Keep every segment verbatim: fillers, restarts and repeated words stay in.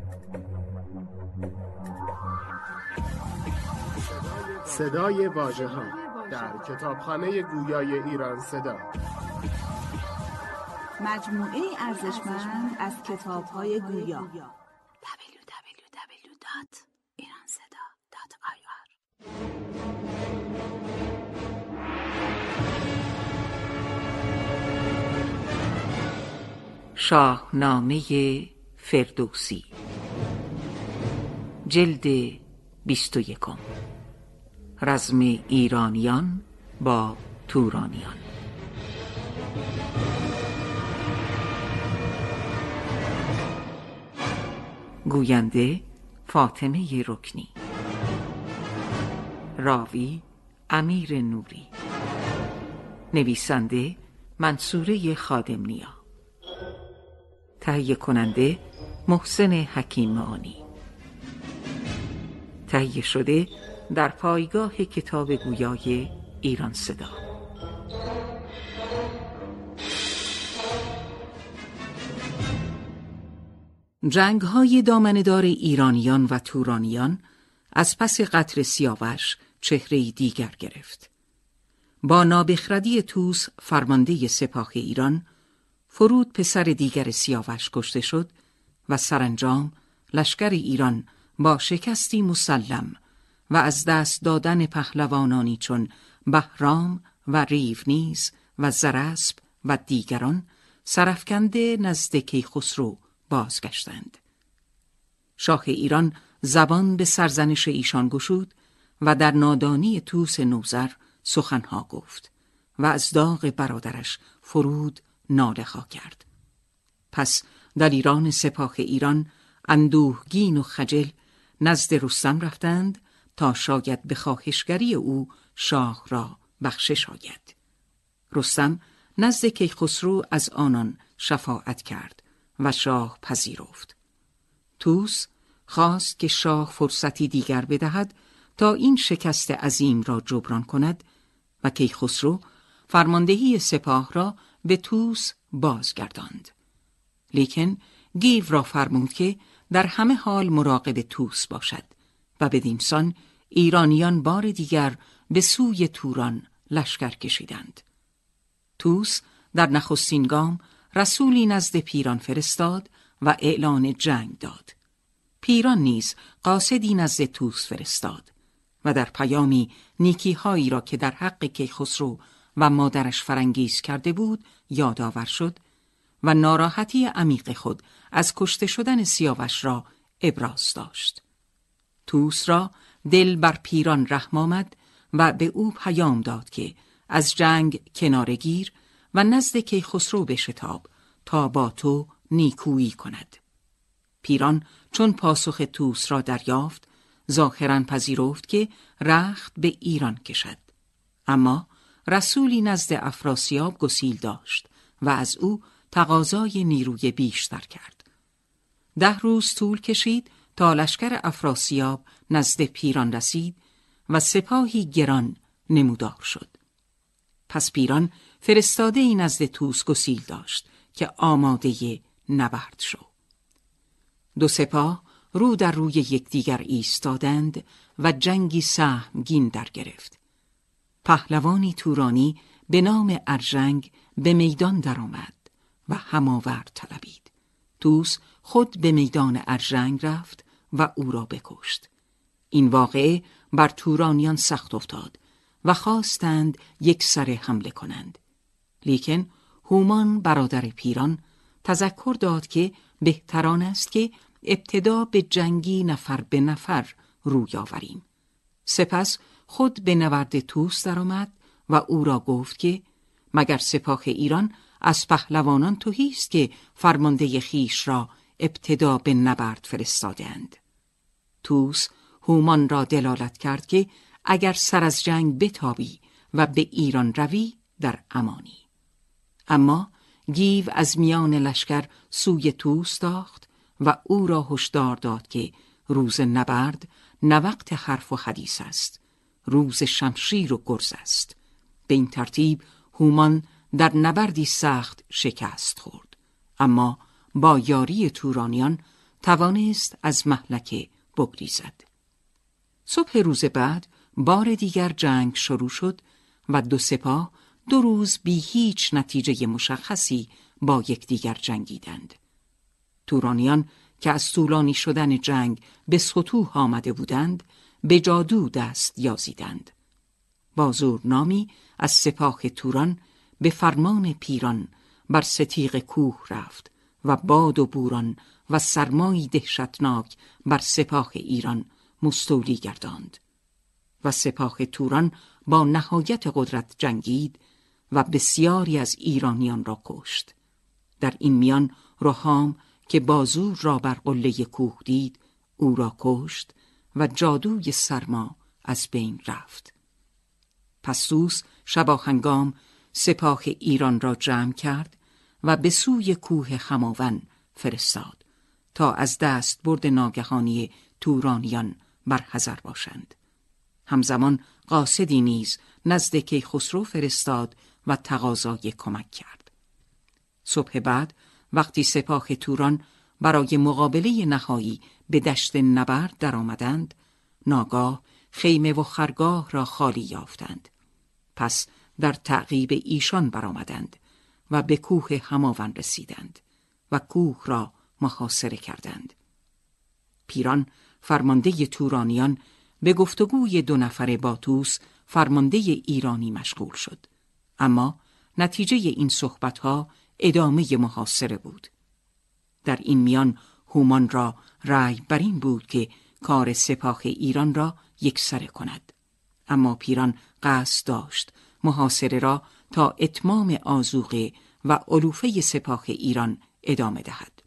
صدای واژه‌ها در کتابخانه گویای ایران صدا، مجموعه ارزشمند از کتاب‌های گویا. دبلیو دبلیو دبلیو دات ایران صدا دات آی آر. شاهنامه فردوسی، جلد بیست و یکم. رزم ایرانیان با تورانیان. گوینده فاطمه رکنی، راوی امیر نوری، نویسنده منصوره خادم‌نیا، تهیه کننده محسن حکیم معانی. تهیه شده در پایگاه کتاب گویای ایران صدا. جنگ‌های دامنه‌دار ایرانیان و تورانیان از پس قتل سیاوش چهره‌ای دیگر گرفت. با نابخردی طوس فرمانده سپاه ایران، فرود پسر دیگر سیاوش کشته شد و سرانجام لشکر ایران با شکستی مسلم و از دست دادن پهلوانانی چون بهرام و ریونیز و زراسپ و دیگران سرافکنده نزد کیخسرو بازگشتند. شاه ایران زبان به سرزنش ایشان گشود و در نادانی طوس نوذر سخنها گفت و از داغ برادرش فرود ناله‌ها کرد. پس دلیران سپاه ایران اندوهگین و خجل نزد رستم رفتند تا شاید به خواهشگری او شاه را بخشش آید. رستم نزد کیخسرو از آنان شفاعت کرد و شاه پذیرفت. طوس خواست که شاه فرصتی دیگر بدهد تا این شکست عظیم را جبران کند و کیخسرو فرماندهی سپاه را به طوس بازگرداند. لیکن گیو را فرمود که در همه حال مراقب طوس باشد و بدین سان ایرانیان بار دیگر به سوی توران لشکر کشیدند. طوس در نخستین گام رسولی نزد پیران فرستاد و اعلان جنگ داد. پیران نیز قاصدی نزد طوس فرستاد و در پیامی نیکی‌هایی را که در حق کیخسرو و مادرش فرانگیز کرده بود یادآور شد و ناراحتی عمیق خود از کشته شدن سیاوش را ابراز داشت. طوس را دل بر پیران رحم آمد و به او پیام داد که از جنگ کناره گیر و نزد کیخسرو بشتاب تا با تو نیکویی کند. پیران چون پاسخ طوس را دریافت، ظاهراً پذیرفت که رخت به ایران کشد. اما رسولی نزد افراسیاب گسیل داشت و از او تقاضای نیروی بیشتر کرد. ده روز طول کشید تا لشکر افراسیاب نزد پیران رسید و سپاهی گران نمودار شد. پس پیران فرستاده ای نزد طوس گسیل داشت که آماده نبرد شو. دو سپاه رو در روی یکدیگر ایستادند و جنگی سهمگین در گرفت. پهلوانی تورانی به نام ارژنگ به میدان درآمد و هماورد طلبید. طوس خود به میدان ارژنگ رفت و او را بکشت. این واقعه بر تورانیان سخت افتاد و خواستند یک سره حمله کنند. لیکن هومان برادر پیران تذکر داد که بهتران است که ابتدا به جنگی نفر به نفر روی آوریم. سپس خود به نبرد طوس درآمد و او را گفت که مگر سپاه ایران از پهلوانان تهی است که فرمانده خیش را ابتدا به نبرد فرستادند. طوس هومان را دلالت کرد که اگر سر از جنگ بتابی و به ایران روی در امانی. اما گیو از میان لشکر سوی طوس تاخت و او را هشدار داد که روز نبرد نه وقت حرف و حدیث است، روز شمشیر و گرز است. به این ترتیب هومان در نبردی سخت شکست خورد، اما با یاری تورانیان توانست از مهلکه بگریزد. صبح روز بعد بار دیگر جنگ شروع شد و دو سپاه دو روز بی هیچ نتیجه مشخصی با یکدیگر جنگیدند. تورانیان که از طولانی شدن جنگ به سطوح آمده بودند، به جادو دست یازیدند. با زورنامی از سپاه توران به فرمان پیران بر ستیغ کوه رفت و باد و بوران و سرمایی دهشتناک بر سپاه ایران مستولی گرداند و سپاه توران با نهایت قدرت جنگید و بسیاری از ایرانیان را کشت. در این میان رهام که بازور را بر قله کوه دید، او را کشت و جادوی سرما از بین رفت. پس طوس شباهنگام سپاه ایران را جمع کرد و به سوی کوه خماون فرستاد تا از دست برد ناگهانی تورانیان برحذر باشند. همزمان قاصدی نیز نزد کیخسرو فرستاد و تقاضای کمک کرد. صبح بعد وقتی سپاه توران برای مقابله نهایی به دشت نبرد در آمدند، ناگاه خیمه و خرگاه را خالی یافتند. پس در تعقیب ایشان برآمدند و به کوه هماون رسیدند و کوه را محاصره کردند. پیران فرمانده تورانیان به گفتگوی دو نفر با طوس فرمانده ایرانی مشغول شد، اما نتیجه این صحبتها ادامه محاصره بود. در این میان هومان را رأی بر این بود که کار سپاه ایران را یکسره کند، اما پیران قصد داشت محاصره را تا اتمام آذوقه و علوفه سپاه ایران ادامه دهد.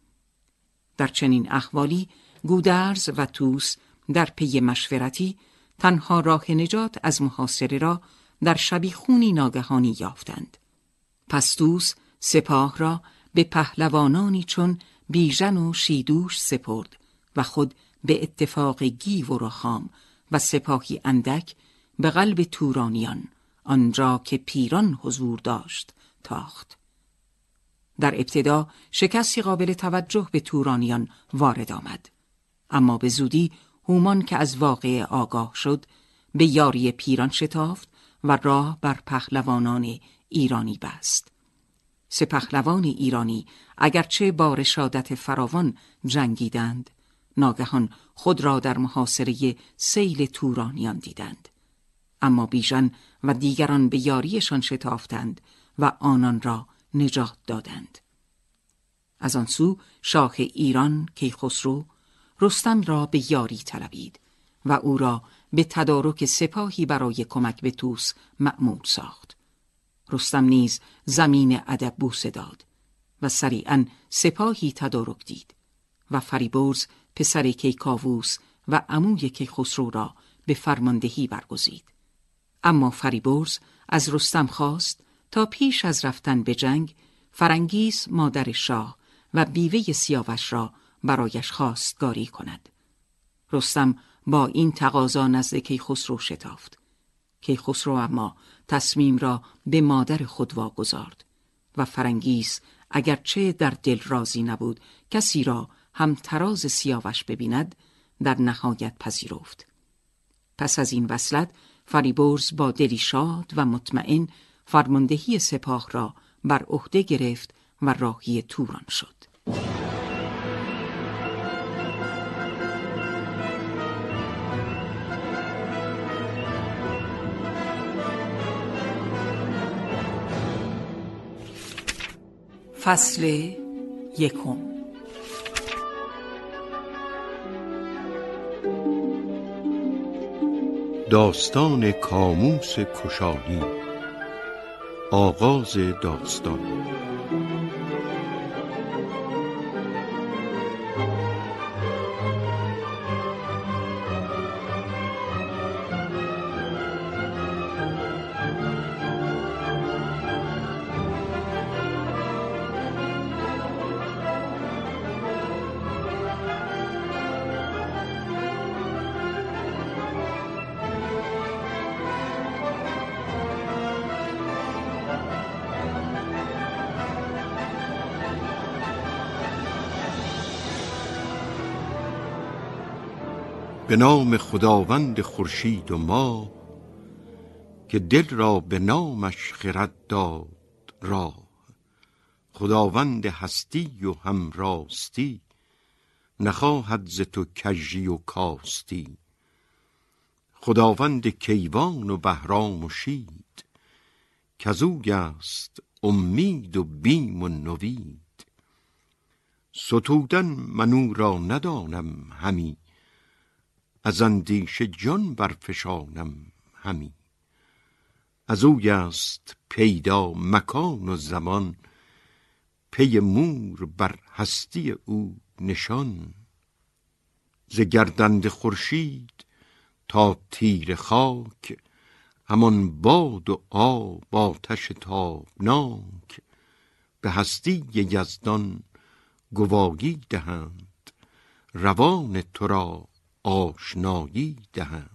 در چنین احوالی گودرز و طوس در پی مشورتی تنها راه نجات از محاصره را در شبیخونی ناگهانی یافتند. پس طوس سپاه را به پهلوانانی چون بیژن و شیدوش سپرد و خود به اتفاق گیو و رخام و سپاهی اندک به قلب تورانیان، آنجا که پیران حضور داشت، تاخت. در ابتدا شکستی قابل توجه به تورانیان وارد آمد، اما به زودی هومان که از واقعه آگاه شد به یاری پیران شتافت و راه بر پهلوانان ایرانی بست. سه پهلوان ایرانی اگرچه با رشادت فراوان جنگیدند، ناگهان خود را در محاصره سیل تورانیان دیدند. اما بیژن و دیگران به یاریشان شتافتند و آنان را نجات دادند. از آن سو شاه ایران کیخسرو رستم را به یاری طلبید و او را به تدارک سپاهی برای کمک به طوس مأمور ساخت. رستم نیز زمین ادب بوسه داد و سریعاً سپاهی تدارک دید و فریبرز پسر کیکاووس و عموی کیخسرو را به فرماندهی برگزید. اما فریبرز از رستم خواست تا پیش از رفتن به جنگ فرنگیس مادر شاه و بیوه سیاوش را برایش خواستگاری کند. رستم با این تقاضا نزد کیخسرو شتافت. کیخسرو اما تصمیم را به مادر خود واگذارد و فرنگیس اگرچه در دل راضی نبود کسی را هم تراز سیاوش ببیند، در نهایت پذیرفت. پس از این وصلت فریبرز با دلی شاد و مطمئن فرماندهی سپاه را بر عهده گرفت و راهی توران شد. فصل یکم. داستان کاموس کشانی. آغاز داستان. به نام خداوند خورشید و ماه، که دل را به نامش خرد داد راه. خداوند هستی و همراستی، نخواهد ز تو کژی و کاستی. خداوند کیوان و بهرام و شید، کزوی است امید و بیم و نوید. ستودن من او را ندانم همی، از اندیشه جان برفشانم همی. از اوی است پیدا مکان و زمان، پی مور بر هستی او نشان. ز گردنده خورشید تا تیر خاک، همان باد و آب آتش تابناک. به هستی یزدان گواهی دهند، روان تو را آشنایی دهند.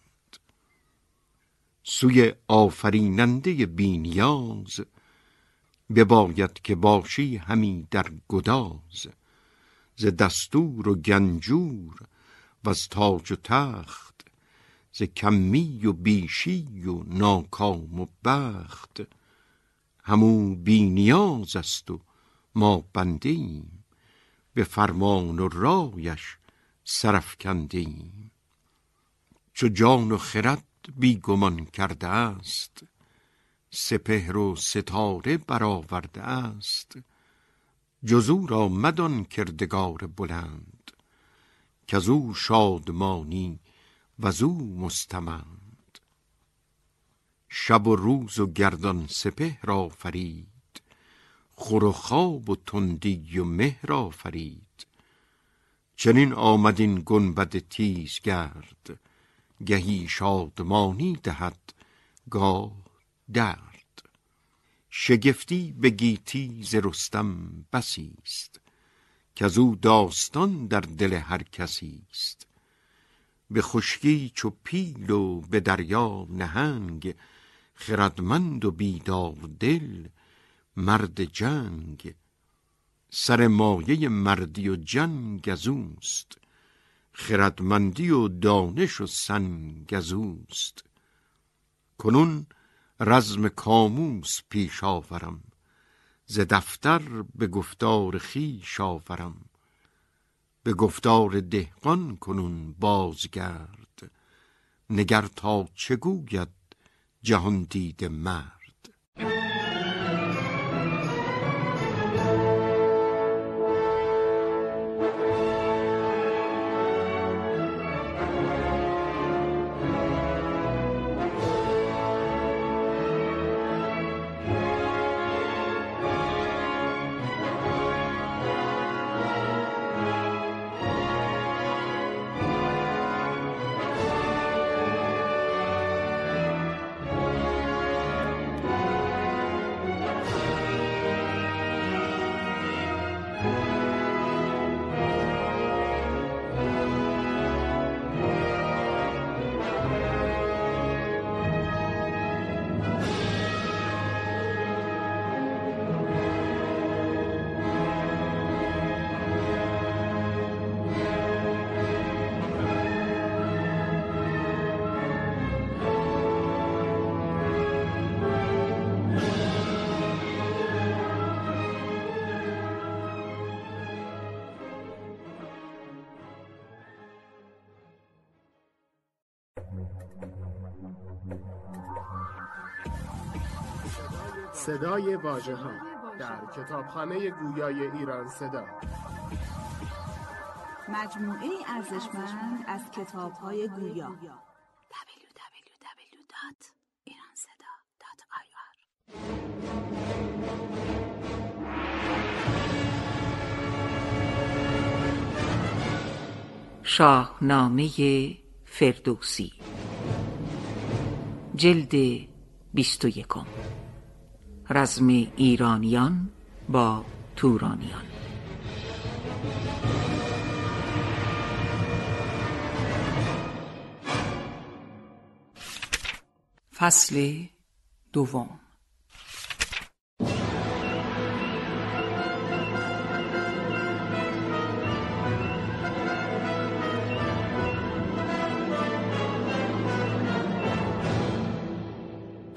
سوی آفریننده بی نیاز، بباید که باشی همی در گداز. ز دستور و گنجور و از تاج و تخت، ز کمی و بیشی و ناکام و بخت. همو بی نیاز است و ما بنده ایم، به فرمان و رایش سرافکنده ایم. چو جان و خرد بی گمان کرده است، سپهر و ستاره برآورده است. جز او را مدان کردگار بلند، کز او شادمانی وز او مستمند. شب و روز و گردان سپهر آفرید، خور و خواب و تندی و مهر آفرید. چنین آمد این گنبد تیزگرد، گهی شادمانی دهد گاه درد. شگفتی به گیتی ز رستم بسی است، کز او داستان در دل هر کسی است. به خشکی چو پیل و به دریا نهنگ، خردمند و بیدار دل مرد جنگ. سر مایه مردی و جنگ از اوست، خردمندی و دانش و سنگ از اوست. کنون رزم کاموس پیش آورم، ز دفتر به گفتار خویش آورم. به گفتار دهقان کنون بازگرد، نگر تا چه گوید جهان دیده مرد. صدای واژه‌ها در کتابخانه گویای ایران صدا. مجموعه ارزشمند از کتاب‌های گویا. دبلیو دبلیو دبلیو دات ایران صدا دات آی آر. شاهنامه فردوسی، جلد بیست و یکم. رزم ایرانیان با تورانیان. فصل دوم.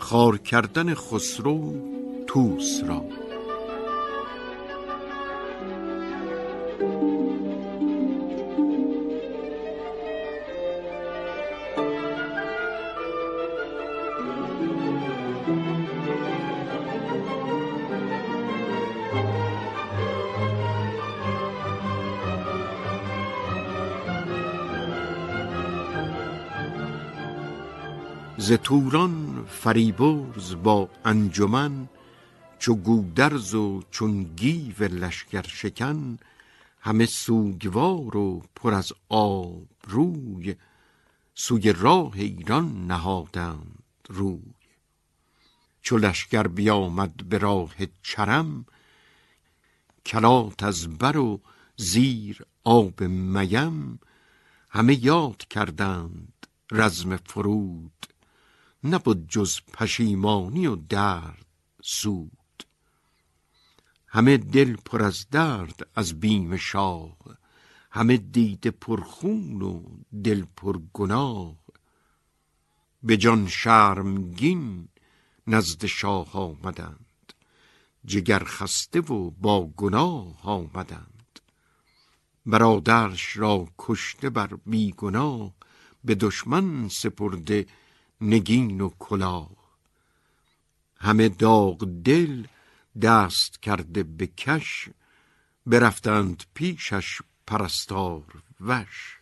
خوار کردن خسرو طوس را. ز توران فریبرز با انجمن، چو گودرز و چون گیو لشکر شکن، همه سوگوار و پر از آب روی، سوی راه ایران نهادند روی. چو لشکر بیامد به راه چرم، کلات از بر و زیر آب میم، همه یاد کردند رزم فرود، نبود جز پشیمانی و درد سود. همه دل پر از درد از بیم شاه، همه دیده پرخون و دل پر گناه. به جان شرمگین نزد شاه آمدند، جگر خسته و با گناه آمدند. برادرش را کشته بر بی گناه، به دشمن سپرده نگین و کلاه. همه داغ دل دست کرده به کش، برفتند پیشش پرستار وش.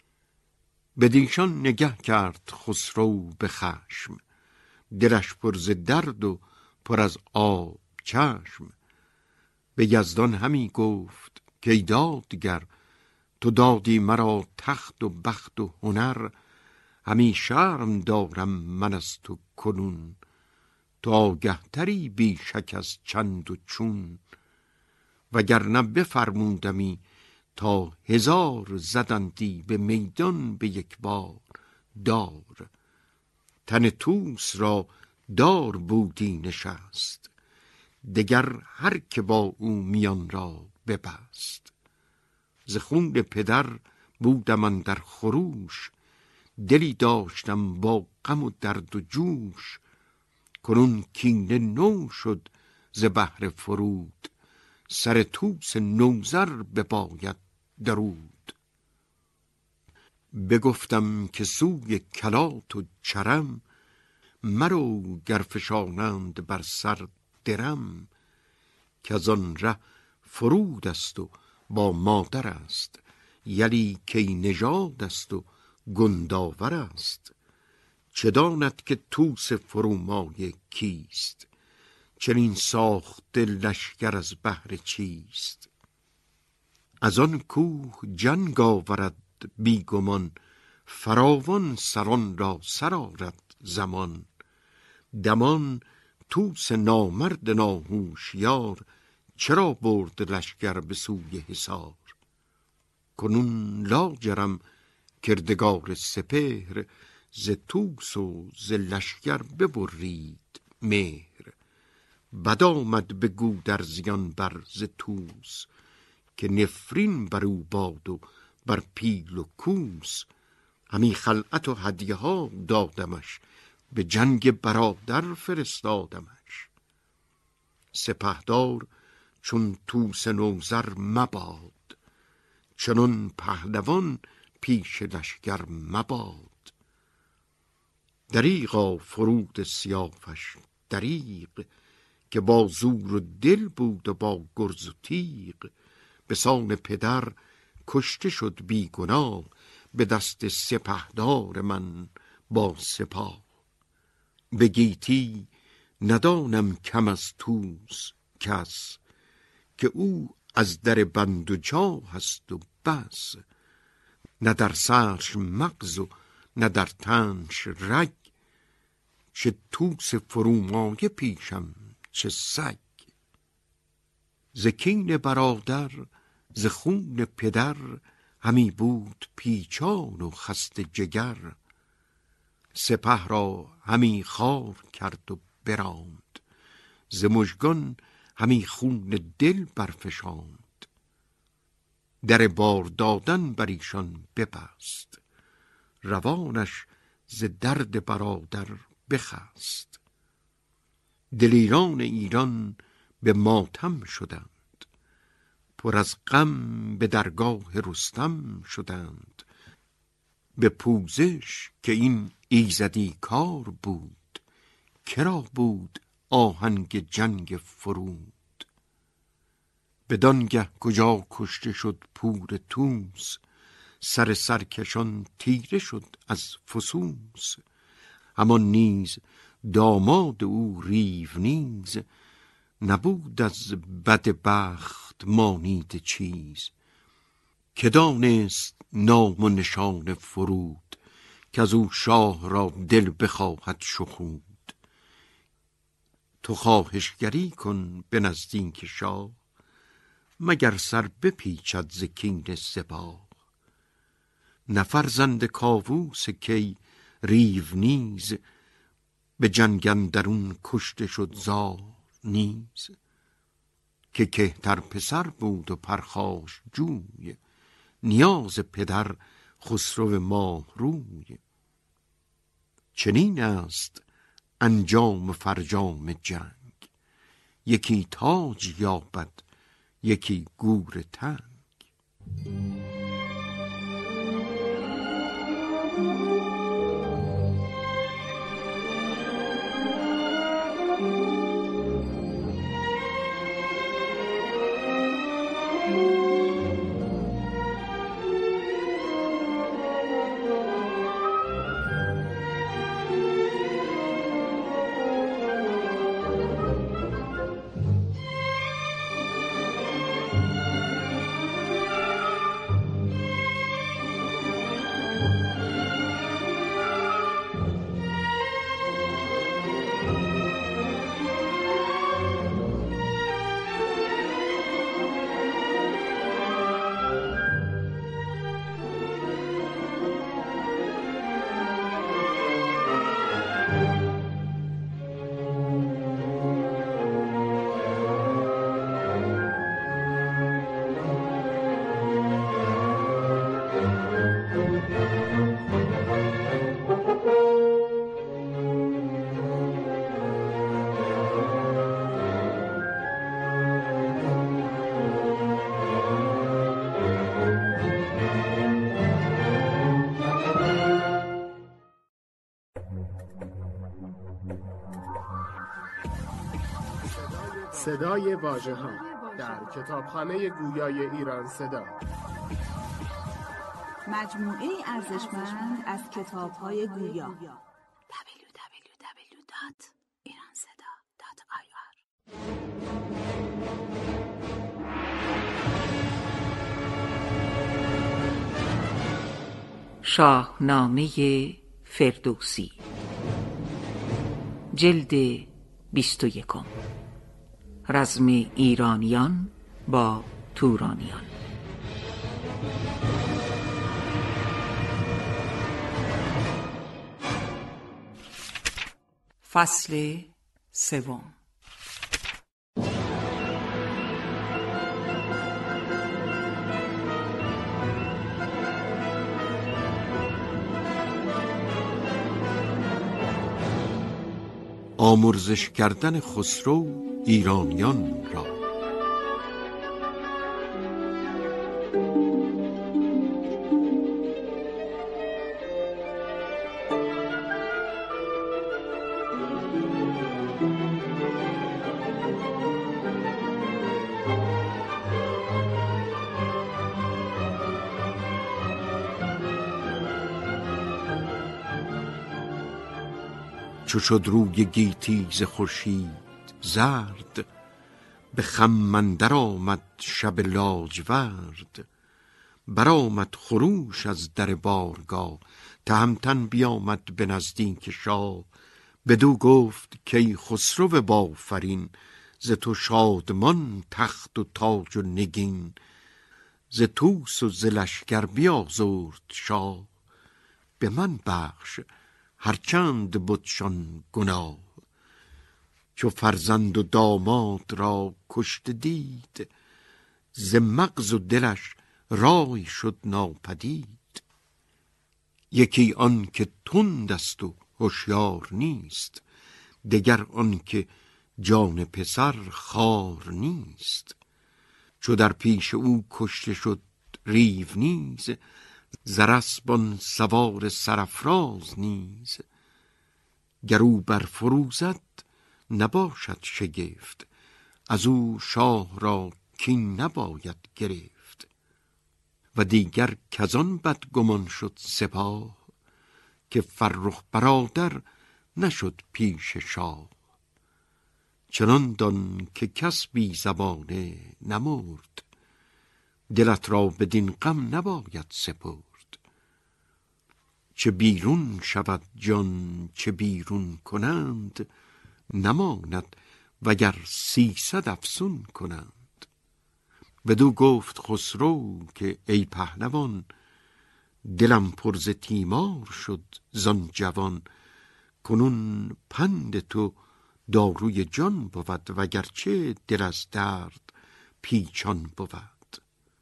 بدیشان نگه کرد خسرو به خشم، دلش پر ز درد و پر از آب چشم. به یزدان همی گفت که ای دادگر، تو دادی مرا تخت و بخت و هنر. همی شرم دارم من از تو کنون، تو آگه تری بی شک از چند و چون. وگرنه بفرمودمی تا هزار، زدندی به میدان به یک بار دار. تن طوس را دار بودی نشست، دگر هر که با او میان را ببست. ز خون پدر بودم اندر خروش، دلی داشتم با غم و درد و جوش. کنون کینه نو شد ز بهر فرود، سر طوس نوذر بباید درود. بگفتم که سوی کلات و چرم، مرو گر فشانند بر سر درم. که از آن ره فرود است و با مادر است، یلی کی نژاد است و گنداور است. چه داند که طوس فرومایه کیست، چنین ساخته لشکر از بهر چیست. از آن کوه جنگ آورد بی گمان، فراوان سران را سر آرد زمان. دمان طوس نامرد ناهوشیار، چرا برد لشکر به سوی حصار. کنون لاجرم کردگار سپهر، ز طوس و ز لشکر ببرید مهر. بد آمد به گودرزیان بر ز طوس، که نفرین بر او باد و بر پیل و کوس. همی خلعت و هدیه ها دادمش، به جنگ برادر فرستادمش. سپهدار چون طوس نوذر مباد، چنان پهلوان پیش لشکر مباد. دریغا فرود سیاوش دریغ، که با زور و دل بود و با گرز و تیغ. به سان پدر کشته شد بی گناه، به دست سپهدار من با سپاه. به گیتی ندانم کم از طوس کس، که او از در بند و جاه هست و بس. نه در سرش مغز و نه در تنش رگ، چه طوس فرومایه پیشم چه سگ. ز کین برادر ز خون پدر، همی بود پیچان و خسته جگر. سپه را همی خوار کرد و براند، ز مژگان همی خون دل برفشاند. در بار دادن بر ایشان ببست، روانش ز درد برادر بخست. دلیران ایران به ماتم شدند، پر از غم به درگاه رستم شدند. به پوزش که این ایزدی کار بود، کرا بود آهنگ جنگ فرود. بدانگه کجا کشته شد پور توس، سر سرکشان تیره شد از فسوس. همان نیز داماد او ریو نیز، نبود از بد بخت مانید چیز. که دانست نام و نشان فرود، که از او شاه را دل بخواهد شخود. تو خواهشگری کن به نزدیک شاه، مگر سر بپیچد ز کین سپاه. نه فرزند کاووس کی ریو نیز، به جنگ اندرون کشته شد زار نیز. که کهتر پسر بود و پرخاش جوی، نیاز پدر خسرو ماه روی. چنین است انجام فرجام جنگ، یکی تاج یابد یکی گور تنگ. صدای واژه‌ها در کتابخانه گویای ایران صدا. مجموعه ارزشمند از کتاب‌های گویا. دبلیو دبلیو دبلیو دات ایران صدا دات آی آر. شاهنامه فردوسی، جلد بیست و یکم. رزم ایرانیان با تورانیان. فصل سوم. آمرزش کردن خسرو ایرانیان را. چو شد روی گیتی ز خورشید زرد، به خم اندر آمد شب لاجورد. برآمد خروش از در بارگاه، تهمتن بیامد به نزدیک شاه. بدو گفت کای خسرو بافرین، ز تو شادمان تخت و تاج و نگین. ز طوس و ز لشکر بیازرد شاه، به من بخش هرچند بدشان گناه. چو فرزند و داماد را کشته دید، ز مغز و دلش رای شد ناپدید. یکی آن که تند است و هوشیار نیست، دگر آن که جان پسر خار نیست. چو در پیش او کشته شد ریو نیز، زر اسبان سوار سرافراز نیز. گر او بر فروزد نباشد شگفت، از او شاه را کین نباید گرفت. و دیگر کزان بدگمان شد سپاه، که فرخ برادر نشد پیش شاه. چنان دان که کس بی زبانه نمرد، دلت را بدین غم نباید سپرد. چه بیرون شود جان چه بیرون کنند، نماند وگر سیصد افسون کنند. بدو گفت خسرو که ای پهلوان، دلم پر ز تیمار شد زان جوان. کنون پند تو داروی جان بود، وگرچه دل از درد پیچان بود.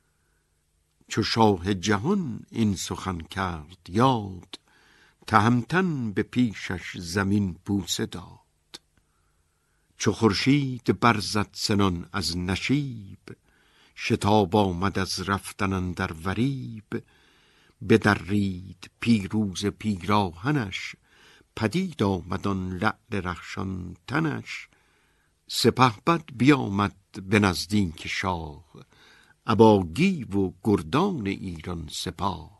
چو شاه جهان این سخن کرد یاد، تهمتن به پیشش زمین بوسه داد. چو خورشید برزد سنان از نشیب، شتاب آمد از رفتن اندر وریب. بدرید پیروز پیراهنش، پدید آمد آن لعل رخشان تنش. سپهبد بیامد به نزدیک شاه، ابا گیو و گردان ایران سپاه.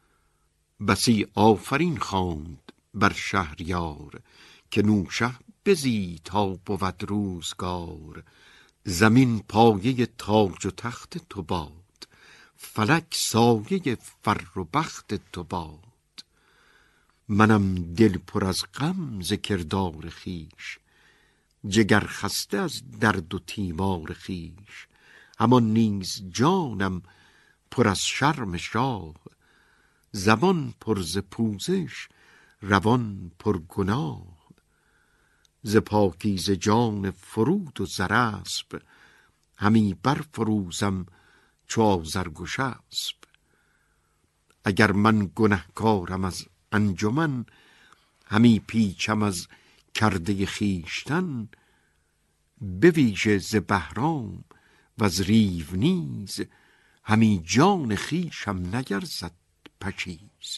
بسی آفرین خواند بر شهریار، که نوشه بزی تا بود روزگار. زمین پایه تاج و تخت تو باد، فلک سایه فر و بخت تو باد. منم دل پر از غم ز کردار خویش، جگر خسته از درد و تیمار خویش. همان نیز جانم پر از شرم شاه، زبان پر ز پوزش روان پر گناه. ز پاکیزه جان فرود و زر اسب، همی برفروزم چو آذرگش اسب. اگر من گنهکارم از انجمن، همی پیچم از کرده خویشتن. بویژه ز بهرام و از ریو نیز، همی جان خویشم نگرزد پشیز.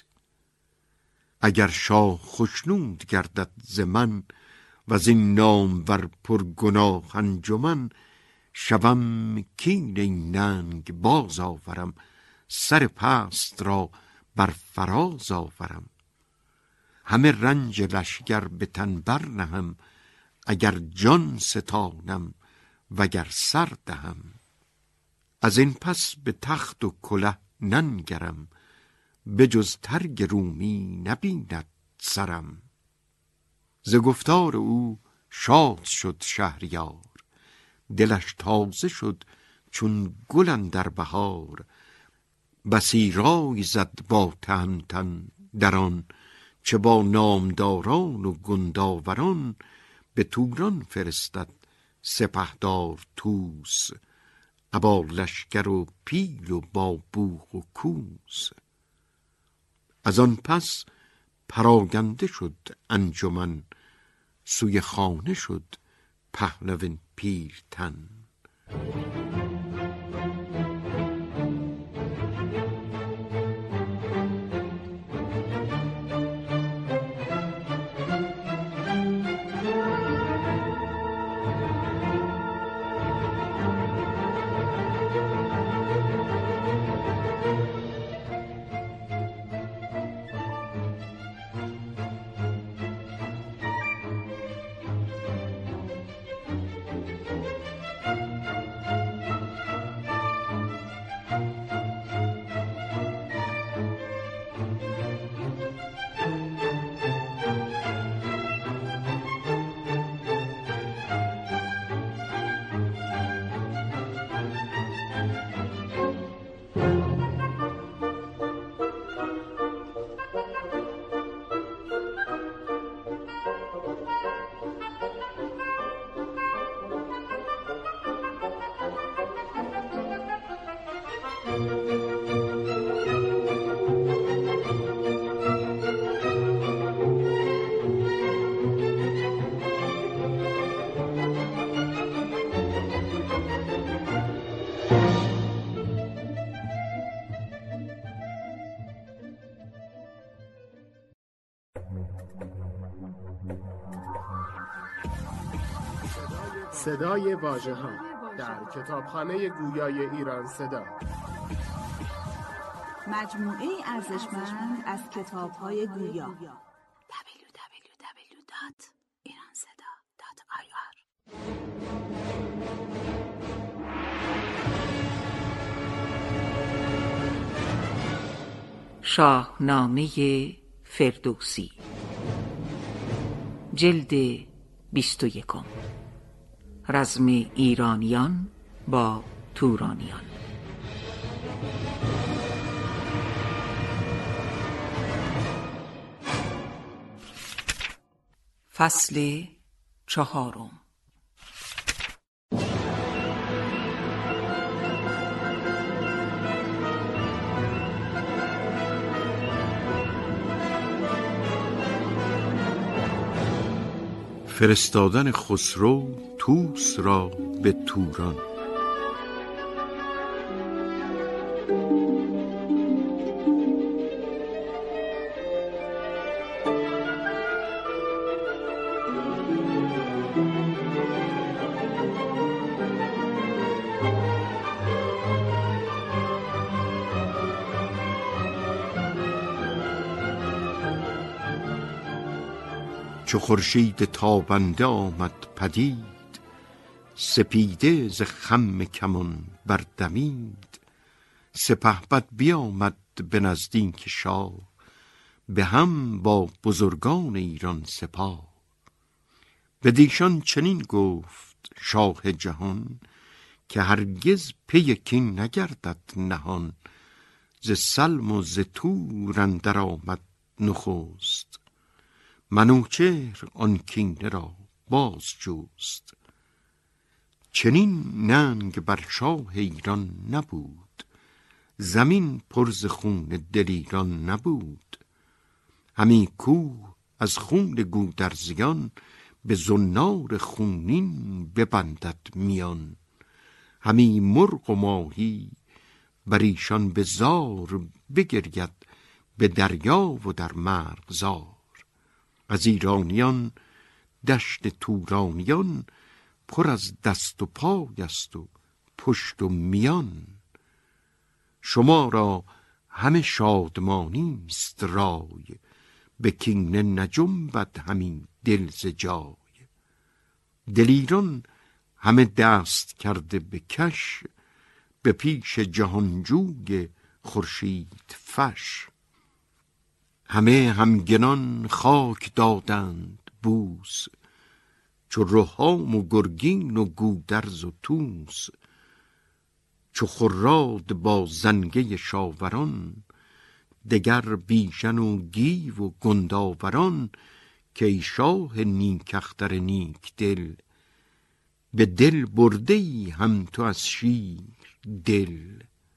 اگر شاه خشنود گردد ز من، و از این نامور پر گناه انجمن. شوم کین این ننگ باز آورم، سر پست را بر فراز آورم. همه رنج لشکر به تن بر نهم، اگر جان ستانم وگر سر دهم. از این پس به تخت و کله ننگرم، به جز ترگ رومی نبیند سرم. ز گفتار او شاد شد شهریار، دلش تازه شد چون گل اندر بهار. بسی رای زد با تهمتن در آن، چه با نامداران و گنداوران. به توران فرستد سپهدار طوس، ابا لشکر و پیل و با بوق و کوس. از آن پس پراگنده شد انجمن، سوی خانه شد پهلوان پیلتن. صدای واژه ها در کتابخانه گویای ایران صدا. مجموعه ارزشمند از کتاب‌های گویا. دبلیو دبلیو دبلیو دات ایران صدا دات آی آر. شاهنامه فردوسی، جلد بیست و یکم. رزم ایرانیان با تورانیان. فصل چهارم. فرستادن خسرو طوس را به توران. چو خورشید تابنده آمد پدید، سپیده ز خم کمان بردمید. سپهبد بیامد به نزدیک شاه، به هم با بزرگان ایران سپاه. بدیشان چنین گفت شاه جهان، که هرگز پی کین نگردد نهان. ز سلم و ز تور اندر آمد نخست، منوچهر آن کینه را باز جست. چنین ننگ بر شاه ایران نبود، زمین پر ز خون دلیران نبود. همی کوه از خون گودرزیان، به زنار خونین ببندد میان. همی مرغ و ماهی بر ایشان به زار، بگرید به دریا و در مرغزار. از ایرانیان دشت تورانیان، پر از دست و پای است و پشت و میان. شما را همه شادمانی است رای، به کینه نجنبد همی دل ز جای. دلیران همه دست کرده به کش، به پیش جهانجوی خورشید فش. همه همگنان خاک دادند بوس، چو رهام و گرگین و گودرز و طوس. چو خراد با زنگه شاوران، دگر بیژن و گیو و گنداوران. که ای شاه نیک اختر نیک دل، به دل برده ای هم تو از شیر دل.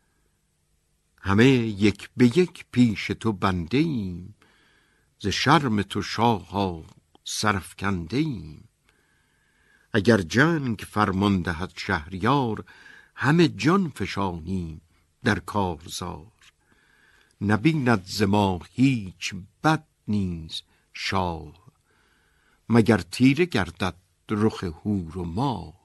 همه یک به یک پیش تو بنده ایم، ز شرم تو شاها سرافکنده ایم. اگر جنگ فرمان دهد شهریار، همه جان فشانیم در کارزار. نبیند ز ما هیچ بد نیز شاه، مگر تیره گردد رخ هور و ماه.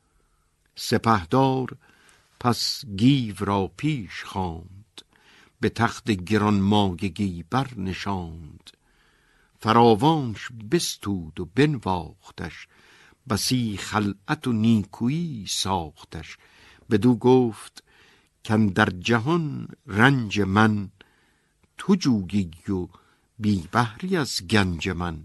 سپهدار پس گیو را پیش خواند، به تخت گرانمایگی بر نشاند. فراوانش بستود و بنواختش، بسی خلعت و نیکویی ساختش. بدو گفت کاندر جهان رنج من، تو جویی و بی بهری از گنج من.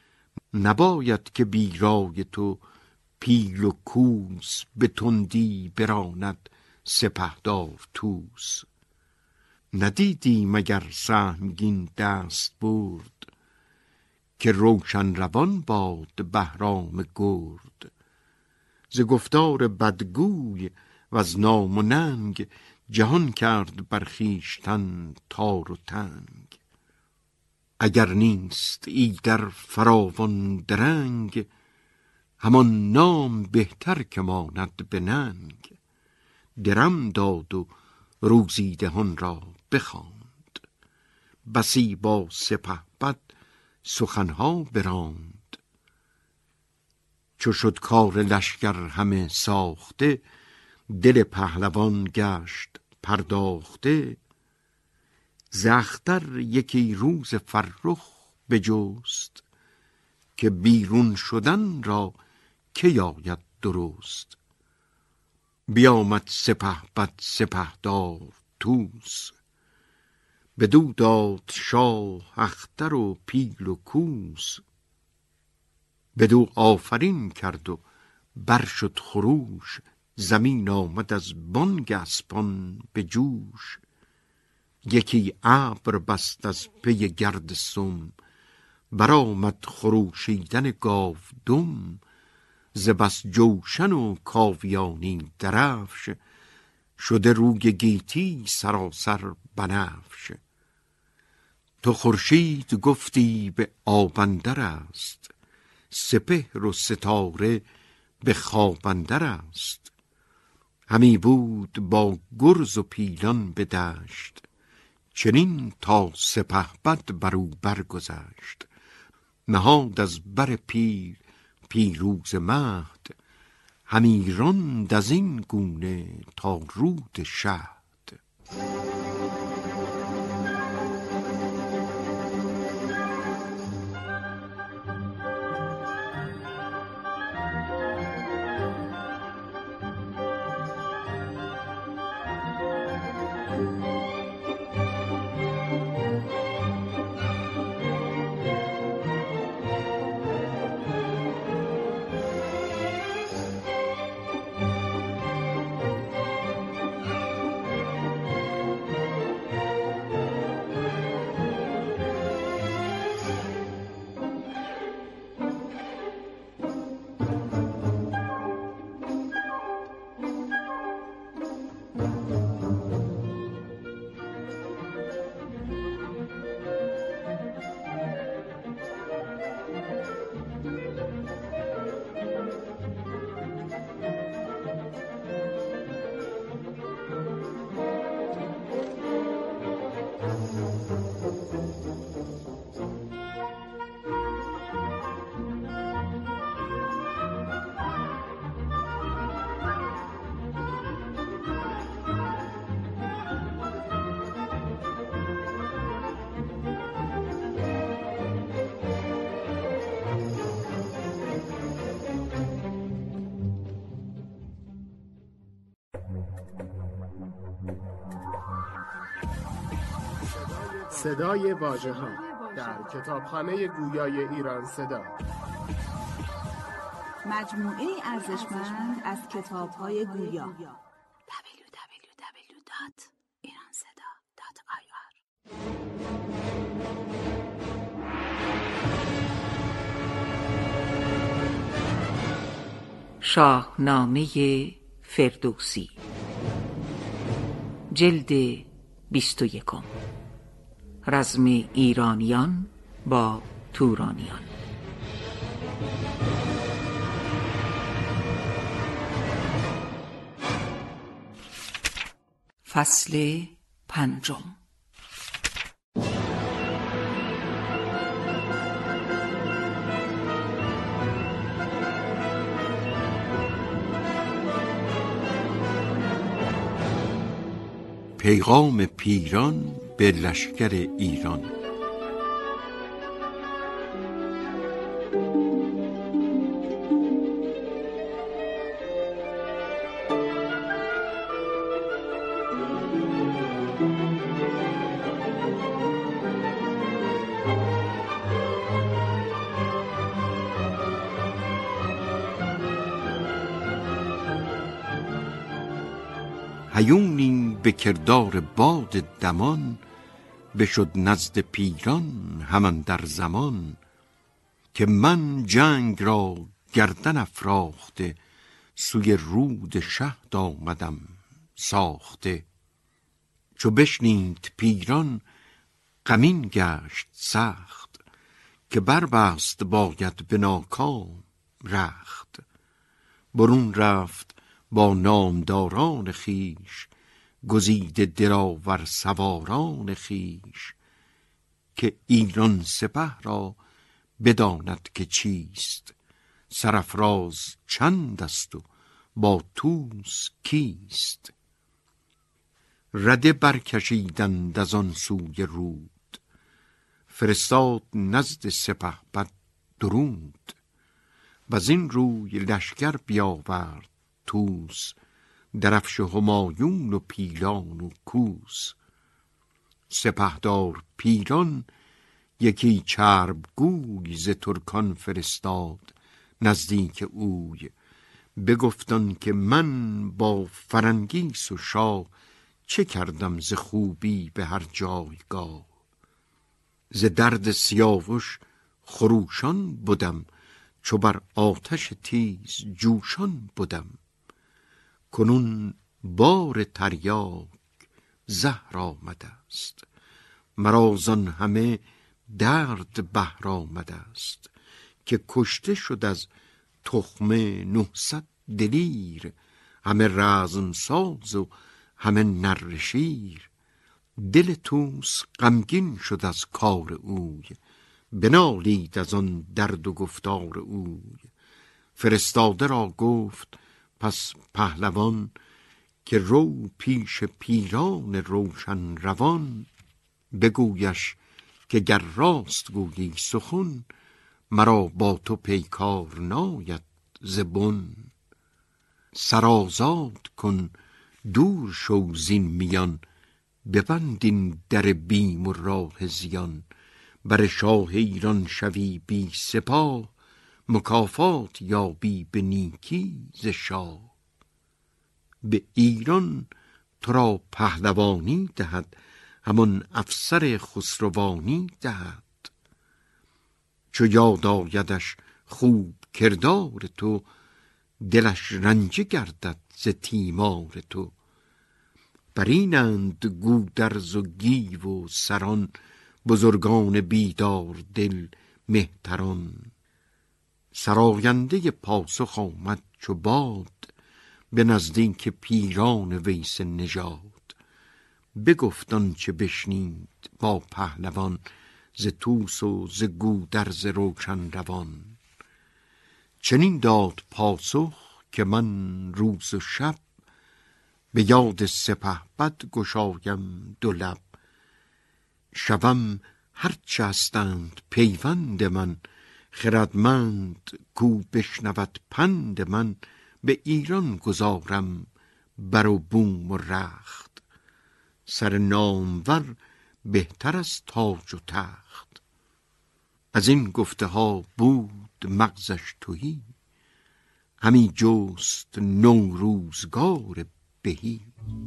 نباید که بی رای تو پیل و کوس، به تندی براند سپهدار طوس. ندیدی مگر سهمگین دست برد، که روشن روان باد بهرام گرد. ز گفتار بدگوی و از نام و ننگ، جهان کرد بر خویشتن تار و تنگ. اگر نیست ایدر فراوان درنگ، همان نام بهتر که ماند به ننگ. درم داد و روزیدهان را بخواند، بسی با سپهبد سخنها براند. چو شد کار لشکر همه ساخته، دل پهلوان گشت پرداخته. ز اختر یکی روز فرخ بجست، که بیرون شدن را که آید درست. بیامد سپهبد سپهدار طوس، بدو داد شاه اختر و پیل و کوس. بدو آفرین کرد و بر شد خروش، زمین آمد از بانگ اسپان به جوش. یکی ابر بست از پی گرد سم، برآمد خروشیدن گاودم. ز بس جوشن و کاویانی درفش، شده روی گیتی سراسر بنفش. تو خورشید گفتی به آب اندر است، سپهر و ستاره به خواب اندر است. همی بود با گرز و پیلان به دشت، چنین تا سپهبد بر او برگذشت. نهاد از بر پیر پیروز مهد، همی راند از این گونه تا رود شهد. صدای واژه‌ها در کتابخانه گویای ایران صدا. مجموعه ارزشمند از کتاب‌های گویا. دبلیو دبلیو دبلیو دات ایران صدا دات آی آر. شاهنامه فردوسی، جلد بیست و یکم. رزم ایرانیان با تورانیان. فصل پنجم. پیغام پیران به لشکر ایران. هیونی به کردار باد دمان، بشد نزد پیران همان در زمان. که من جنگ را گردن افراخته، سوی رود شهد آمدم ساخته. چو بشنید پیران غمین گشت سخت، که بربست باید به ناکام رخت. برون رفت با نامداران خیش، گزیده دلاور سواران خیش. که ایران سپه را بداند که چیست، سرافراز چند است و با طوس کیست؟ رده برکشیدند از آن سوی رود، فرستاد نزد سپهبد درود. وزین روی لشکر بیاورد طوس، درفش همایون و پیلان و کوس. سپهدار پیلان یکی چرب گوی ز ترکان فرستاد نزدیک اوی. بگفتان که من با فرنگیس و شاه، چه کردم ز خوبی به هر جایگاه. ز درد سیاوش خروشان بودم، چو بر آتش تیز جوشان بودم. کنون بار تریاک زهر آمده است، مرا زان همه درد بهر آمده است. که کشته شد از تخمه نهصد دلیر، همه رزم ساز و همه نره شیر. دل طوس غمگین شد از کار اوی، بنالید از آن درد و گفتار اوی. فرستاده را گفت پس پهلوان، که رو پیش پیران روشن روان. بگویش که گر راست گویی سخن، مرا با تو پیکار ناید ز بن. سرآزاد کن دور شو زین میان، ببند این در بیم و راه زیان. بر شاه ایران شوی بی سپاه، مکافات یابی به نیکی ز شاه. به ایران تو را پهلوانی دهد، همان افسر خسروانی دهد. چو یاد آیدش خوب کردار تو، دلش رنجه گردد ز تیمار تو. برینند گودرز و گیو و سران، بزرگان بیدار دل مهتران. سراینده پاسخ آمد چو باد، به نزدیک پیران ویس نژاد. بگفت آنچه بشنید با پهلوان، ز طوس و ز گودرز روشن روان. چنین داد پاسخ که من روز و شب، به یاد سپهبد گشایم دو لب. شوم هرچه هستند پیوند من، خردمند کو بشنود پند من. به ایران گذارم بر و بوم و رخت، سر نامور بهتر از تاج و تخت. از این گفته ها بود مغزش تهی، همی جست نوروزگار بهی.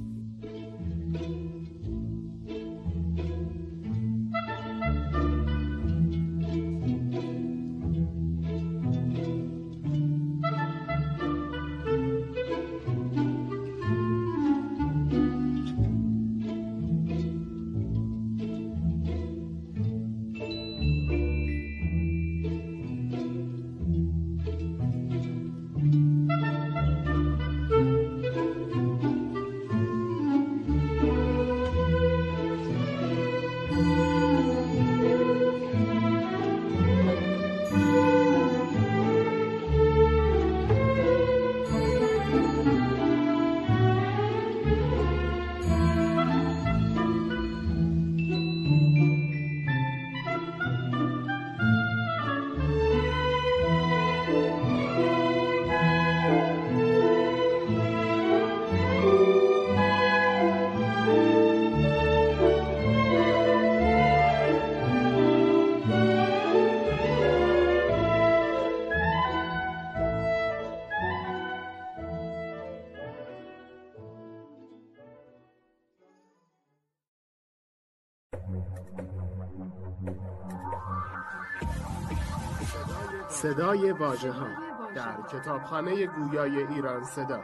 صدای واژه‌ها در کتابخانه گویای ایران صدا.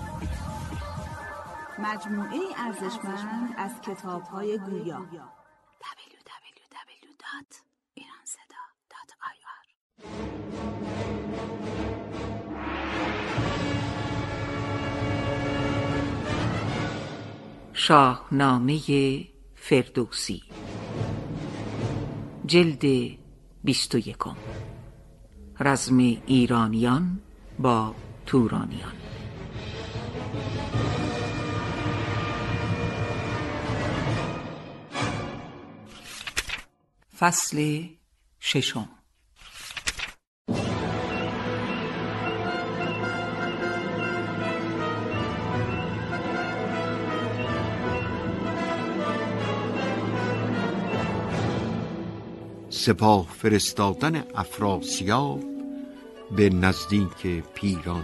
مجموعه ارزشمند از کتاب‌های گویا. دبلیو دبلیو دبلیو دات ایران صدا دات آی آر. شاهنامه فردوسی، جلد بیست و یکم. رزم ایرانیان با تورانیان. فصل ششم. سپاه فرستادن افراسیاب به نزدیک پیران.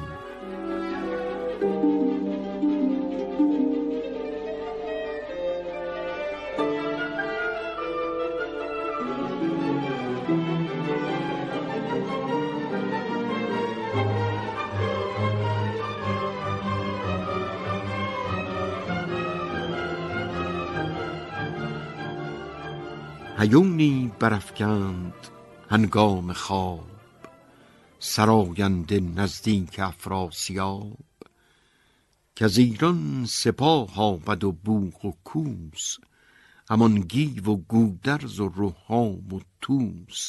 هیونی برافکند هنگام خواب، سراینده نزدیک افراسیاب. که از ایران سپاه آمد و بوق و کوس، همان گیو و گودرز و رهام و توس.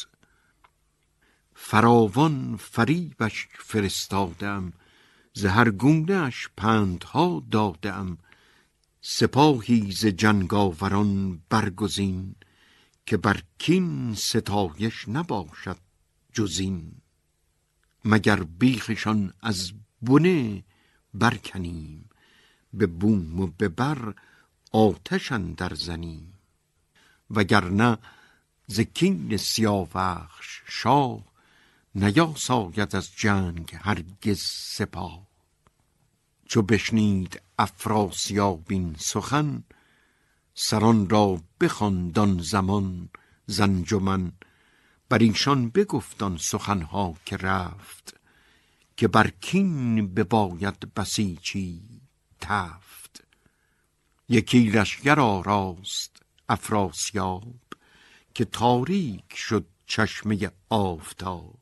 فراوان فریبش فرستادم، ز هر گونه‌اش پندها دادم. سپاهی ز جنگاوران برگزین، که بر کین ستایش نباشد جزین. مگر بیخشان از بنه برکنیم، به بوم و به بر آتش اندر زنیم. وگرنه ز کین سیاوخش شاه، نیاساید از جنگ هرگز سپاه. چو بشنید افراسیاب این سخن، سران را بخواند آن زمان ز انجمن. بر ایشان بگفت آن سخنها که رفت، که بر کین بباید بسیچی تفت. یکی لشکر آراست افراسیاب، که تاریک شد چشمه آفتاب.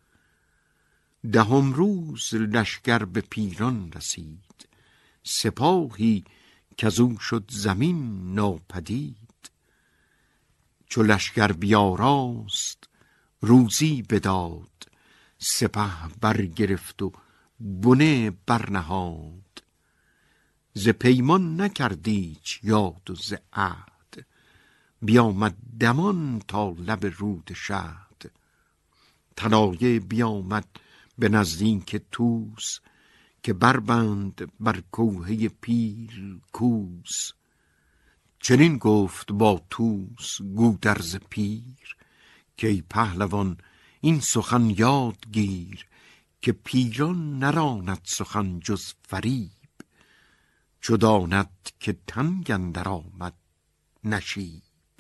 دهم روز لشکر به پیران رسید، سپاهی کزو شد زمین ناپدید. چو لشکر بیاراست روزی بداد، سپه برگرفت و بنه برنهاد. ز پیمان نکرد ایچ یاد و ز عهد، بیامد دمان تا لب رود شهد. طلایه بیامد به نزدیک توس، که بربند بر کوهه پیل کوس. چنین گفت با توس گودرز پیر، که ای پهلوان این سخن یاد گیر. که پیران نراند سخن جز فریب، چو داند که تنگ اندر آمد نشیب.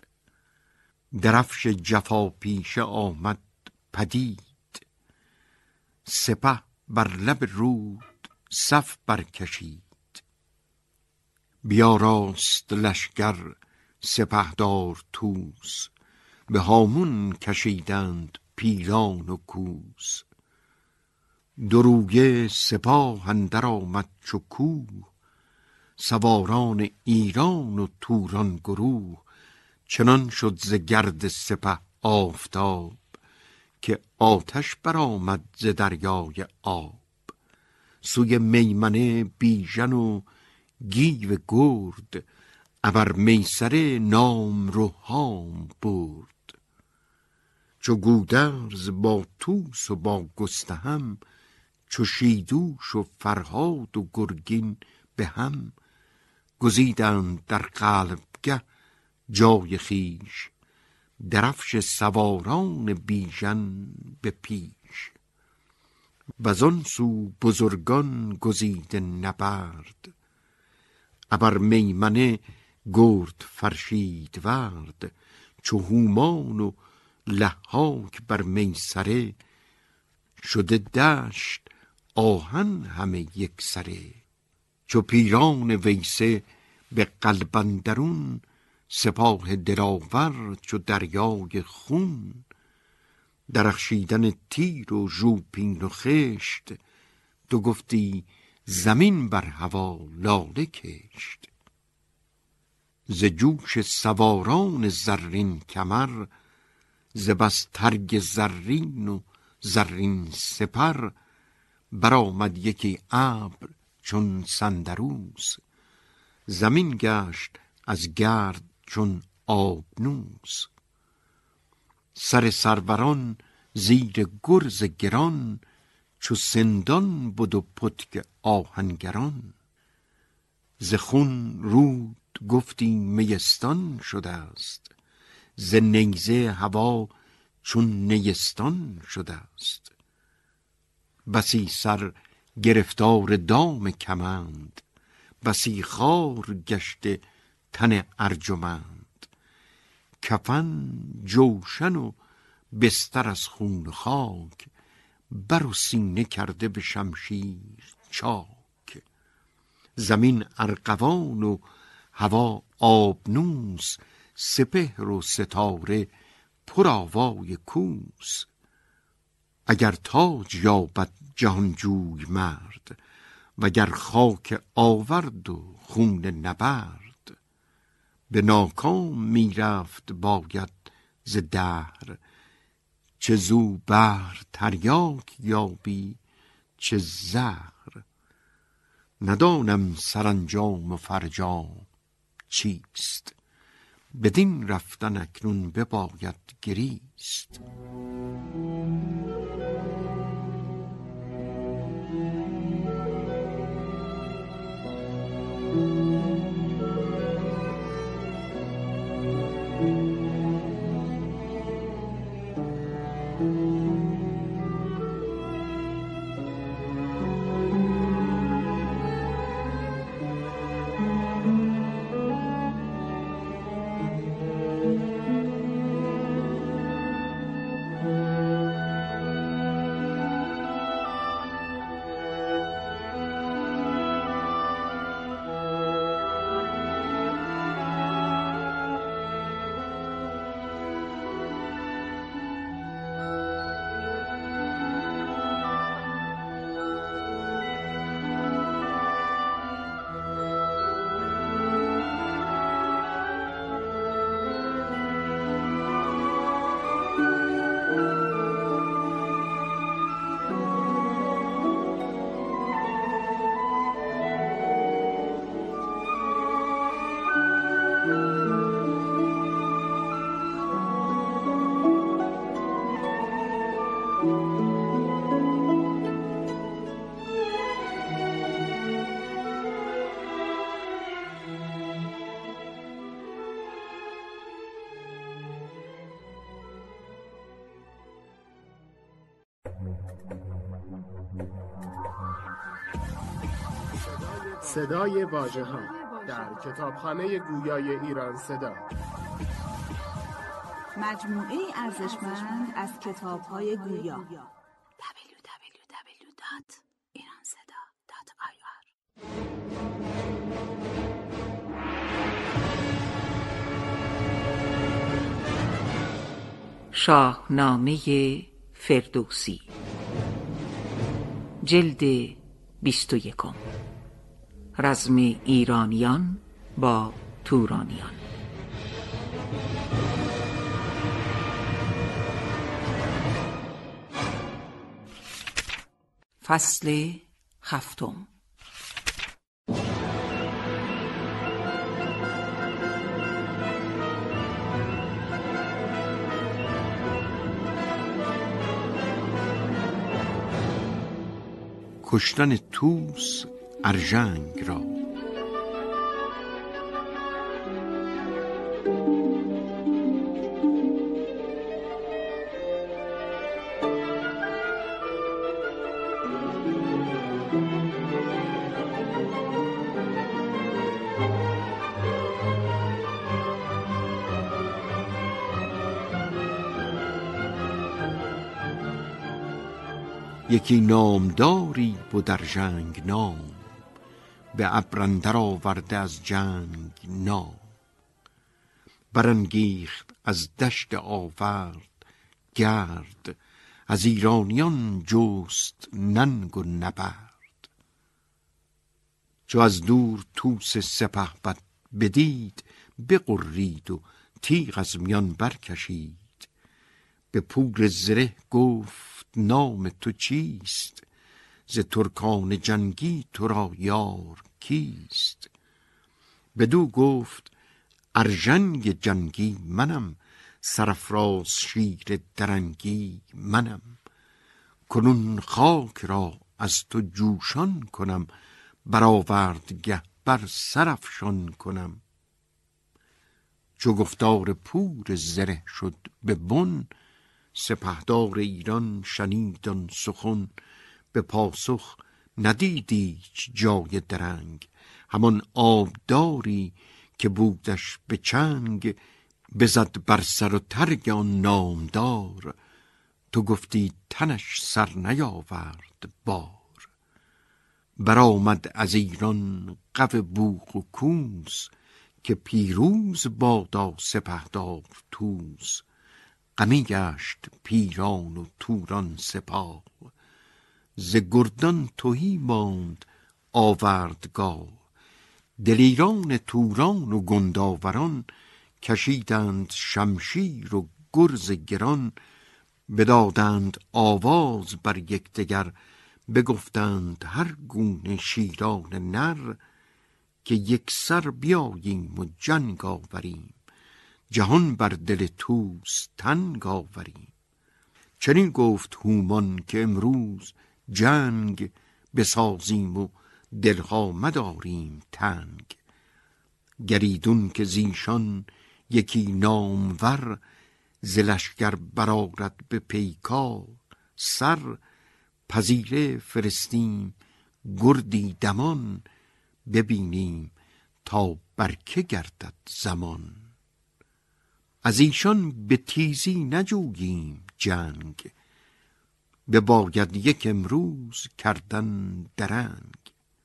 درفش جفا پیشه آمد پدید، سپه بر لب رود صف برکشید. بیاراست لشکر سپهدار توس، به هامون کشیدند پیلان و کوس. درویه سپاه اندر آمد چو کوه، سواران ایران و توران گروه. چنان شد ز گرد سپه آفتاب، که آتش برآمد ز دریای آب. سوی میمنه بیژن و گیو گرد، ابر میسره نام رهام برد. چو گودرز با توس و با گستهم، چو شیدوش و فرهاد و گرگین به هم. گزیدند در قلبگه جای خویش، درفش سواران بیژن به پیش. وزان سو بزرگان گزیده نبرد، ابر میمنه گرد فرشید ورد. چو هومان و لحاک بر میسره، شده دشت آهن همه یک سره. چو پیران ویسه به قلب اندرون، سپاه دلاور چو دریای خون. درخشیدن تیر و ژوپین و خشت، تو گفتی زمین بر هوا لاله کشت. ز جوش سواران زرین کمر، ز بس ترگ زرین و زرین سپر، برآمد یکی ابر چون سندروس. زمین گشت از گرد چون آبنوس. سر سروران زیر گرز گران، چو سندان بود و پتک آهنگران. ز خون رود گفتی میستان شده است، ز نیزه هوا چون نیستان شده است. بسی سر گرفتار دام کمند، بسی خار گشته تن ارجمند. کفن جوشن و بستر از خون خاک، بر و سینه کرده به شمشیر چاک. زمین ارغوان و هوا آبنوس، سپهر و ستاره پر آوای کوس. اگر تاج یابد جهانجوی مرد، وگر خاک آورد و خون نبرد. به ناکام می رفت باید ز دهر، چه زو بحر تریاک یابی چه زهر. ندانم سرانجام و فرجام چیست، بدین رفتن اکنون بباید گریست. صدای واژه‌ها در کتابخانه گویای ایران صدا. مجموعه ارزشمند از کتاب‌های گویا. دبلیو دبلیو دبلیو دات ایران صدا دات آی آر. شاهنامه فردوسی، جلد بیست و یکم. رزم ایرانیان با تورانیان. فصل هفتم. کشتن طوس ارژنگ را. یکی نامداری بود ارژنگ نام، به ابر اندر آورده از جنگ نام. برانگیخت از دشت آورد گرد، از ایرانیان جست ننگ و نبرد. چو از دور طوس سپهبد بدید، بغرید و تیغ از میان برکشید. به پور زره گفت نام تو چیست؟ ز ترکان جنگی تو را یار کیست؟ بدو گفت ارژنگ جنگی منم، سرافراز شیر درنگی منم. کنون خاک را از تو جوشان کنم، برآوردگه بر سرافشان کنم. چو گفتار پور زره شد به بن، سپهدار ایران شنید آن سخن. به پاسخ ندید ایچ جای درنگ، همان آبداری که بودش به چنگ. بزد بر سر و ترگ آن نامدار، تو گفتی تنش سر نیاورد بار. برآمد از ایران غو بوق و کوس، که پیروز بادا سپهدار توس. غمی گشت پیران و توران سپاه، ز گردان تهی ماند آوردگاه. دلیران توران و گنداوران، کشیدند شمشیر و گرز گران. بدادند آواز بر یکدیگر، بگفتند هر گونه شیران نر. که یک سر بیاییم و جنگ آوریم، جهان بر دل توس تنگ آوریم. چنین گفت هومان که امروز جنگ، بسازیم و دلها مداریم تنگ. گریدون که زیشان یکی نامور، ز لشکر برآرد به پیکار سر. پذیره فرستیم گردی دمان، ببینیم تا بر که گردد زمان. از ایشان به تیزی نجوییم جنگ، بباید یک امروز کردن درنگ.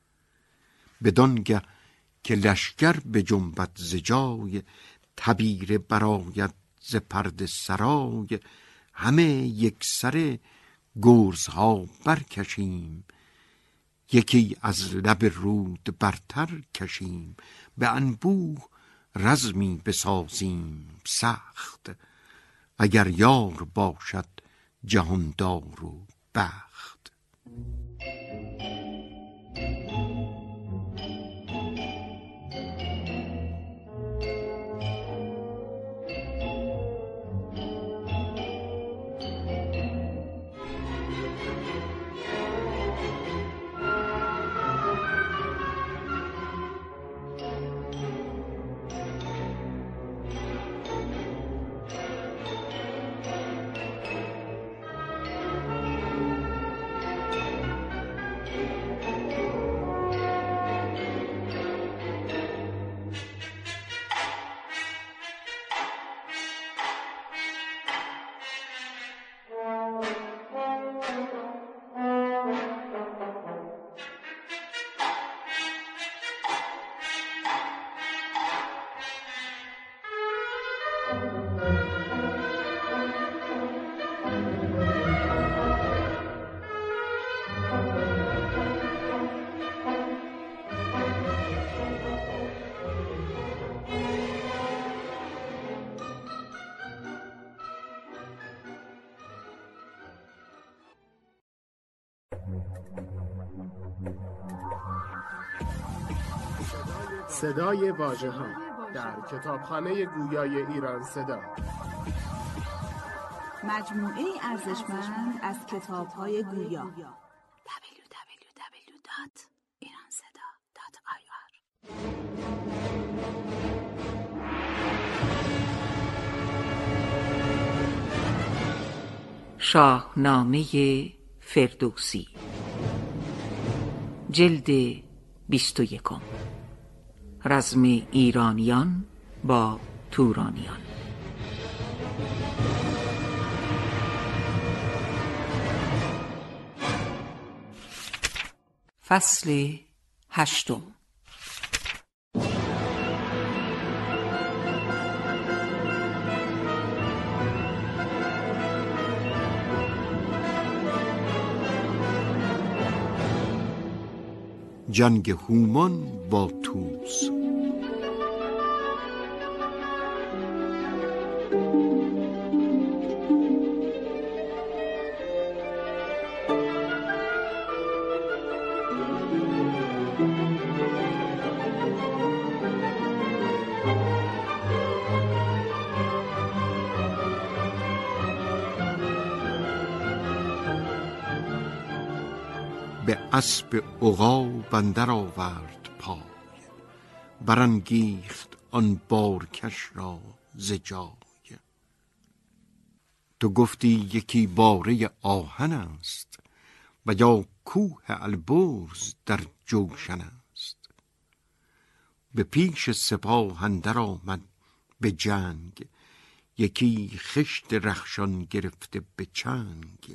بدانگه که لشکر به جنبد ز جای، تبیره برآید ز پرده سرای. همه یک سره گرزها برکشیم، یکی از لب رود برتر کشیم. به انبوه رزمی بسازیم سخت، اگر یار باشد جهاندار و بخت. صدای واژه‌ها در کتابخانه گویای ایران صدا. مجموعه ارزشمند از کتاب‌های گویا. دبلیو دبلیو دبلیو دات ایران صدا دات آی آر. شاهنامه فردوسی، جلد بیست و یکم. رزم ایرانیان با تورانیان. فصل هشتم. جنگ هومان با توس. به اسب عقاب اندر آورد پای، برانگیخت آن بارکش را ز جای. تو گفتی یکی باره آهن است، و یا کوه البرز در جوشن است. به پیش سپاه اندر آمد به جنگ، یکی خشت رخشان گرفته به چنگ.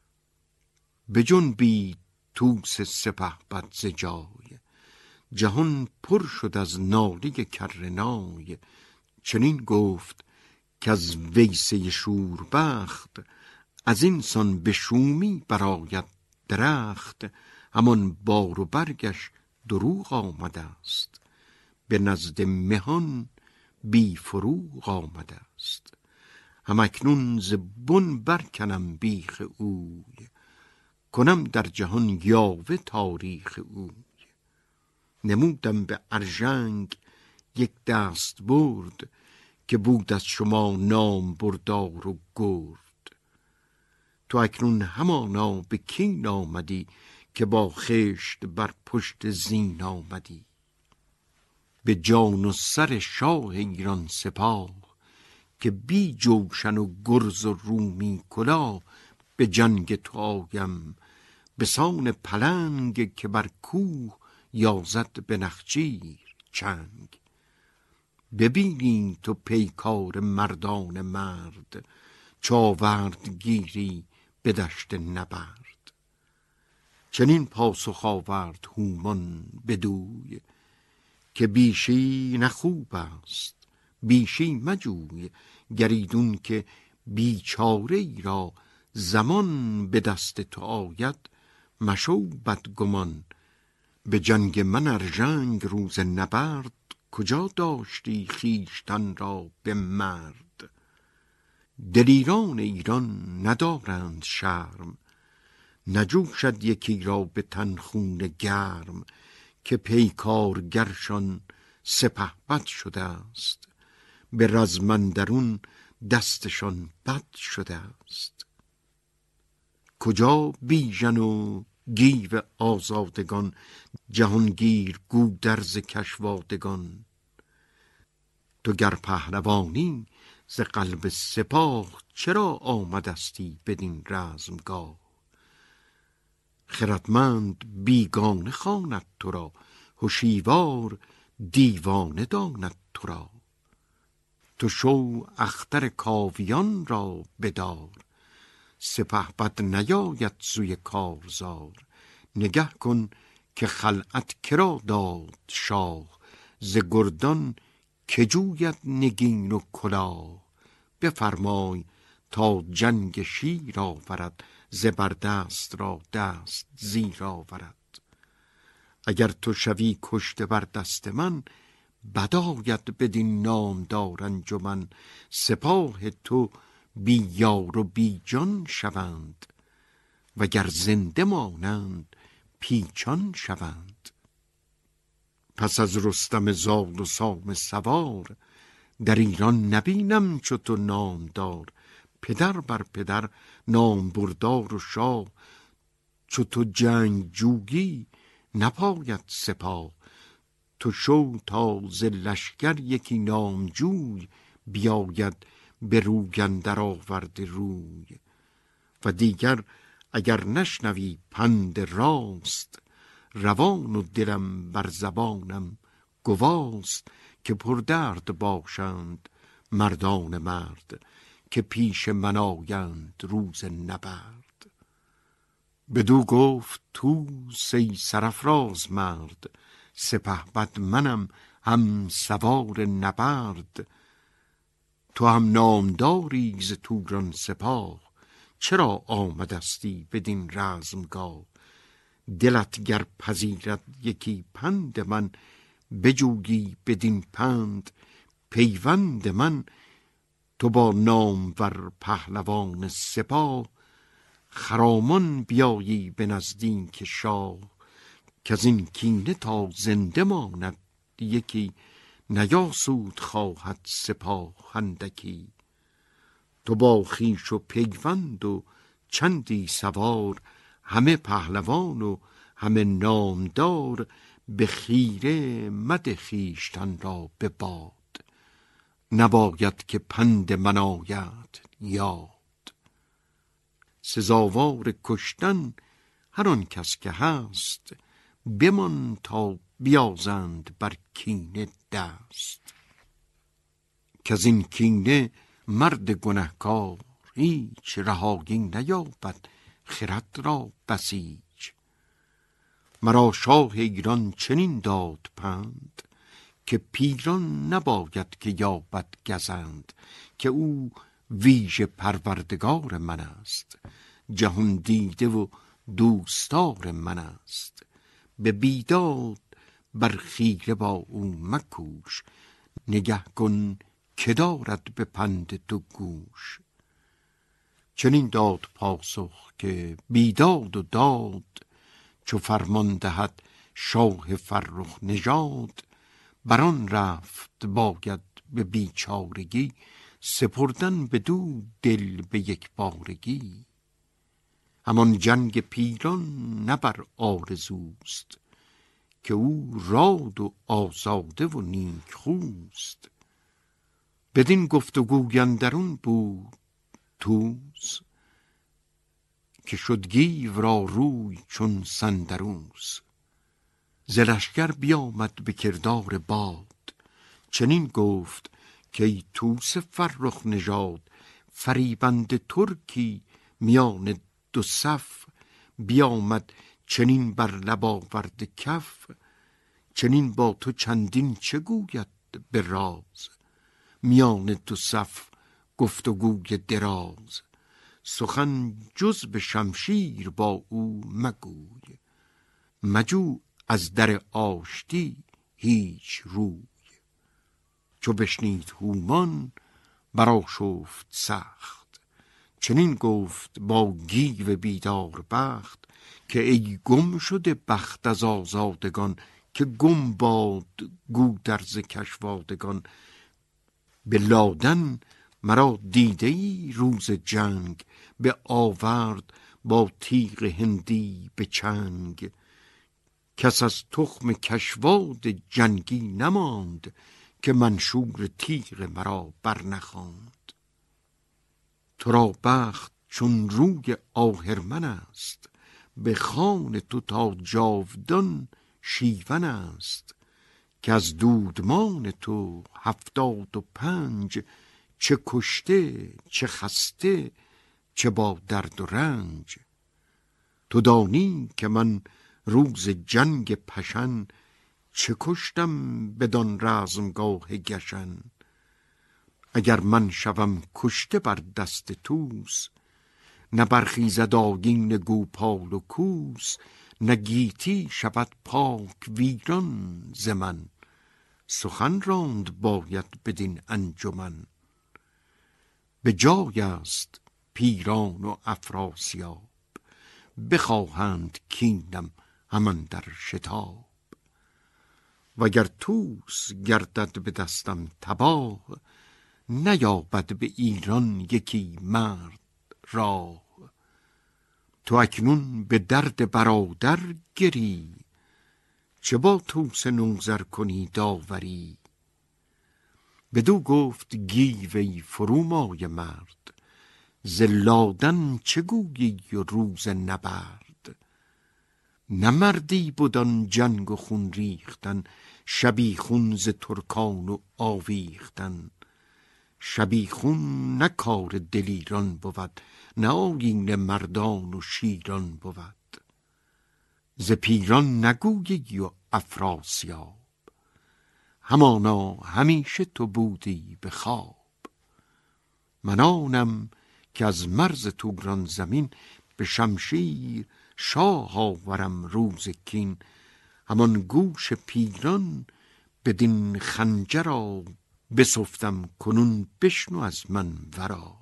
بجنبید طوس سپهبد ز جای، جهان پر شد از ناله کرنای. چنین گفت که از ویسه شوربخت، از این سان به شومی برآید درخت. همان بار و برگش دروغ آمده است، به نزد مهان بی فروغ آمده است. هم اکنون ز بن برکنم بیخ اوی، کنم در جهان یاوه تاریخ اوی. نمودم به ارژنگ یک دست برد، که بود از شما نام بردار و گرد. تو اکنون همانا به کین آمدی، که با خشت بر پشت زین آمدی. به جان و سر شاه ایران سپاه، که بی جوشن و گرز و رومی کلاه. به جنگ تو آیم به سان پلنگ، که بر کوه یازد به نخچیر چنگ. ببینی تو پیکار مردان مرد، چاورد گیری به دشت نبرد. چنین پاسخ آورد هومان بدوی، که بیشی نه خوب است بیشی مجوی. گریدون که بیچاره ای را زمان، به دست تو آید مشو بدگمان. به جنگ من ارژنگ روز نبرد، کجا داشتی خویشتن را به مرد. دلیران ایران ندارند شرم، نجوشد یکی را به تن خون گرم. که پیکارگرشان سپهبد شده است، به رزم اندرون دستشان بد شده است. کجا بیژن و گیو آزادگان، جهانگیر گودرز کشوادگان. تو گر پهلوانی ز قلب سپاه، چرا آمدستی بدین رزمگاه. خردمند بیگانه خواند تو را، هوشیوار دیوانه داند تو را. تو شو اختر کاویان را بدار، سپهبد نیاید سوی کارزار. نگه کن که خلعت کرا داد شاه، ز گردان که جوید نگین و کلاه. بفرمای تا جنگ شیر آورد، زبردست را دست زیر آورد. اگر تو شوی کشته بر دست من، بداید بدین نامدار انجمن. سپاه تو بی یار و بی جان شوند، وگر زنده مانند پیچان شوند. پس از رستم زال و سام سوار، در ایران نبینم چو تو نامدار. پدر بر پدر نام بردار و شاه، چو تو جنگ جویی نپاید سپاه. تو شو تا ز لشکر یکی نامجوی، بیاید به روی اندر آورده روی. و دیگر اگر نشنوی پند راست، روان و دلم بر زبانم گواست. که پردرد باشند مردان مرد، که پیش من آیند روز نبرد. بدو گفت طوس ای سرافراز مرد، سپهبد منم هم سوار نبرد. تو هم نامداری ز توران سپاه، چرا آمدستی بدین رزمگاه. دلت گر پذیرد یکی پند من، بجویی بدین پند پیوند من. تو با نامور پهلوان سپاه، خرامان بیایی به نزدیک شاه. که از این کینه تا زنده ماند یکی، نیاسود خواهد سپاه اندکی. تو با خویش و پیوند و چندی سوار، همه پهلوان و همه نامدار، به خیره مده خویشتن را به باد. نباید که پند من آید یاد. سزاوار کشتن هر آن کس که هست، بمان تا بیازند بر کینه دست. که از این کینه مرد گنهکار هیچ رهایی نیابد خرد را بسیج. مرا شاه ایران چنین داد پند، که پیران نباید که یابد گزند. که او ویژه پروردگار من است، جهان دیده و دوستار من است. به بیداد بر خیره با او مکوش، نگه کن که دارد به پند تو گوش. چنین داد پاسخ که بیداد و داد، چو فرمان دهد شاه فرخ نژاد. بران رفت باید به بیچارگی، سپردن بدو دل به یک بارگی. همان جنگ پیران نه بر آرزوست، که او راد و آزاده و نیک خوست. بدین گفتگوی اندرون بود توز، که شد گیو را روی چون سندروس. ز لشکر بیامد به کردار باد، چنین گفت که ای توس فرخ نژاد. فریبنده ترکی میان دو صف، بیامد چنین بر لب آورد کف. چنین با تو چندین چه گوید به راز، میان دو صف گفتگوی دراز. سخن جز به شمشیر با او مگوی، مجو از در آشتی هیچ روی. چو بشنید هومان برآشفت سخت، چنین گفت با گیو بیدار بخت. که ای گم شده بخت از آزادگان، که گم باد گودرز کشوادگان. به لادن مرا دیده ای روز جنگ، به آورد با تیغ هندی به چنگ. کس از تخم کشواد جنگی نماند، که منشور تیغ مرا برنخواند. تو را بخت چون روی آهرمن است، به خان تو تا جاودان شیون است. که از دودمان تو هفتاد و پنج، چه کشته چه خسته چه با درد و رنج. تو دانی که من روز جنگ پشن، چه کشتم بدان رزمگاه گشن. اگر من شوم کشته بر دست توس، نه برخیزد آیین گوپال و کوس. نه گیتی شود پاک ویران ز من، سخن راند باید بدین انجمن. به جای است پیران و افراسیاب، بخواهند کینم همان در شتاب. وگر توس گردد به دستم تباه، نیابد به ایران یکی مرد راه. تو اکنون به درد برادر گری، چه با توس نوذر کنی داوری. بدو گفت گیو ای فرومایه مرد، ز لادن چه گویی و روز نبرد. نه مردی بود آن جنگ و خون ریختن، شبیخون ز ترکان و آویختن. شبیخون نه کار دلیران بود، نه آیین مردان و شیران بود. ز پیران نگویی و افراسیاب، همانا همیشه تو بودی به خواب. من آنم که از مرز توران زمین، به شمشیر شاه آورم روز کین. همان گوش پیران بدین خنجرا، بسفتم کنون بشنو از من ورا.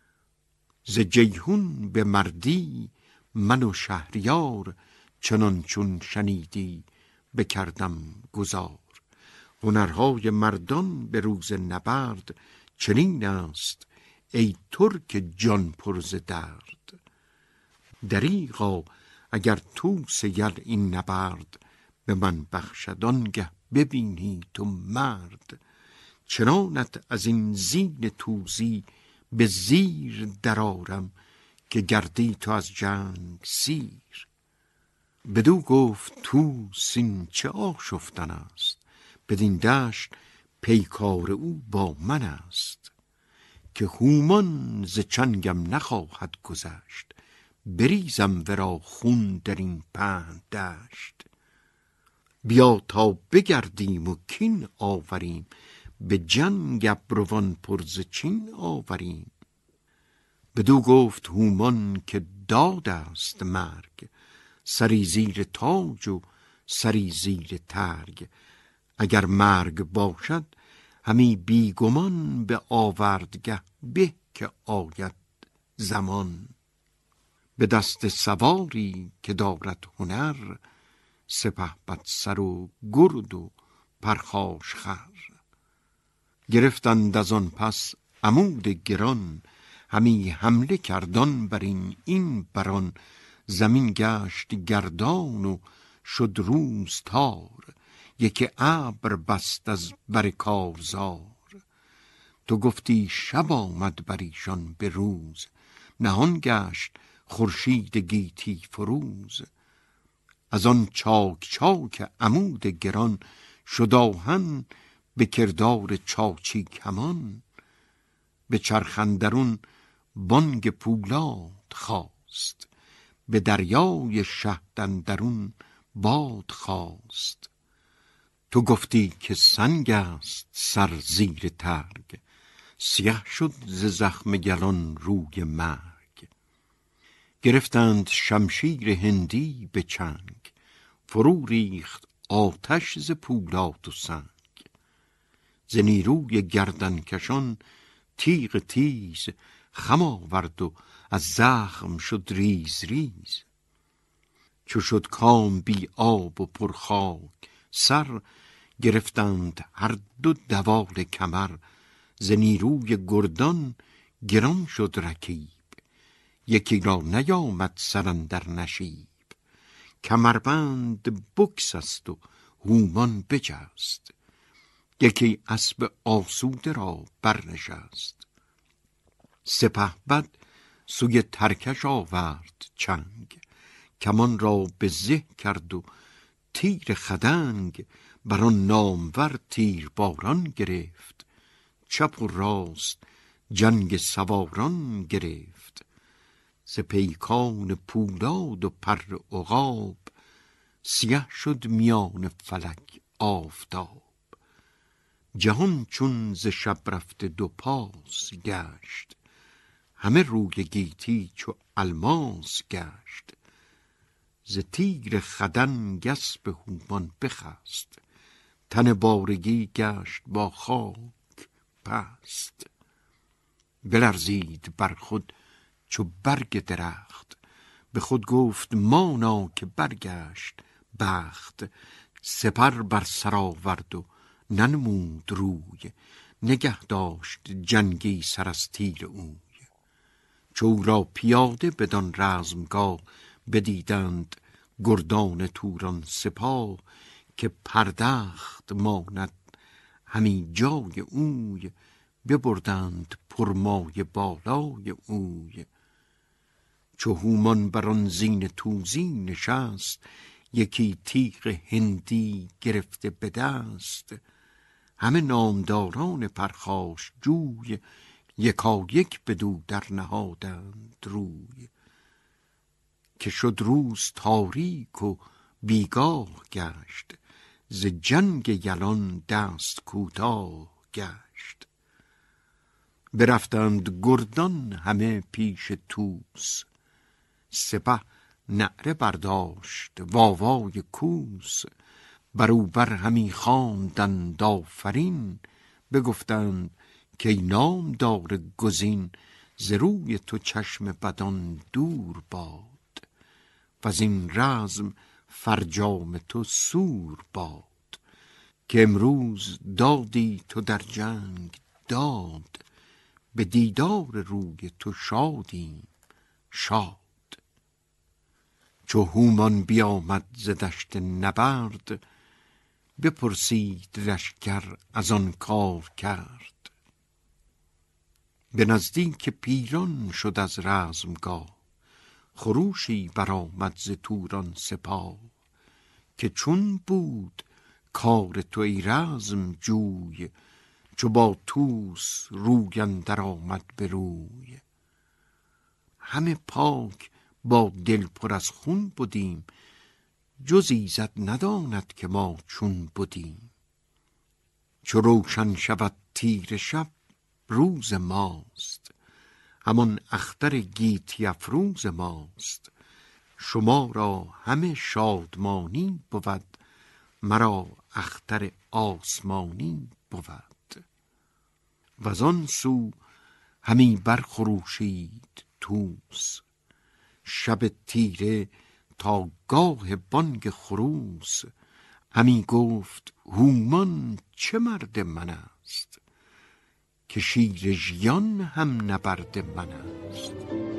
ز جیحون به مردی من و شهریار، چنان چون شنیدی بکردم گذار. هنرهای مردان به روز نبرد، چنین است ای ترک جان پر ز درد. دریغا اگر طوس یل این نبرد به من بخشد آنگه ببینی تو مرد. چنانت از این زین توزی به زیر درارم که گردی تو از جنگ سیر. بدو گفت طوس این چه آشفتن است، بدین دشت پیکار او با من است. که هومان ز چنگم نخواهد گذشت، بریزم ورا خون در این پهن دشت. بیا تا بگردیم و کین آوریم، به جنگ ابروان پر ز چین آوریم. بدو گفت هومان که داد است مرگ، سری زیر تاج و سری زیر ترگ. اگر مرگ باشد همی بیگمان، به آوردگه به که آید زمان. به دست سواری که دارد هنر، سپهبد سر و گرد و پرخاش خر. گرفتند از آن پس عمود گران، همی حمله کردان بر این این بران. زمین گشت گردان و شد روز تار، یکی ابر بست از بر کارزار. تو گفتی شب آمد بر ایشان به روز، نهان گشت خورشید گیتی فروز. از آن چاک چاک عمود گران، شد آهن به کردار چاچی کمان. به چرخ اندرون بانگ پولاد خاست، به دریای شهد اندرون باد خاست. تو گفتی که سنگ است سر زیر ترگ، سیه شد ز زخم گلان روی مرگ. گرفتند شمشیر هندی به چنگ، فرو ریخت آتش ز پولاد و سنگ. ز نیروی گردن کشان تیغ تیز، خم آورد و از زخم شد ریز ریز. چو شد کام بی آب و پر خاک سر، گرفتند هر دو دوال کمر. ز نیروی گردان گران شد رکیب، یکی را نیامد سر اندر نشیب. کمربند بگسست و هومان بجست، یکی اسب آسوده را برنشست. سپهبد سوی ترکش آورد چنگ، کمان را به زه کرد و تیر خدنگ. بر آن نامور تیر باران گرفت، چپ و راست جنگ سواران گرفت. ز پیکان پولاد و پر عقاب، سیه شد میان فلک آفتاب. جهان چون ز شب رفته دو پاس گشت، همه روی گیتی چو الماس گشت. ز تیر خدنگ اسپ هومان بخست، تن بارگی گشت با خاک پست. بلرزید بر خود چو برگ درخت، به خود گفت مانا که برگشت بخت. سپر بر سر آورد و ننمود روی، نگه داشت جنگی سر از تیر اوی. چو را پیاده بدان رزمگاه، بدیدند گردان توران سپاه. که پردخت ماند همی جای اوی، ببردند پرمایه بالای اوی. چو هومان بران زین توزی نشست، یکی تیغ هندی گرفته به دست. همه نامداران پرخاش جوی، یکا یک بدو در نهادند روی. که شد روز تاریک و بیگاه گشت، ز جنگ یلان دست کوتاه گشت. برفتند گردان همه پیش طوس، سپه نعره برداشت واوای کوس. برو بر همی خواندند آفرین، بگفتند که ای نامدار گزین. ز روی تو چشم بدان دور باد، وز این رزم فرجام تو سور باد. که امروز دادی تو در جنگ داد، به دیدار روی تو شادیم شاد. چو هومان بیامد ز دشت نبرد، بپرسید لشکر از آن کار کرد. به نزدیک پیران شد از رزمگاه، خروشی برآمد ز توران سپاه. که چون بود کار تو ای رزم جوی، چو با طوس روی اندر آمد به روی. همه پاک با دل پر از خون بدیم، جز ایزد نداند که ما چون بدیم. چو روشن شود تیره شب روز ماست، همان اختر گیتی افروز ماست. شما را همه شادمانی بود، مرا اختر آسمانی بود. وزان سو همی برخروشید طوس، شب تیره تا گاه بانگ خروس. همی گفت هومان چه مرد من است، که شیر ژیان هم نبرد من است.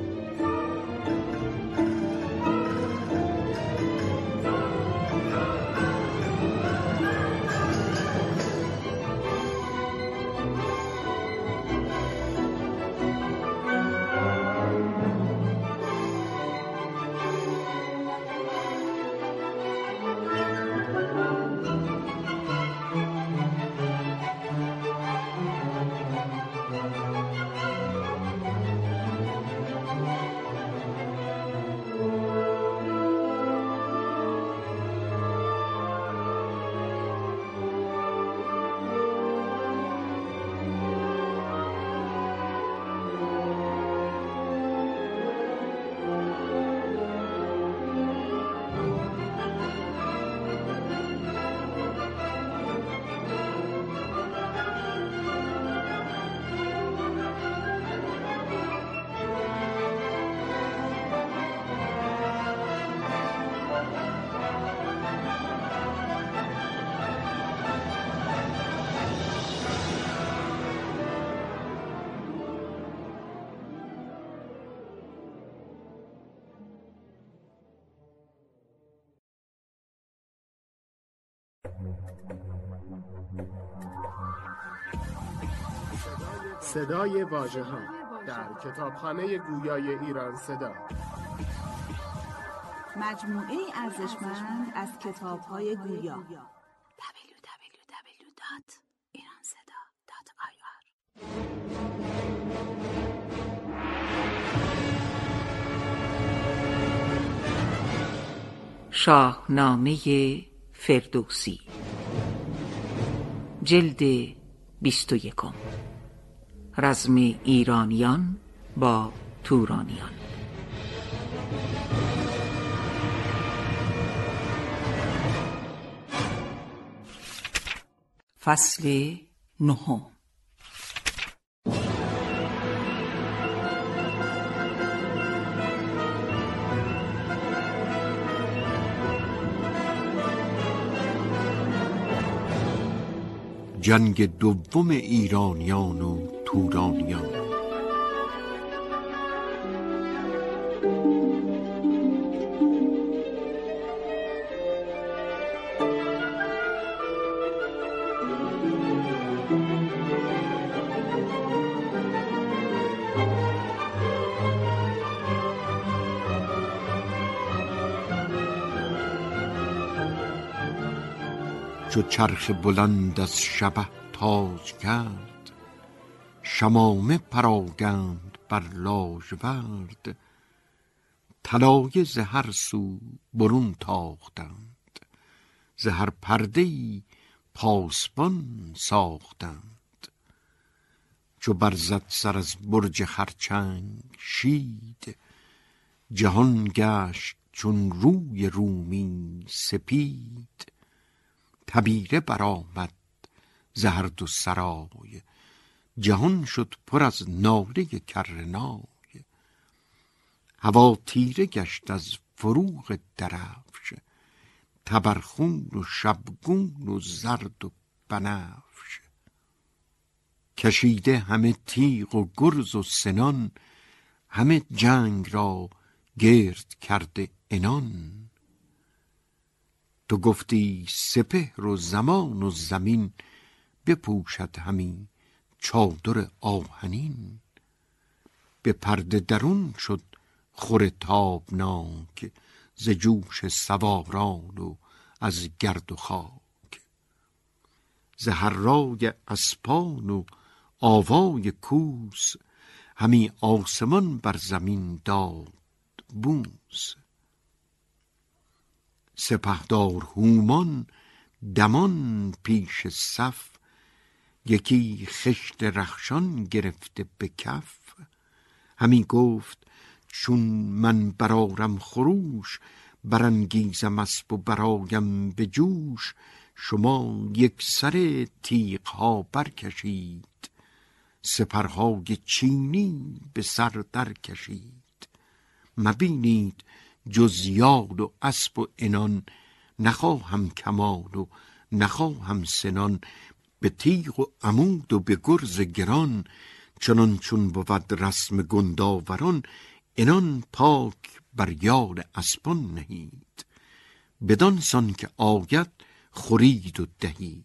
صدای واژه‌ها در کتابخانه گویای ایران صدا. مجموعه ارزشمند از کتاب‌های گویا. دبلیو دبلیو دبلیو دات ایران صدا دات آی آر. شاهنامه فردوسی، جلد بیست و یکم. رزم ایرانیان با تورانیان. فصل نهم. جنگ دوم ایرانیان و تورانیان. چو چرخ بلند از شبه تاج کرد، شمامه پراگند بر لاژورد. طلایه ز هر سو برون تاختند، ز هر پرده‌ای پاسبان ساختند. چو برزد سر از برج خرچنگ شید، جهان گشت چون روی رومی سپید. تبیره برآمد ز هر دو سرای، جهان شد پر از ناله کرنای. هوا تیره گشت از فروغ درفش، تبرخون و شبگون و زرد و بنفش. کشیده همه تیغ و گرز و سنان، همه جنگ را گرد کرده عنان. تو گفتی سپهر و زمان و زمین، بپوشد همی چادر آهنین. به پرده درون شد خور تابناک، ز جوش سواران و از گرد و خاک. ز هرای اسپان و آوای کوس، همی آسمان بر زمین داد بوس. سپهدار هومان دمان پیش صف، یکی خشت رخشان گرفته به کف. همی گفت چون من برارم خروش، برانگیزم اسپ و برایم به جوش. شما یک سر تیغ ها برکشید، سپرهای چینی به سر در کشید. مبینید جز یال و اسب و عنان، نخواهم کمان و نخواهم سنان. به تیغ و عمود و به گرز گران، چنان چون بود رسم گنداوران. عنان پاک بر یال اسپان نهید، بدان سان که آید خورید و دهید.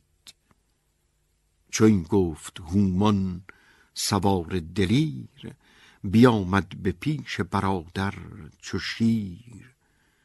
چو این گفت هومان سوار دلیر، بیامد به پیش برادر چو شیر.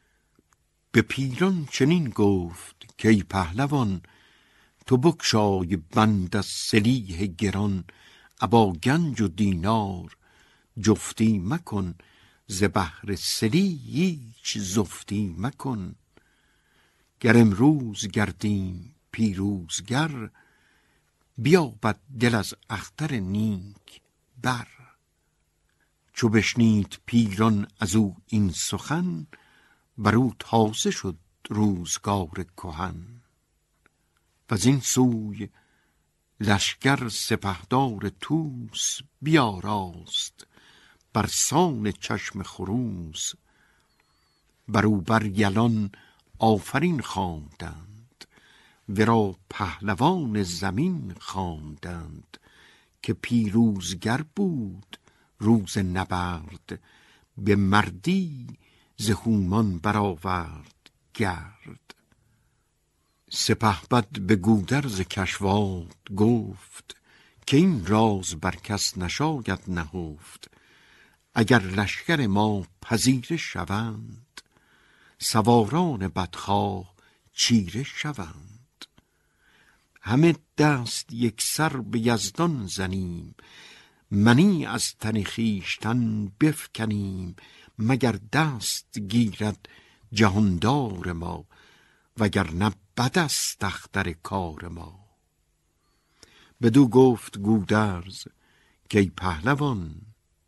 به پیران چنین گفت که ای پهلوان، تو بگشای بند از سلیح گران. ابا گنج و دینار جفتی مکن، ز بهر سلیح هیچ زفتی مکن. گر امروز گردیم پیروزگر، بیابد دل از اختر نیک بر. چو بشنید پیران از او این سخن، بر او تازه شد روزگار کهن. وزین سوی لشکر سپهدار طوس، بیاراست بر سان چشم خروس. بر او بر یلان آفرین خواندند، ورا پهلوان زمین خواندند. که پیروزگر بود روز نبرد، به مردی ز هومان برآورد گرد. سپهبد به گودرز کشواد گفت، که این راز بر کس نشاید نهفت. اگر لشکر ما پذیره شوند، سواران بدخواه چیره شوند. همه دست یک سر به یزدان زنیم، منی از تن خویشتن بفکنیم. مگر دست گیرد جهاندار ما، وگر نه بد است اختر کار ما. بدو گفت گودرز که ای پهلوان،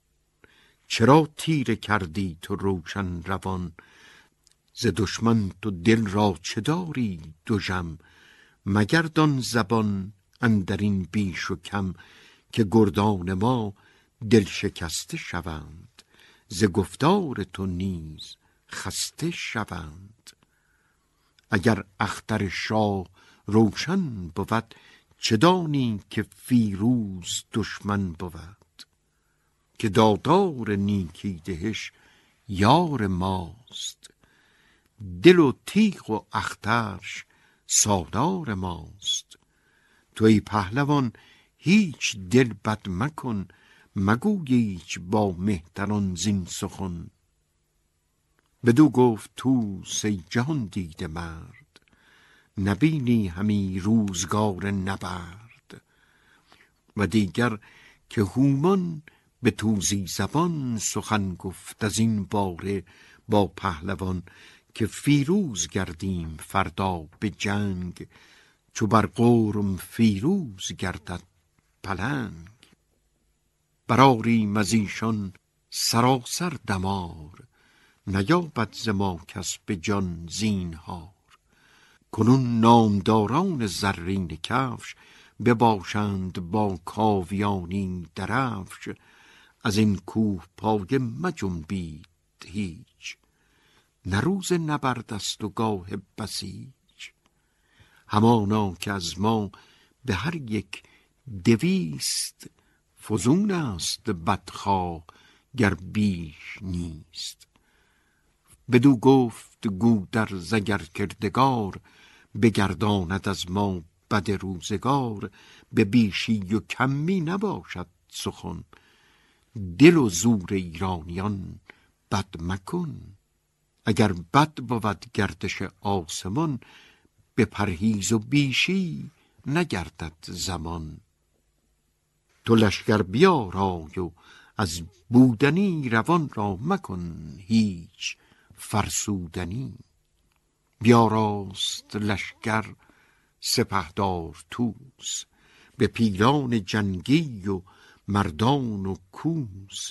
چرا تیره کردی تو روشن روان. ز دشمن تو دل را چه داری دژم، مگردان زبان اندرین بیش و کم. که گردان ما دل شکسته شوند، ز گفتار تو نیز خسته شوند. اگر اختر شاه روشن بود، چه دانی که فیروز دشمن بود. که دادار نیکی دهش یار ماست، دل و تیغ و اخترش سالار ماست. تو ای پهلوان هیچ دل بد مکن، مگوی ایچ با مهتران زین سخن. بدو گفت طوس ای جهان دیده مرد، نبینی همی روزگار نبرد. و دیگر که هومان به توزی زبان سخن گفت از این باره با پهلوان. که فیروز گردیم فردا به جنگ، چو بر قرم فیروز گردد پلنگ. برآریم از ایشان سراسر دمار، نیابد ز ما کس به جان زینهار. کنون نامداران زرین کفش، بباشند با کاویانی درفش. از این کوه پایه مجنبید هیچ، نه روز نبرد است و گاه بسیج. همانا که از ما به هر یک دویست، فزون است بدخواه گر بیش نیست. بدو گفت گودرز اگر کردگار، بگرداند از ما بد روزگار. به بیشی و کمی نباشد سخن، دل و زور ایرانیان بد مکن. اگر بد بود گردش آسمان، به پرهیز و بیشی نگردد زمان. تو لشکر بیارای و از بودنی، روان را مکن هیچ فرسودنی. بیاراست لشکر سپهدار طوس، به پیلان جنگی و مردان و کوس.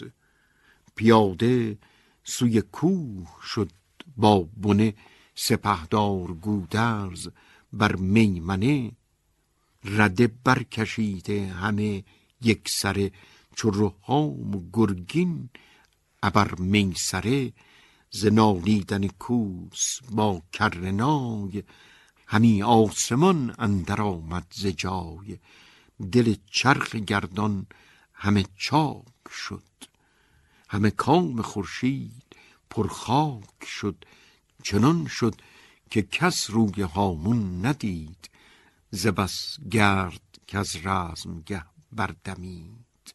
پیاده سوی کوه شد با بنه، سپهدار گودرز بر میمنه. رده برکشیده همه یک سره، چو رهام و گرگین ابر میسره. ز نالیدن کوس با کرنای، همی آسمان اندر آمد ز جای. دل چرخ گردان همه چاک شد، همه کام خورشید پر خاک شد. چنان شد که کس روی هامون ندید، ز بس گرد که از رزمگه بردمید.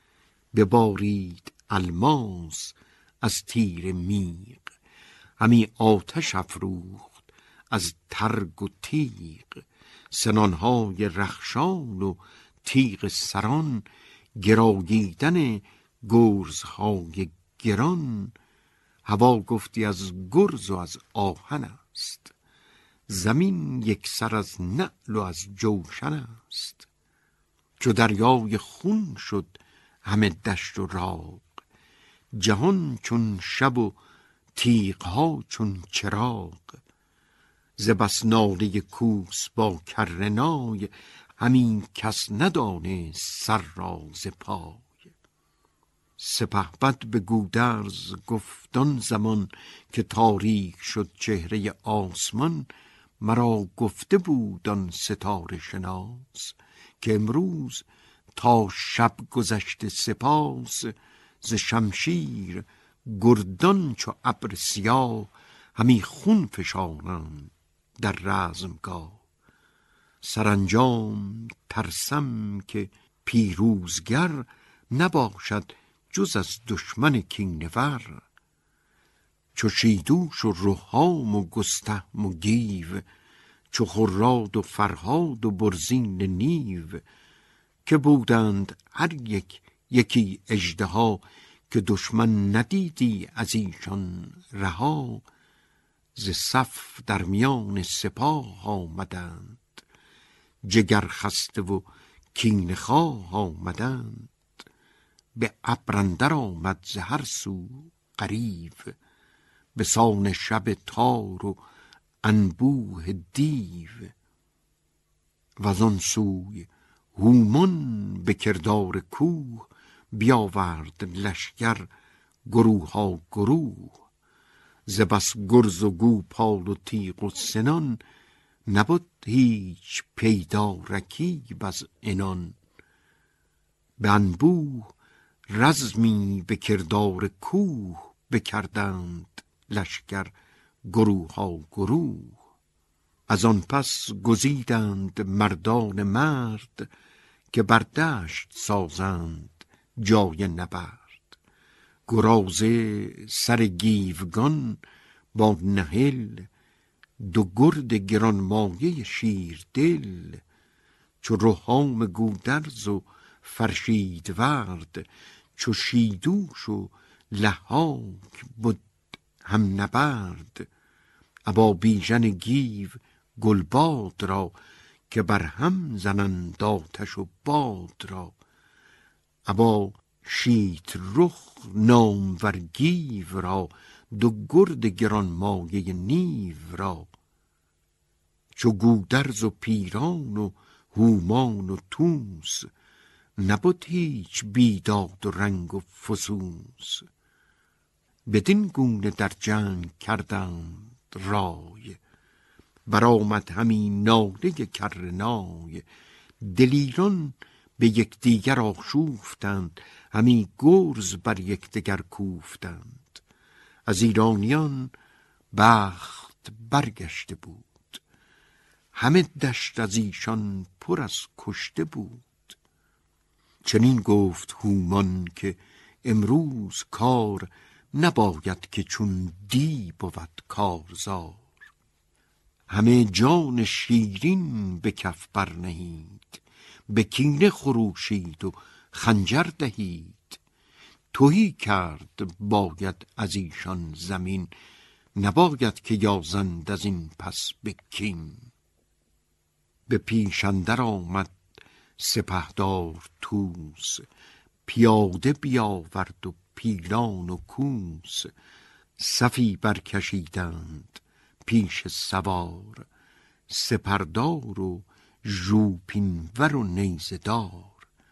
ببارید الماس از تیر میغ، همی آتش افروخت از ترگ و تیغ. سنانهای رخشان و تیغ سران، گراییدن گرزهای گران. هوا گفتی از گرز و از آهن است، زمین یک سر از نعل و از جوشن است. چو دریای خون شد همه دشت و راغ، جهان چون شب و تیغها چون چراغ. ز بس ناله کوس با کرنای، همین کس ندانست سر را ز پای. سپهبد به گودرز گفت آن زمان، که تاریک شد چهره آسمان. مرا گفته بود آن ستاره شناس، که امروز تا شب گذشته سپاس. ز شمشیر گردان چو ابر سیاه، همی خون فشانند در رزمگاه. سرانجام ترسم که پیروزگر، نباشد جز از دشمن کینه‌ور. چو شیدوش و رهام و گستهم و گیو، چو خراد و فرهاد و برزین نیو. که بودند هر یک یکی اژدها، که دشمن ندیدی از ایشان رها. ز صف در میان سپاه آمدند، جگر خسته و کینه خواه آمدند. به ابر اندر آمد ز هر سو غریو، به سان شب تار و انبوه دیو. وزان سوی هومان به کردار کوه، بیاورد لشکر گروه ها گروه. ز بس گرز و گوپال و تیغ و سنان، نبد هیچ پیدا رکیب از عنان. به انبوه رزمی به کردار کوه، بکردند لشکر گروه ها گروه. از آن پس گزیدند مردان مرد، که بر دشت سازند جای نبرد. گرازه سر گیوگان با نهل، دو گرد گرانمایه شیر دل. چو رهام گودرز و فرشید ورد، چو شیدوش و لحاک بود هم نبرد. ابا بیژن گیو گلباد را، که بر هم زنند آتش و باد را. ابا شیت رخ نامور گیو را، دو گرد گرانمایه نیو را. چو گودرز و پیران و هومان و توس، نبد هیچ بیداد و رنگ و فسوس. بدین گونه در جنگ کردند رای، برآمد همی ناله کرنای. دلیران به یکدیگر آشوفتند، همی گرز بر یکدیگر کوفتند. از ایرانیان بخت برگشته بود. همه دشت از ایشان پر از کشته بود. چنین گفت هومان که امروز کار نباید که چون دی بود کارزار. همه جان شیرین به کف برنهید، به کینه خروشید و خنجر دهید. تهی کرد باید از ایشان زمین، نباید که یازند از این پس به کین. به پیش اندر آمد سپهدار طوس، پیاده بیاورد و پیلان و کوس. صفی برکشیدند پیش سوار، سپردار و ژوپینور و نیزه دار.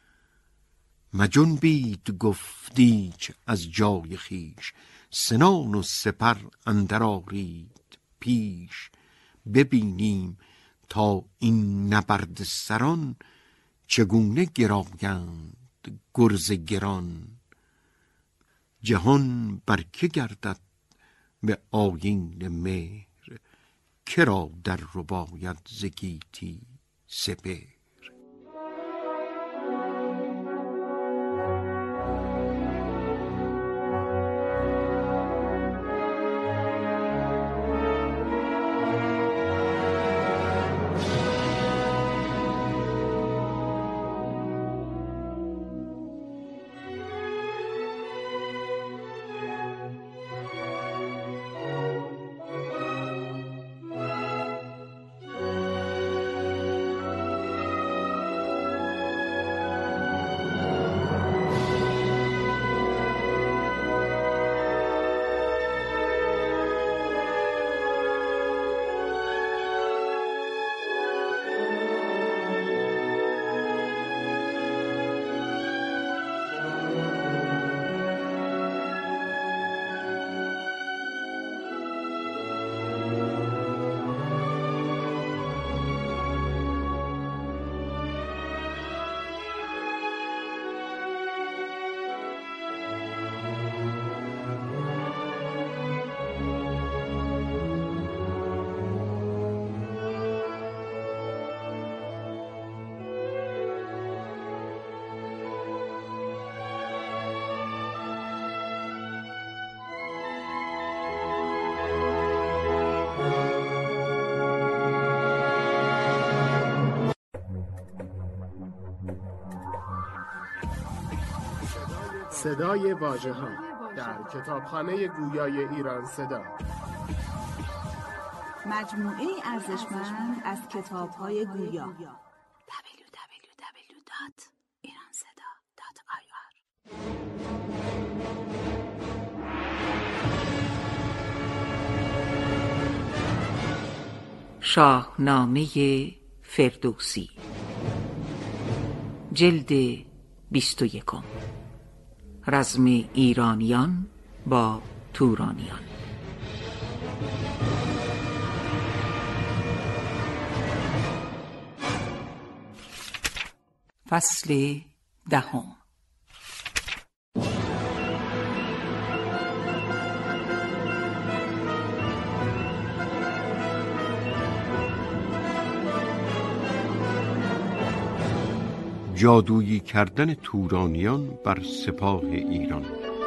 مجنبید گفت ایچ از جای خویش، سنان و سپر اندر آرید پیش. ببینیم تا این نبرد سران، چگونه گرایند گرز گران. جهان بر که گردد به آیین مهر، کرا در رباید ز گیتی سپهر. صدای واژه‌ها در کتابخانه گویای ایران صدا. مجموعه ارزشمند از کتاب‌های گویا. دبلیو دبلیو دبلیو دات ایران صدا دات آی آر. شاهنامه فردوسی، جلد بیست و یکم. رزم ایرانیان با تورانیان. فصل دهم. جادویی کردن تورانیان بر سپاه ایران.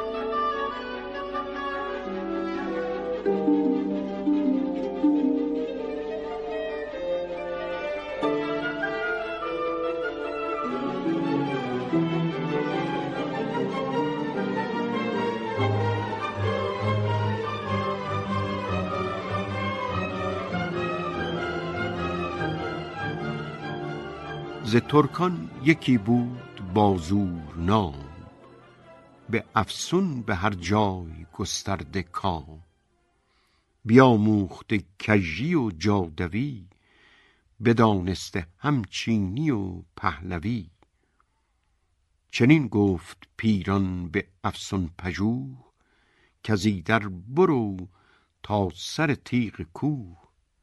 ز ترکان یکی بود با زور نام، به افسون به هر جای گسترده کام. بیاموخته کژی و جادوی، بدانسته هم چینی و پهلوی. چنین گفت پیران به افسون پژوه، کز ایدر برو تا سر تیغ کوه.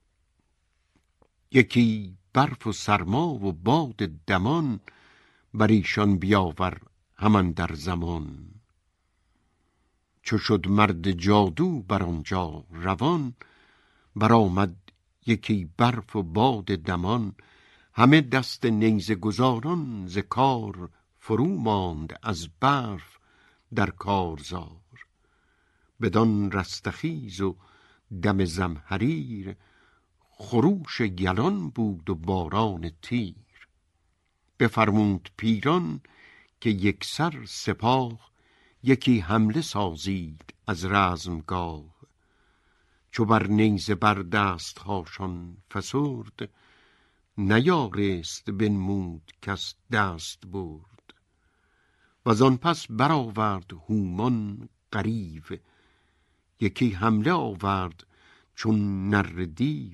یکی برف و سرما و باد دمان، بر ایشان بیاور همان در زمان. چو شد مرد جادو بر آنجا روان، برآمد یکی برف و باد دمان. همه دست نیزه گزاران ز کار، فرو ماند از برف در کارزار. بدان رستخیز و دم زمهریر، خروش یلان بود و باران تیر. بفرمود پیران که یکسر سپاه، یکی حمله سازید از رزمگاه. چو بر نیزه بر دست هاشان فسرد، نیارست بنمود کس دست برد. وزان پس برآورد هومان غریو، یکی حمله آورد چون نره دیو.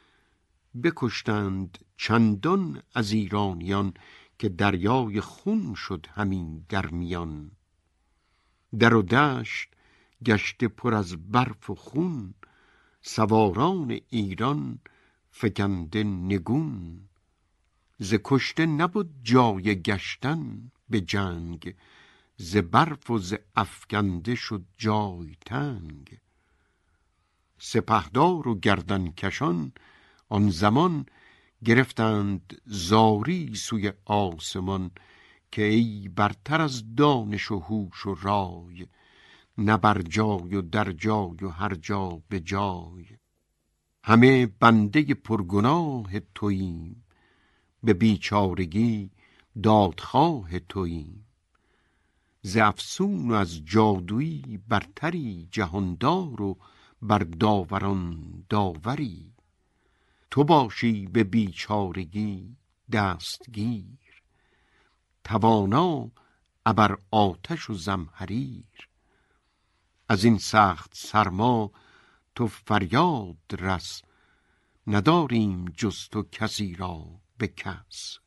بکشتند چندان از ایرانیان، که دریای خون شد همین در میان. در و دشت گشته پر از برف و خون، سواران ایران فکنده نگون. ز کشته نبود جای گشتن به جنگ، ز برف و ز افکنده شد جای تنگ. سپهدار و گردن کشان آن زمان، گرفتند زاری سوی آسمان. که ای برتر از دانش و هوش و رای، نه بر جای و در جای و هر جا به جای. همه بنده پرگناه توییم، به بیچارگی دادخواه توییم. ز افسون و از جادویی برتری، جهاندار و بر داوران داوری. تو باشی به بیچارگی دستگیر، توانا ابر آتش و زمهریر. از این سخت سرما تو فریاد رس، نداریم جز تو کسی را به کس.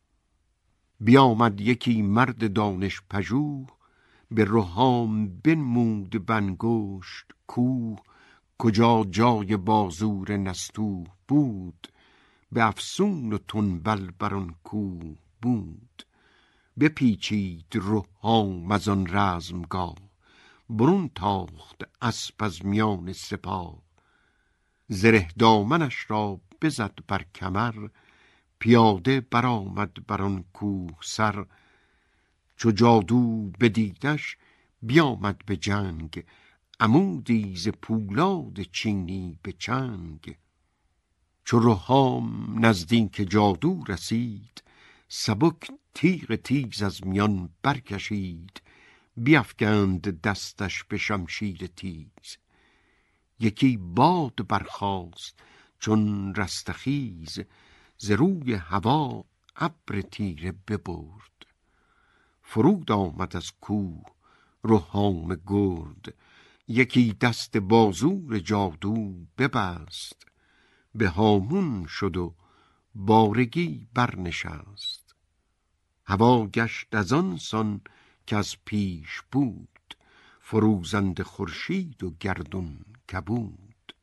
بیامد یکی مرد دانش پژوه، به رهام بنمود بنگشت کوه. کجا جای بازور نستوه بود، به افسون و تنبل بر آن کوه بود. بپیچید رهام از آن رزمگاه، برون تاخت اسپ از میان سپاه. زره دامنش را بزد بر کمر، پیاده برآمد بر آن کوه سر. چو جادو بدیدش بیامد به جنگ، عمودی ز پولاد چینی به چنگ. چو رهام نزدیک جادو رسید، سبک تیغ تیز از میان برکشید. بیفگند دستش به شمشیر تیز، یکی باد برخاست چون رستخیز. ز روی هوا ابر تیره ببرد، فرود آمد از کوه رهام گرد. یکی دست بازور جادو ببست، به هامون شد و بارگی برنشست. هوا گشت از آن سان که از پیش بود، فروزنده خورشید و گردون کبود.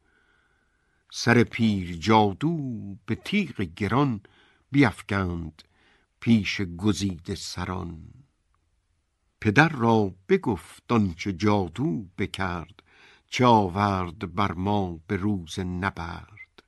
سر پیر جادو به تیغ گران، بیفگند پیش گزیده سران. پدر را بگفت آنچه جادو بکرد، چه آورد بر ما به روز نبرد.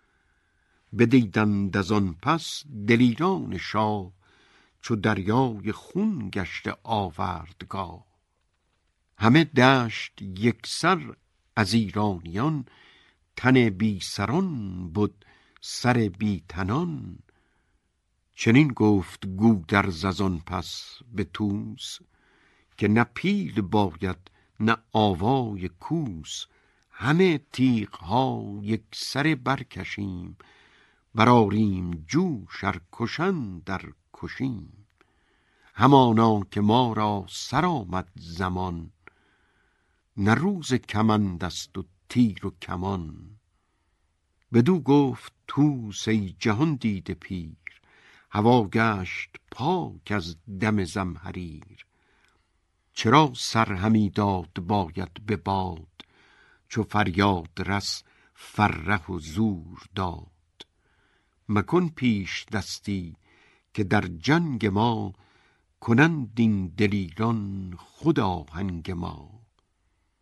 بدیدند از آن پس دلیران شاه، چو دریای خون گشته آوردگاه. همه دشت یکسر از ایرانیان، تن بی سران بود سر بی تنان. چنین گفت گودرز از آن پس به طوس، که نه پیل باید نه آوای کوس. همه تیغ ها یک سر برکشیم، براریم جوش ار کشن در کشیم. همانا که ما را سر آمد زمان، نه روز کمند است و تیر و کمان. بدو گفت طوس ای جهان دیده پیر، هوا گشت پاک از دم زمهریر. چرا سر همی داد باید به باد، چو فریاد رس فره و زور داد. مکن پیش دستی که در جنگ ما، کنند این دلیران خود آهنگ ما.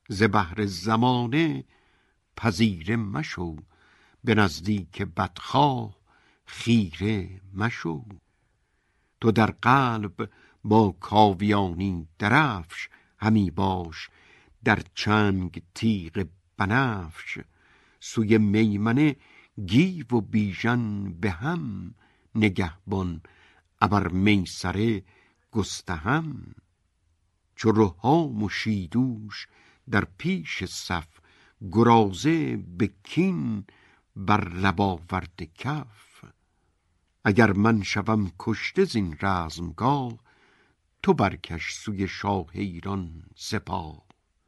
ز بهر زمانه پذیره مشو، به نزدیک بدخواه خیره مشو. تو در قلب با کاویانی درفش، همی باش در چنگ تیغ بنفش. سوی میمنه گیو و بیژن به هم، نگهبان ابر میسره گستهم. چو رهام و شیدوش در پیش صف، گرازه به کین بر لب آورده کف. اگر من شوم کشته زین رزمگاه، تو برکش سوی شاه ایران سپاه.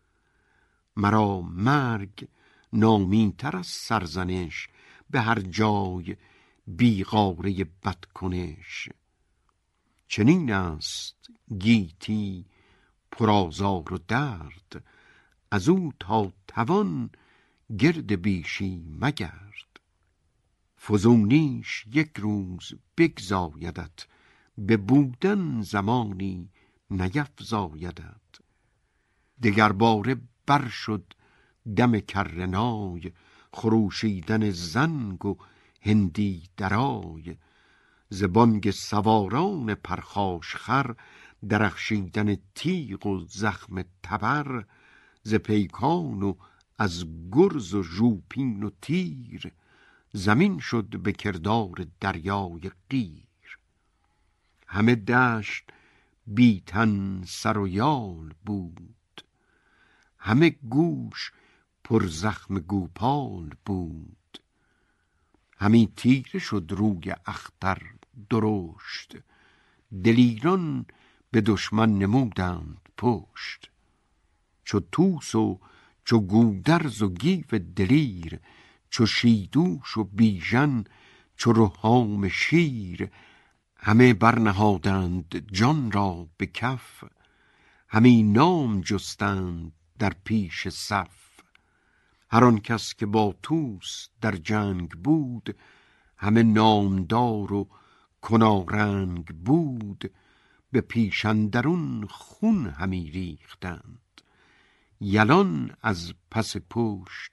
مرا مرگ نامی تر از سرزنش، به هر جای بیغاره بدکنش. چنین است گیتی پرآزار و درد، از او تا توان گرد بیشی مگرد. فزونیش یک روز بگزایدت، به بودن زمانی نیفزایدت. دگر باره بر شد دم کرنای، خروشیدن زنگ و هندی درای. ز بانگ سواران پرخاش خر، درخشیدن تیغ و زخم تبر. ز پیکان و از گرز و ژوپین و تیر، زمین شد به کردار دریای قیر. همه دشت بی تن سر و یال بود، همه گوش پر زخم گوپال بود. همی تیره شد روی اختر درشت، دلیران به دشمن نمودند پشت. چو طوس و چو گودرز و گیو دلیر، چو شیدوش و بیژن چو رهام شیر. همه برنهادند جان را به کف، همی نام جستند در پیش صف. هر آن کس که با طوس در جنگ بود، همه نامدار و کنارنگ بود. به پیش اندرون خون همی ریختند، یلان از پس پشت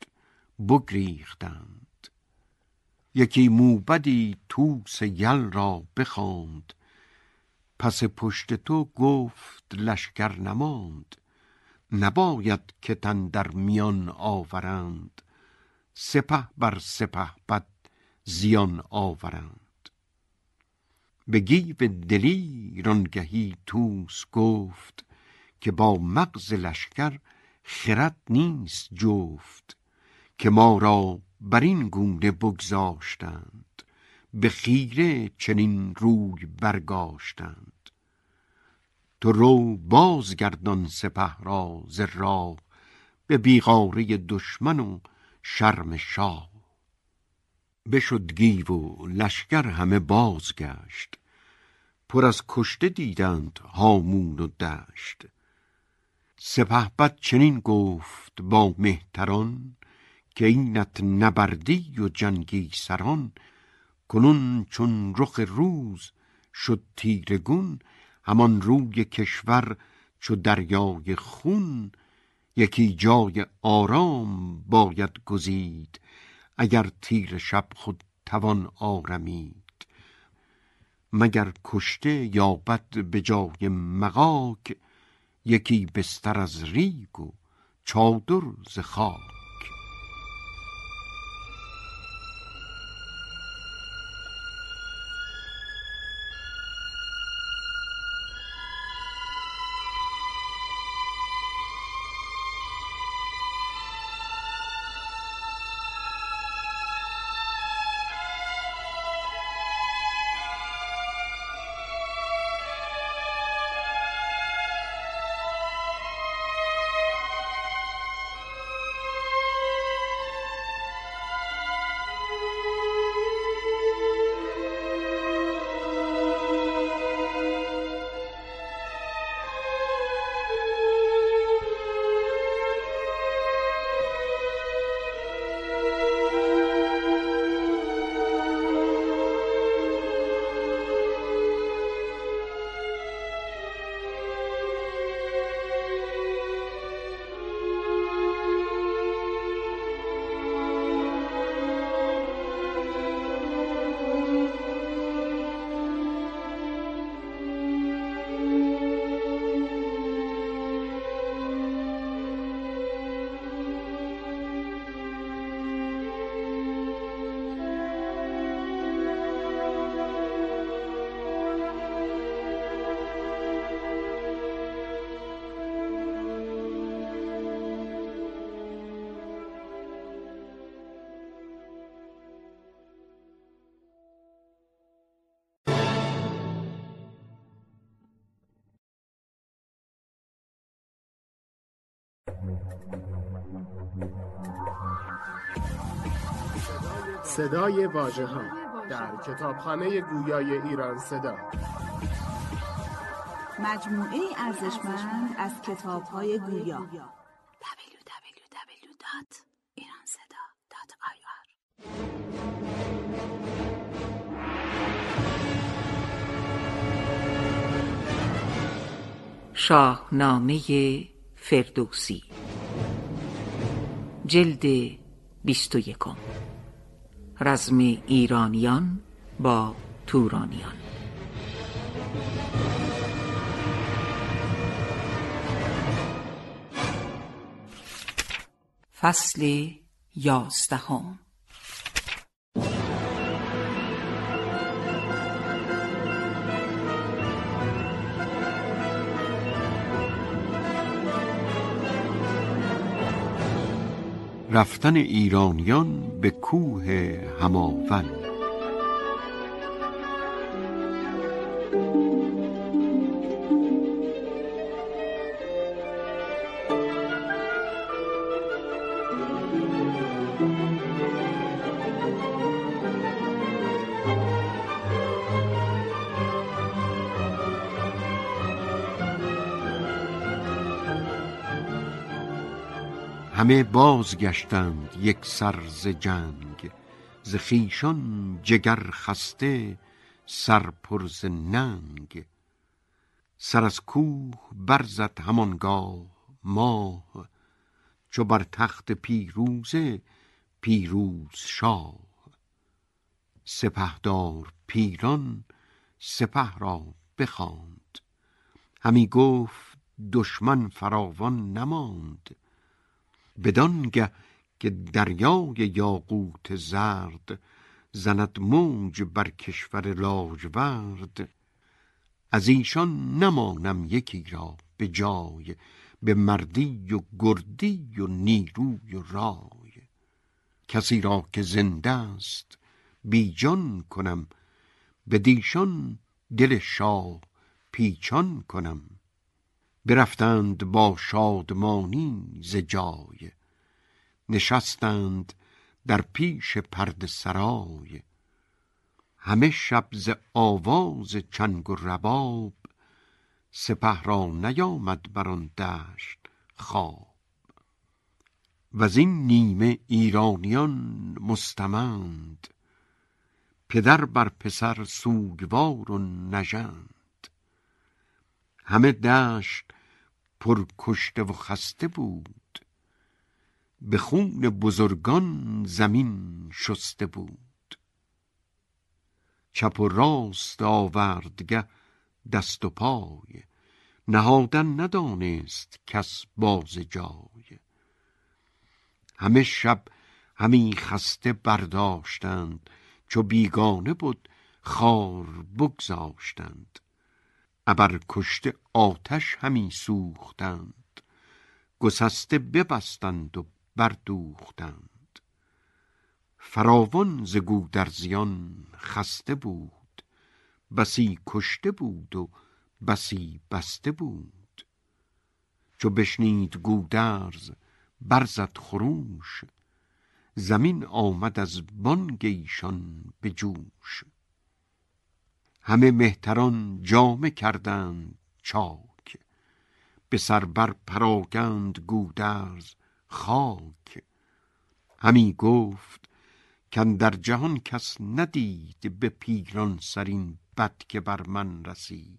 بگریختند. یکی موبدی طوس یل را بخواند، پس پشت تو گفت لشکر نماند. نباید که تن در میان آورند، سپه بر سپه بد زیان آورند. به گیو دلیر آنگهی طوس گفت، که با مغز لشکر خرد نیست جفت. که ما را بر این گونه بگذاشتند، به خیره چنین روی برگاشتند. تو رو بازگردان سپه را ز راه، به بیغاره دشمن و شرم شاه. بشد گیو و لشکر همه بازگشت، پر از کشته دیدند هامون و دشت. سپهبد چنین گفت با مهتران، که اینت نبردی و جنگی سران. کنون چون رخ روز شد تیرگون، همان روی کشور چو دریای خون. یکی جای آرام باید گزید، اگر تیر شب خود توان آرمید. مگر کشته یابد به جای مغاک، یکی بستر از ریگ و چادر ز خاک. صدای واژه‌ها در کتابخانه گویای ایران صدا. مجموعه ارزشمند از کتاب‌های گویا. دبلیو دبلیو دبلیو دات ایران صدا دات آی آر. شاهنامه فردوسی، جلد بیست و یکم. رزم ایرانیان با تورانیان. فصل یازدهم. رفتن ایرانیان به کوه هماون. همه بازگشتند یک سر ز جنگ، ز خویشان جگر خسته سر پر ز ننگ. سر از کوه برزد همانگاه ماه، چو بر تخت پیروزه پیروز شاه. سپهدار پیران سپه را بخواند، همی گفت دشمن فراوان نماند. بدانگه که دریای یاقوت زرد، زند موج بر کشور لاژورد. از ایشان نمانم یکی را به جای، به مردی و گردی و نیروی و رای. کسی را که زنده است بی جان کنم، بدیشان دل شاه پیچان کنم. برفتند با شادمانی ز جای، نشستند در پیش پرده سرای. همه شب ز آواز چنگ و رباب، سپه را نیامد بر آن دشت خواب. وزین نیمه ایرانیان مستمند، پدر بر پسر سوگوار و نژند. همه دشت پر کشته و خسته بود، به خون بزرگان زمین شسته بود. چپ و راست آوردگه دست و پای، نهادن ندانست کس باز جای. همه شب همی خسته برداشتند، چو بیگانه بود خار بگذاشتند. ابر کشته آتش همی سوختند، گسسته ببستند و بردوختند. فراوان ز گودرزیان خسته بود، بسی کشته بود و بسی بسته بود. چو بشنید گودرز برزد خروش، زمین آمد از بانگ ایشان به جوش. همه مهتران جامه کردند چاک، به سر بر پراگند گودرز خاک. همی گفت کاندر جهان کس ندید، به پیران سرین بد که بر من رسید.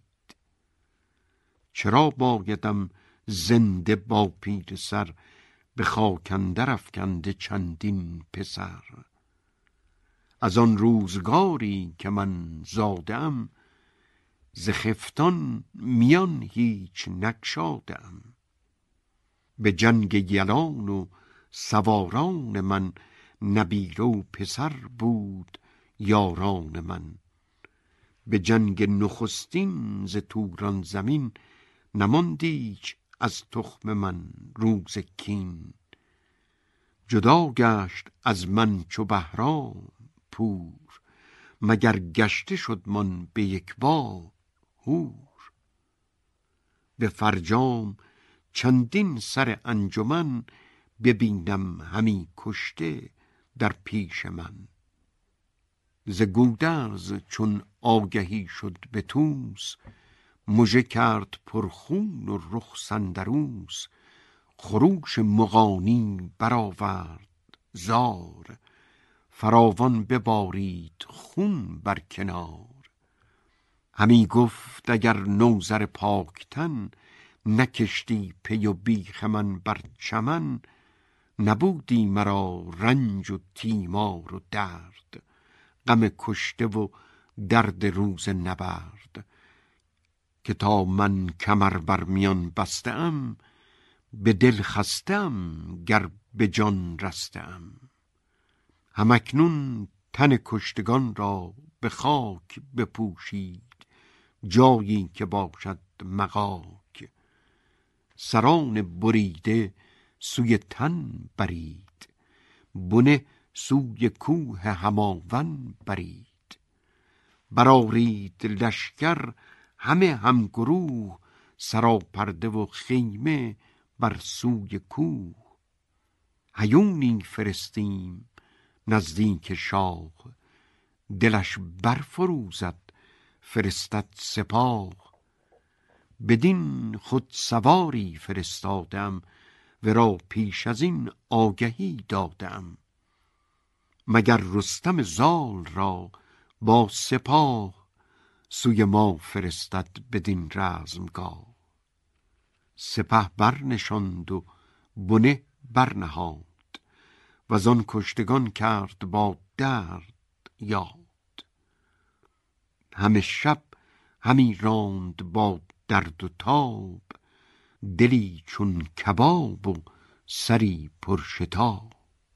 چرا بایدم زنده با پیر سر، به خاک اندر افکنده چندین پسر. از آن روزگاری که من زادم، ز خفتان میان هیچ نگشادم. به جنگ یلان و سواران من، نبیره و پسر بود یاران من. به جنگ نخستین ز توران زمین، نماند ایچ از تخم من روز کین. جدا گشت از من چو بهرام پور، مگر گشته شد من به یک بار هور. به فرجام چندین سر انجمن، ببینم همی کشته در پیش من. ز گودرز چون آگهی شد به توس، مژه کرد پرخون و رخ سندروس. خروش مغانی برآورد زار، فراوان ببارید خون بر کنار. همی گفت اگر نوذر پاکتن، نکشتی پی و بیخ من بر چمن. نبودی مرا رنج و تیمار و درد، غم کشته و درد روز نبرد. که تا من کمر بر میان بسته ام، به دل خسته ام گر به جان رسته ام. همکنون تن کشتگان را به خاک بپوشید، جایی که باشد مغاک. سران بریده سوی تن برید، بنه سوی کوه هماون برید. برآرید لشکر همه همگروه، سراپرده و خیمه بر سوی کوه. هیونی فرستیم نزدیک شاه، دلش برفروزد فرستد سپاه. بدین خود سواری فرستادم، ورا پیش از این آگهی دادم. مگر رستم زال را با سپاه، سوی ما فرستد بدین رزمگاه. سپه برنشاند و بنه برنهاد، وزان کشتگان کرد با درد یاد. همه شب همی راند با درد و تاب، دلی چون کباب و سری پرشتاب.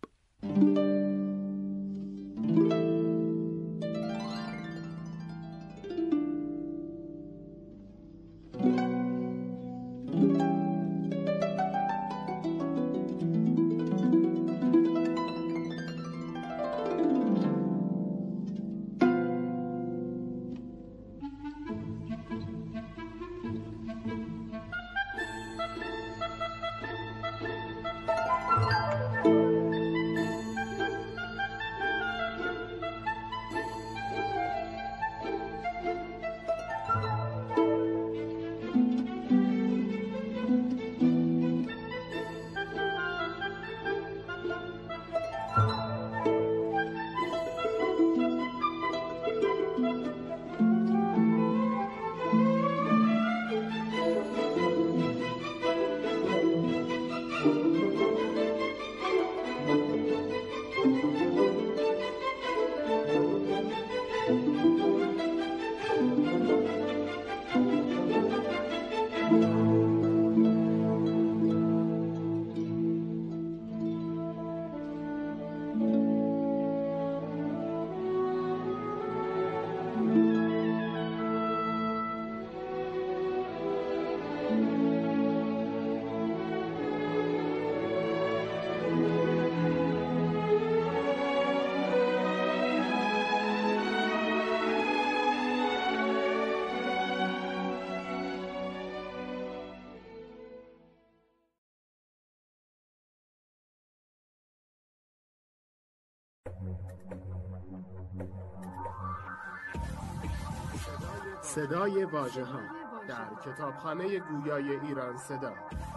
صدای واژه‌ها در کتابخانه گویای ایران صدا.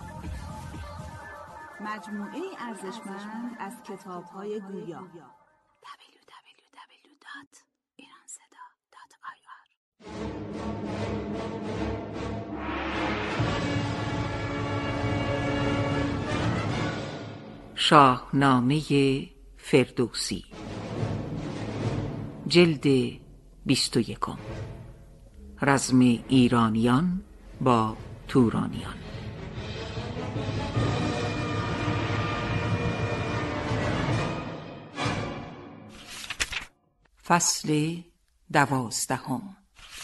مجموعه ارزشمند از کتاب‌های گویا. دبلیو دبلیو دبلیو دات ایران صدا دات آی آر. شاهنامه فردوسی، جلد بیست و یکم. رزم ایرانیان با تورانیان. فصل دوازدهم.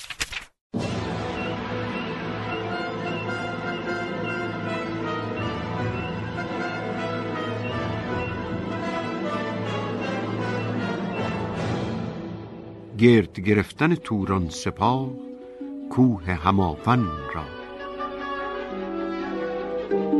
گرد گرفتن توران سپاه کوه هماون را.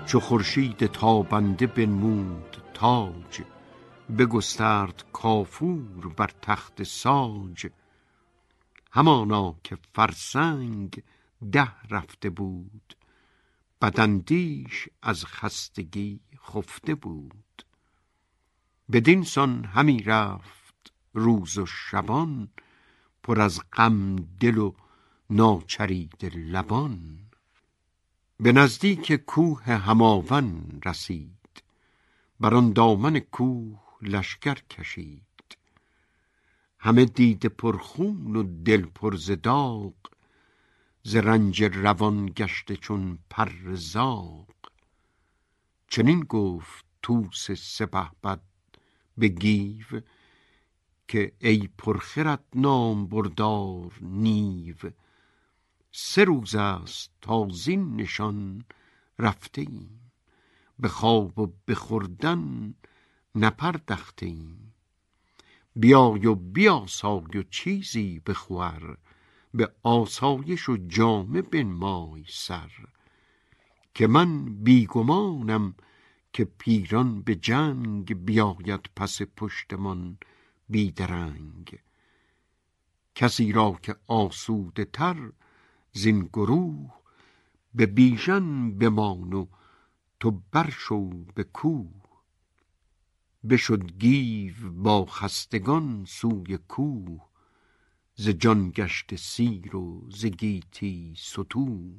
چو خورشید تابنده بنمود تاج، بگسترد کافور بر تخت ساج. همانا که فرسنگ ده رفته بود، بداندیش از خستگی خفته بود. بدین سان همی رفت روز و شبان، پر از غم دل و ناچریده لبان. به نزدیک کوه هماون رسید، بر آن دامن کوه لشکر کشید. همه دیده پرخون و دل پر ز داغ، ز رنج روان گشته چون پر زاغ. چنین گفت طوس سپهبد به گیو، که ای پرخرد نامبردار نیو. سه روز است تا زین نشان رفته ایم، به خواب و به خوردن نپردخته ایم. بیای و بیاسای و چیزی بخور، به آسایش و جامه بنمای سر. که من بیگمانم که پیران به جنگ، بیاید پس پشتمان بیدرنگ. کسی را که آسوده تر زین گروه، به بیژن بمان و تو برشو به کوه. بشد گیو با خستگان سوی کوه، ز جان گشته سیر و ز گیتی ستوه.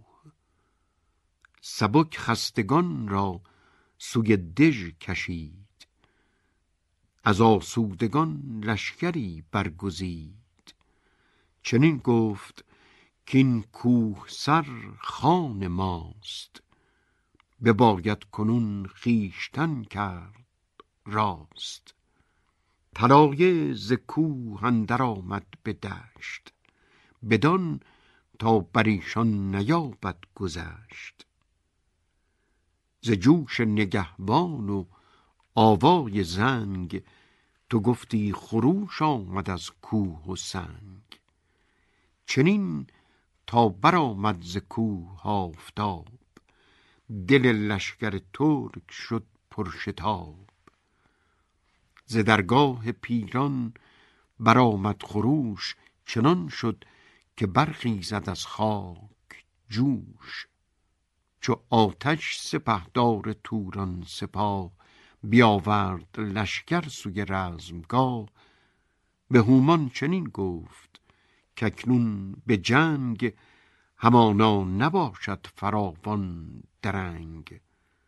سبک خستگان را سوی دژ کشید، از آسودگان لشکری برگزید. چنین گفت کین کوه سر خان ماست، بباید کنون خویشتن کرد راست. طلایه ز کوه اندر آمد به دشت، بدان تا بر ایشان نیابد گذشت. ز جوش نگهبان و آوای زنگ، تو گفتی خروش آمد از کوه و سنگ. چنین تا برآمد ز کوه آفتاب، دل لشکر ترک شد پرشتاب. ز درگاه پیران برآمد خروش، چنان شد که برخیزد از خاک جوش. چو آتش سپهدار توران سپاه، بیاورد لشکر سوی رزمگاه. به هومان چنین گفت کاکنون به جنگ، همانا نباشد فراوان درنگ.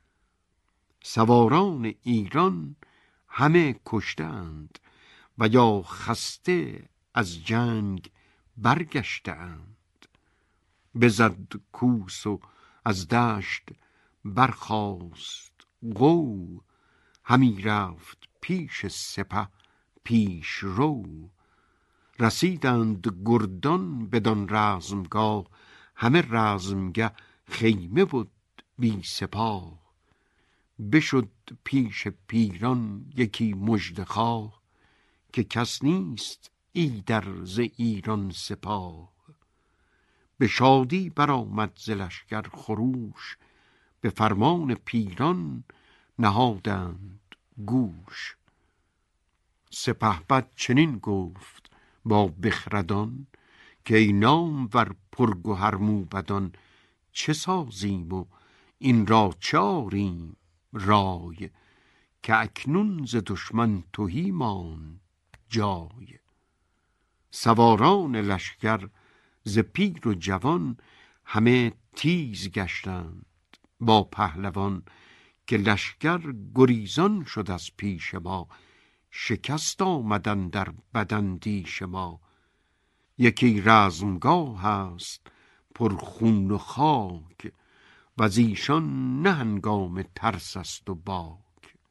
سواران ایران همه کشتند، و یا خسته از جنگ برگشتند. بزد کوس و از دشت برخاست غو، همی رفت پیش سپه پیش رو. رسیدند گردان بدان رزمگاه، همه رزمگه خیمه بود بی سپاه. بشد پیش پیران یکی مژدخواه، که کس نیست ایدر ز ایران سپاه. به شادی برآمد ز لشکر خروش، به فرمان پیران نهادند گوش. سپهبد چنین گفت با بخردان، که ای نامور پرگهر موبدان. چه سازیم و این را چه آریم رای، که اکنون ز دشمن تهی ماند جای. سواران لشکر ز پیر و جوان، همه تیز گشتند با پهلوان. که لشکر گریزان شد از پیش ما، شکست آمدن در بداندیش ما. یکی رزمگاه هست پر خون و خاک، و از ایشان نه هنگام ترس است و باک.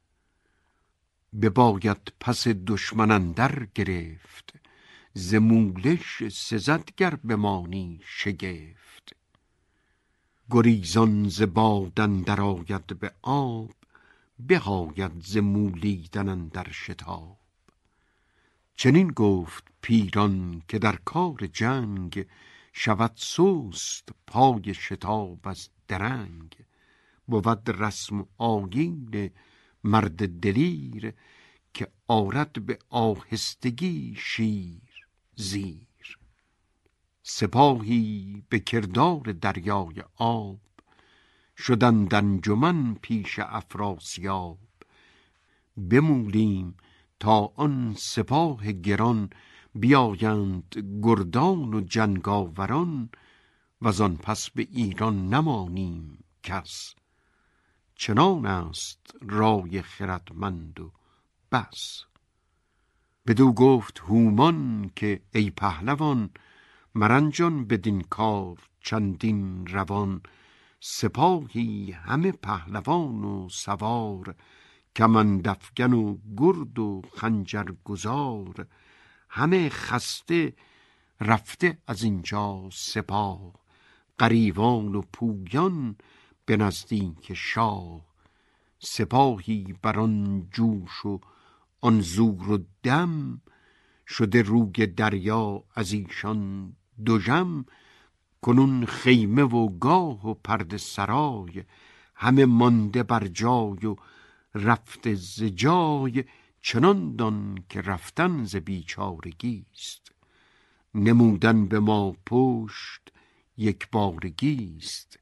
بباید پس دشمن اندر گرفت، ز مولش سزد گر بمانی شگفت. گریزان ز باد اندر آید به آب، بهاید ز مولیدن اندر شتاب. چنین گفت پیران که در کار جنگ، شود سست پای شتاب از درنگ. بود رسم و آیین مرد دلیر، که آرد به آهستگی شیر زیر. سپاهی به کردار دریای آب، شدند انجمن پیش افراسیاب. بمولیم تا آن سپاه گران، بیایند گردان و جنگاوران. وزان پس به ایران نمانیم کس، چنان است رای خردمند و بس. بدو گفت هومان که ای پهلوان، مرنجان بدین کار چندین روان. سپاهی همه پهلوان و سوار، کمندافگن و گرد و خنجر گذار. همه خسته رفته از اینجا سپاه، غریوان و پویان به نزدیک شاه. سپاهی بران جوش و آن زور و دم، شده روی دریا از ایشان دژم. کنون خیمه و گاه و پرده سرای، همه مانده بر جای و رفته ز جای. چنان دان که رفتن ز بیچارگیست، نمودن به ما پشت یک بارگیست.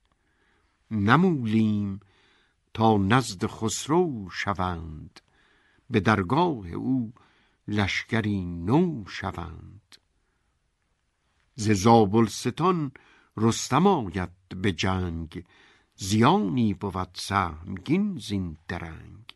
نمولیم تا نزد خسرو شوند، به درگاه او لشکری نو شوند. ز زابلستان رستم آید به جنگ، زیانی بود سهمگین زین درنگ.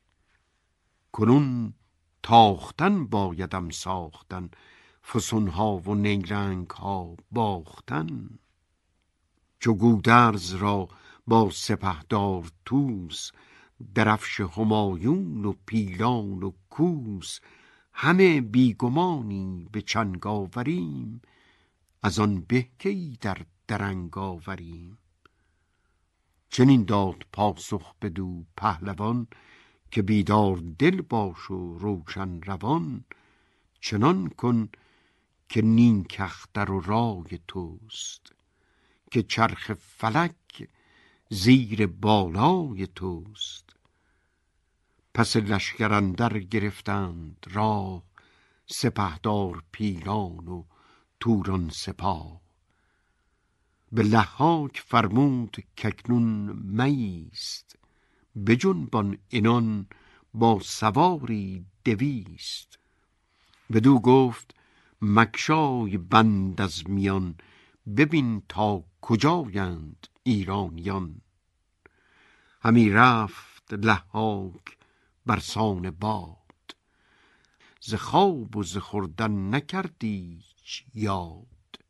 کنون تاختن بایدم ساختن، فسونها و نیرنگ ها باختن. چو گودرز را با سپهدار طوس، درفش همایون و پیلان و کوس. همه بیگمانی به چنگ آوریم، از آن به که ای در درنگ آوریم. چنین داد پاسخ بدو پهلوان، که بیدار دل باش و روشن روان. چنان کن که نیک اختر و رای توست، که چرخ فلک زیر بالای توست. پس لشکر اندر گرفتند راه، سپهدار پیلان و توران سپاه. به لحاک فرمود کاکنون مایست، بجنبان عنان با سواری دویست. بدو گفت مگشای بند از میان، ببین تا کجایند ایرانیان. همی رفت لحاک برسان باد، ز خواب و ز خوردن نکرد ایچ یاد.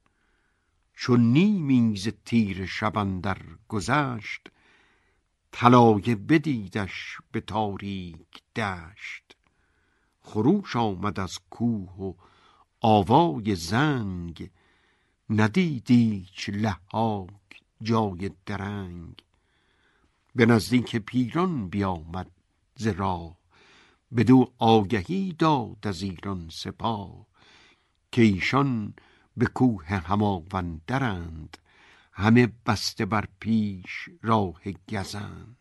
چون نیمی ز تیره شب اندر گذشت، طلایه بدیدش به تاریک دشت. خروش آمد از کوه و آوای زنگ، ندید ایچ لحاک جای درنگ. به نزدیک پیران بیامد ز راه، بدو آگهی داد از ایران سپاه. که ایشان به کوه هماوندرند، همه بسته بر پیش راه گزند.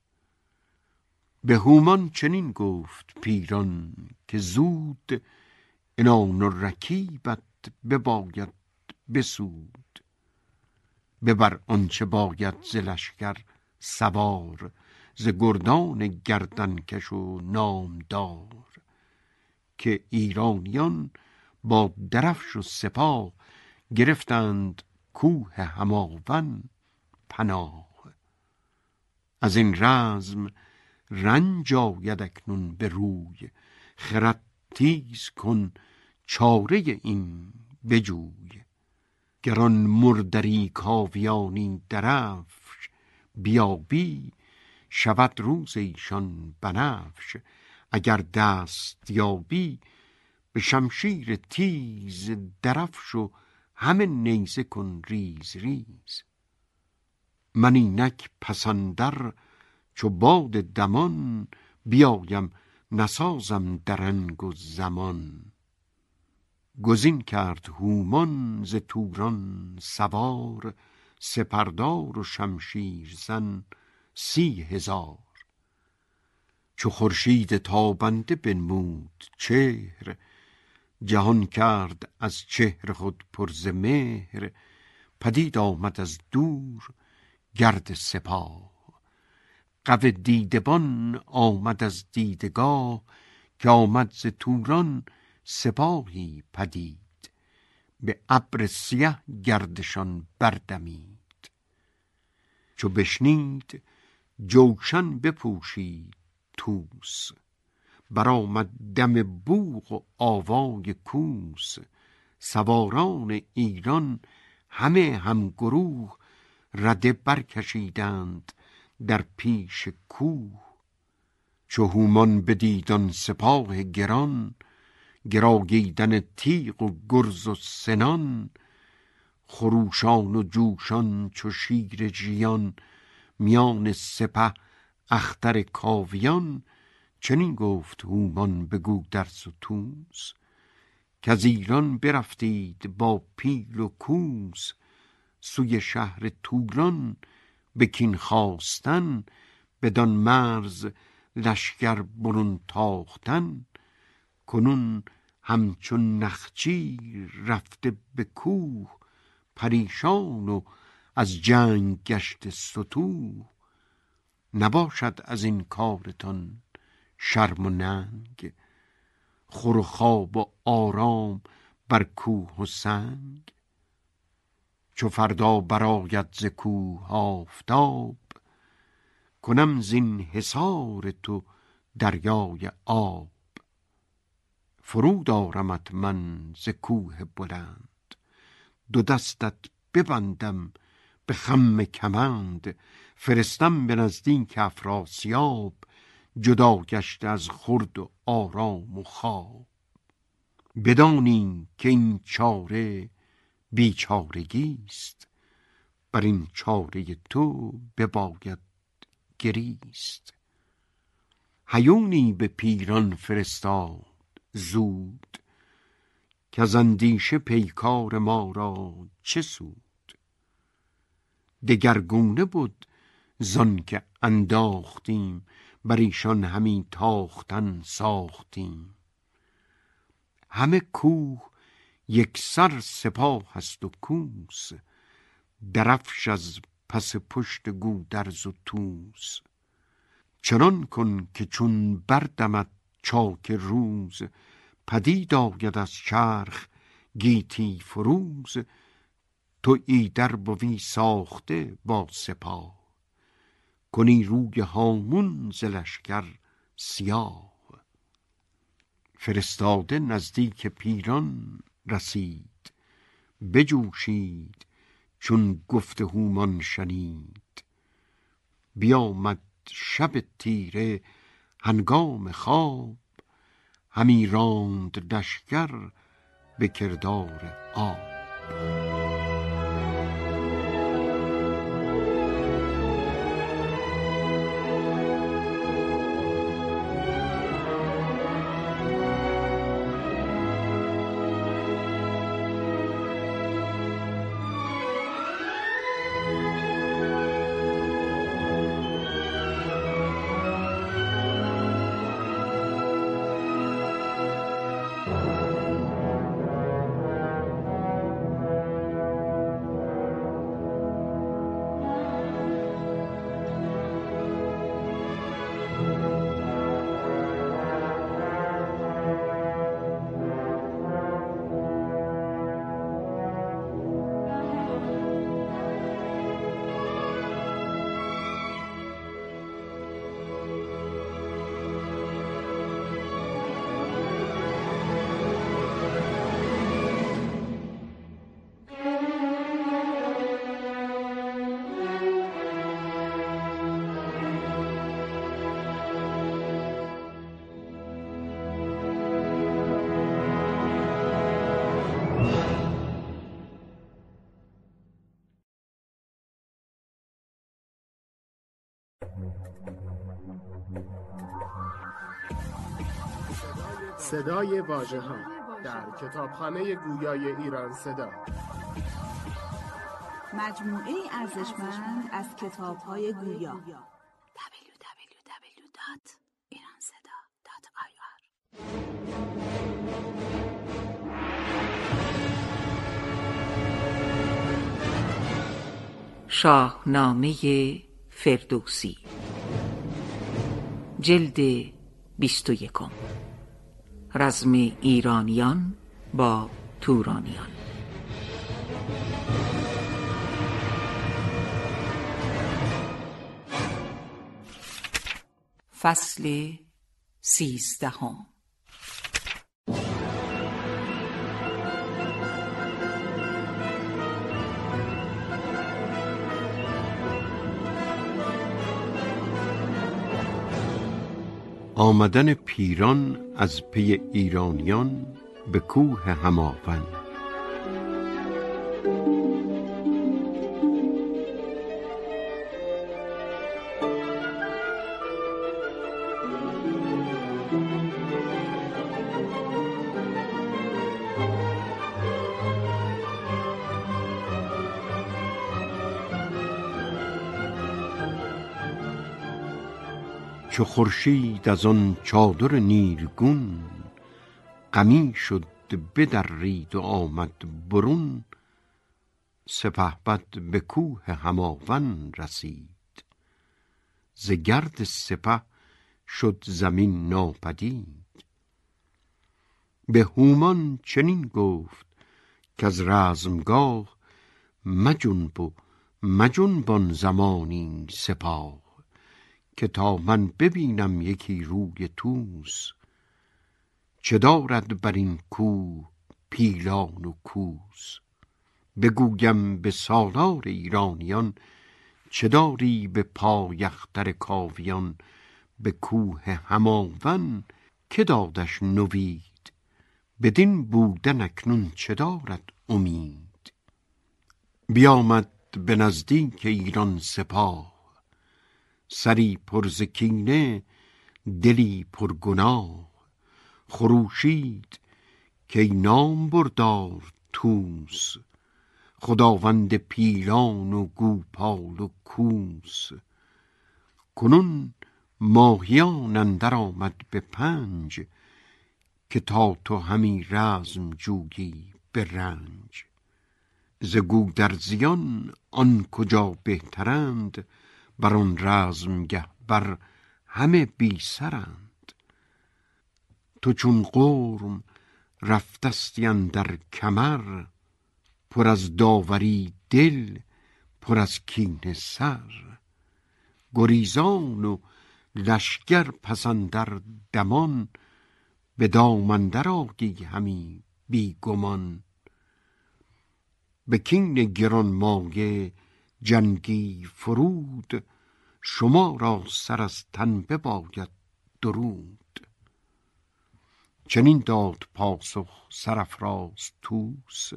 به هومان چنین گفت پیران که زود، عنان و رکیبت بباید بسود. ببر آنچه باید ز لشکر سوار، ز گردان گردنکش و نامدار. که ایرانیان با درفش و سپاه، گرفتند کوه هماون پناه. از این رزم رنج آید اکنون به روی، خرد تیز کن چاره این بجوی. گران مردری کاویانی درفش، بیابی شود روز ایشان بنفش. اگر دست یابی به شمشیر تیز، درفش و همه نیزه کن ریز ریز. من اینک پسندر چو باد دمان، بیایم نسازم درنگ و زمان. گزین کرد هومان ز توران سوار، سپردار و شمشیر زن سی هزار. چو خورشید تابنده بنمود چهر، جهان کرد از چهر خود پر ز مهر. پدید آمد از دور گرد سپاه، قو دیدبان آمد از دیدگاه. که آمد ز توران سپاهی پدید، به ابر سیه گردشان بردمید. چو بشنید جوشن بپوشید طوس، برآمد دم بوق و آوای کوس. سواران ایران همه هم گروه، رده برکشیدند در پیش کوه. چو هومان بدید آن سپاه گران، گراگیدن تیغ و گرز و سنان. خروشان و جوشان چو شیر ژیان، میان سپه اختر کاویان. چنین گفت هومان به گودرز و طوس، کز ایران برفتید با پیل و کوس. سوی شهر توران به کین خواستن، بدان مرز لشکر برون تاختن. کنون همچون نخچیر رفته به کوه، پریشان و از جنگ گشته ستوه. نباشد از این کارتان شرم و ننگ، خور و خواب و آرام بر کوه و سنگ. چو فردا برآید ز کوه آفتاب، کنم زین حصار تو دریای آب. فرود آرمت من ز کوه بلند، دو دستت ببندم به خم کمند. فرستم به نزدیک افراسیاب، جدا گشته از خورد و آرام و خواب. بدانی که این چاره بیچارگیست، بر این چاره تو بباید گریست. هیونی به پیران فرستاد زود، که از اندیشه پیکار ما را چه سود. دگرگونه بود زان که انداختیم، بر ایشان همی تاختن ساختیم. همه کوه یک سر سپاه هست و کوس، درفش از پس پشت گودرز و طوس. چنان کن که چون بردمد چاک روز، پدید آید از چرخ گیتی فروز. تو ایدر بوی ساخته با سپاه، کنی روی هامون ز لشکر سیاه. فرستاده نزدیک پیران رسید، بجوشید چون گفت هومان شنید. بیامد شب تیره هنگام خواب، همی راند لشکر به کردار آب. صدای واژه‌ها در کتابخانه گویای ایران صدا، مجموعه ارزشمند از کتاب‌های گویا. دات ایرانصدا دات آی آر. شاهنامه فردوسی جلد بیست و یکم. رزم ایرانیان با تورانیان. فصل سیزدهم. آمدن پیران از پی ایرانیان به کوه هماون. چو خورشید از آن چادر نیلگون، غمی شد بدرید و آمد برون. سپهبد به کوه هماون رسید، ز گرد سپه شد زمین ناپدید. به هومان چنین گفت کز رزمگاه، مجنب و مجنبان زمانی سپاه. که تا من ببینم یکی روی توس، چه دارد بر این کوه پیلان و کوس. بگویم به سالار ایرانیان، چه داری به پای اختر کاویان. به کوه هماون که دادش نوید، بدین بودن اکنون چه دارد امید. بیامد به نزدیک ایران سپاه، سری پر ز کینه دلی پر گناه. خروشید که ای نام بردار توس، خداوند پیلان و گوپال و کوس. کنون ماهیان اندر آمد به پنج، که تا تو همی رزم جویی به رنج. ز گودرزیان آن کجا بهترند، بر آن رزمگه بر همه بی سرند. تو چون قرم رفتستی اندر کمر، پر از داوری دل پر از کینه سر. گریزان و لشکر پس اندر دمان، به دام اندر آیی همی بی گمان. به کین گرانمایه جنگی فرود، شما را سر از تن بباید درود. چنین داد پاسخ سرافراز توس،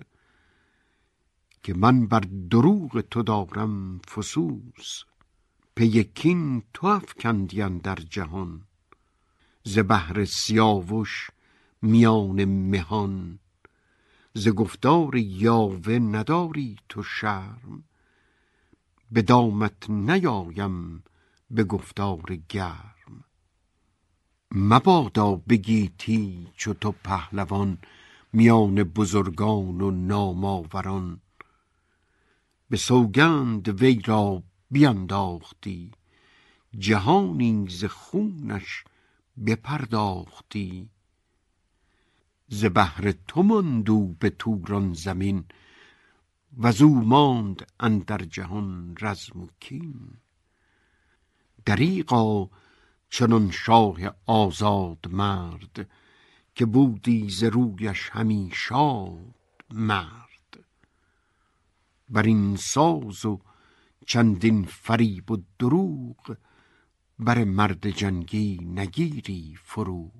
که من بر دروغ تو دارم فسوس. پی کین تو افکندی اندر جهان، ز بهر سیاوش میان مهان. ز گفتار یاوه نداری تو شرم، به دامت نیایم به گفتار گرم. مبادا بگیتی چو تو پهلوان، میان بزرگان و ناماوران. به سوگند وی را بینداختی، جهانی ز خونش بپرداختی. ز بهر تو ماند او به توران زمین، وزو ماند اندر جهان رزم و کین. دریغا چنان شاه آزاد مرد، که بودی ز رویش همی شاد مرد. بر این ساز و چندین فریب و دروغ، بر مرد جنگی نگیری فروغ.